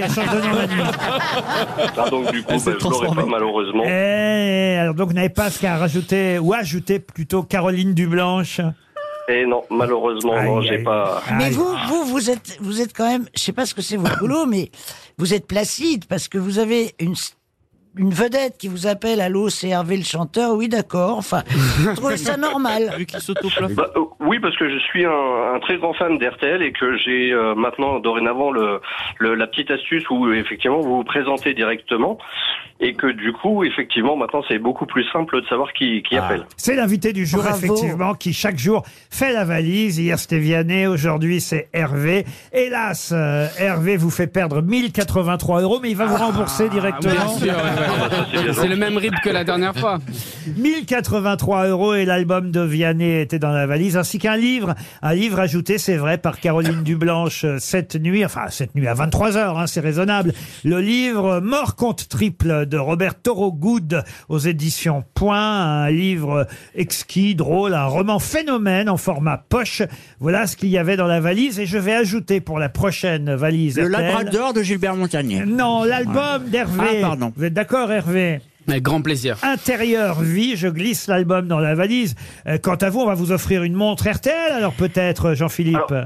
Ah, donc, du coup, je l'aurai pas, malheureusement. Alors, donc, vous n'avez pas ce qu'à rajouter, ou ajouter plutôt Caroline Dublanche. Et non, malheureusement, non, j'ai pas. Mais vous êtes quand même, je sais pas ce que c'est votre boulot, mais vous êtes placide parce que vous avez une vedette qui vous appelle, allô, c'est Hervé le chanteur, oui d'accord, enfin, je trouve ça normal. Oui, parce que je suis un très grand fan d'RTL et que j'ai maintenant, dorénavant, la petite astuce où effectivement vous vous présentez directement et que du coup, effectivement, maintenant c'est beaucoup plus simple de savoir qui appelle. C'est l'invité du jour, Bravo. effectivement, qui chaque jour fait la valise. Hier c'était Vianney, aujourd'hui c'est Hervé. Hélas, Hervé vous fait perdre 1083 €, mais il va vous rembourser directement. Bien sûr, c'est le même rythme que la dernière fois. 1083 € et l'album de Vianney était dans la valise, ainsi qu'un livre ajouté, c'est vrai, par Caroline Dublanche cette nuit à 23h, hein, c'est raisonnable. Le livre Mort compte triple de Robert Thorogood aux éditions Point, un livre exquis, drôle, un roman phénomène en format poche. Voilà ce qu'il y avait dans la valise et je vais ajouter pour la prochaine valise Le RTL. Labrador de Gilbert Montagnier. Non, l'album d'Hervé. Ah, pardon. Vous êtes d'accord, Hervé? Avec grand plaisir. Intérieur vie, je glisse l'album dans la valise. Quant à vous, on va vous offrir une montre RTL, alors peut-être, Jean-Philippe.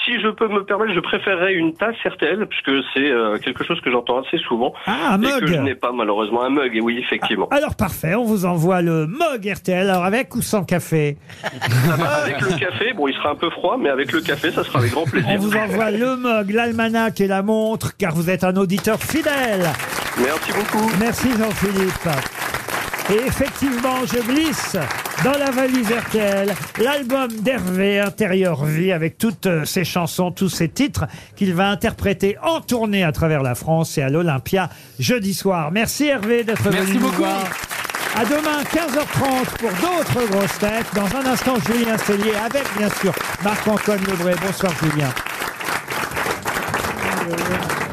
si je peux me permettre, je préférerais une tasse RTL, puisque c'est quelque chose que j'entends assez souvent. Ah, un et mug. que je n'ai pas malheureusement un mug, et oui, effectivement. Alors parfait, on vous envoie le mug RTL, alors avec ou sans café? Avec le café, bon, il sera un peu froid, mais avec le café, ça sera avec grand plaisir. On vous envoie le mug, l'almanach et la montre, car vous êtes un auditeur fidèle. Merci beaucoup. Merci Jean-Philippe. Et effectivement, je glisse dans la valise RTL l'album d'Hervé, Intérieur Vie, avec toutes ses chansons, tous ses titres qu'il va interpréter en tournée à travers la France et à l'Olympia jeudi soir. Merci Hervé d'être venu nous voir. À demain, 15h30 pour d'autres grosses têtes. Dans un instant, Julien Cellier avec, bien sûr, Marc-Antoine Lebré. Bonsoir Julien.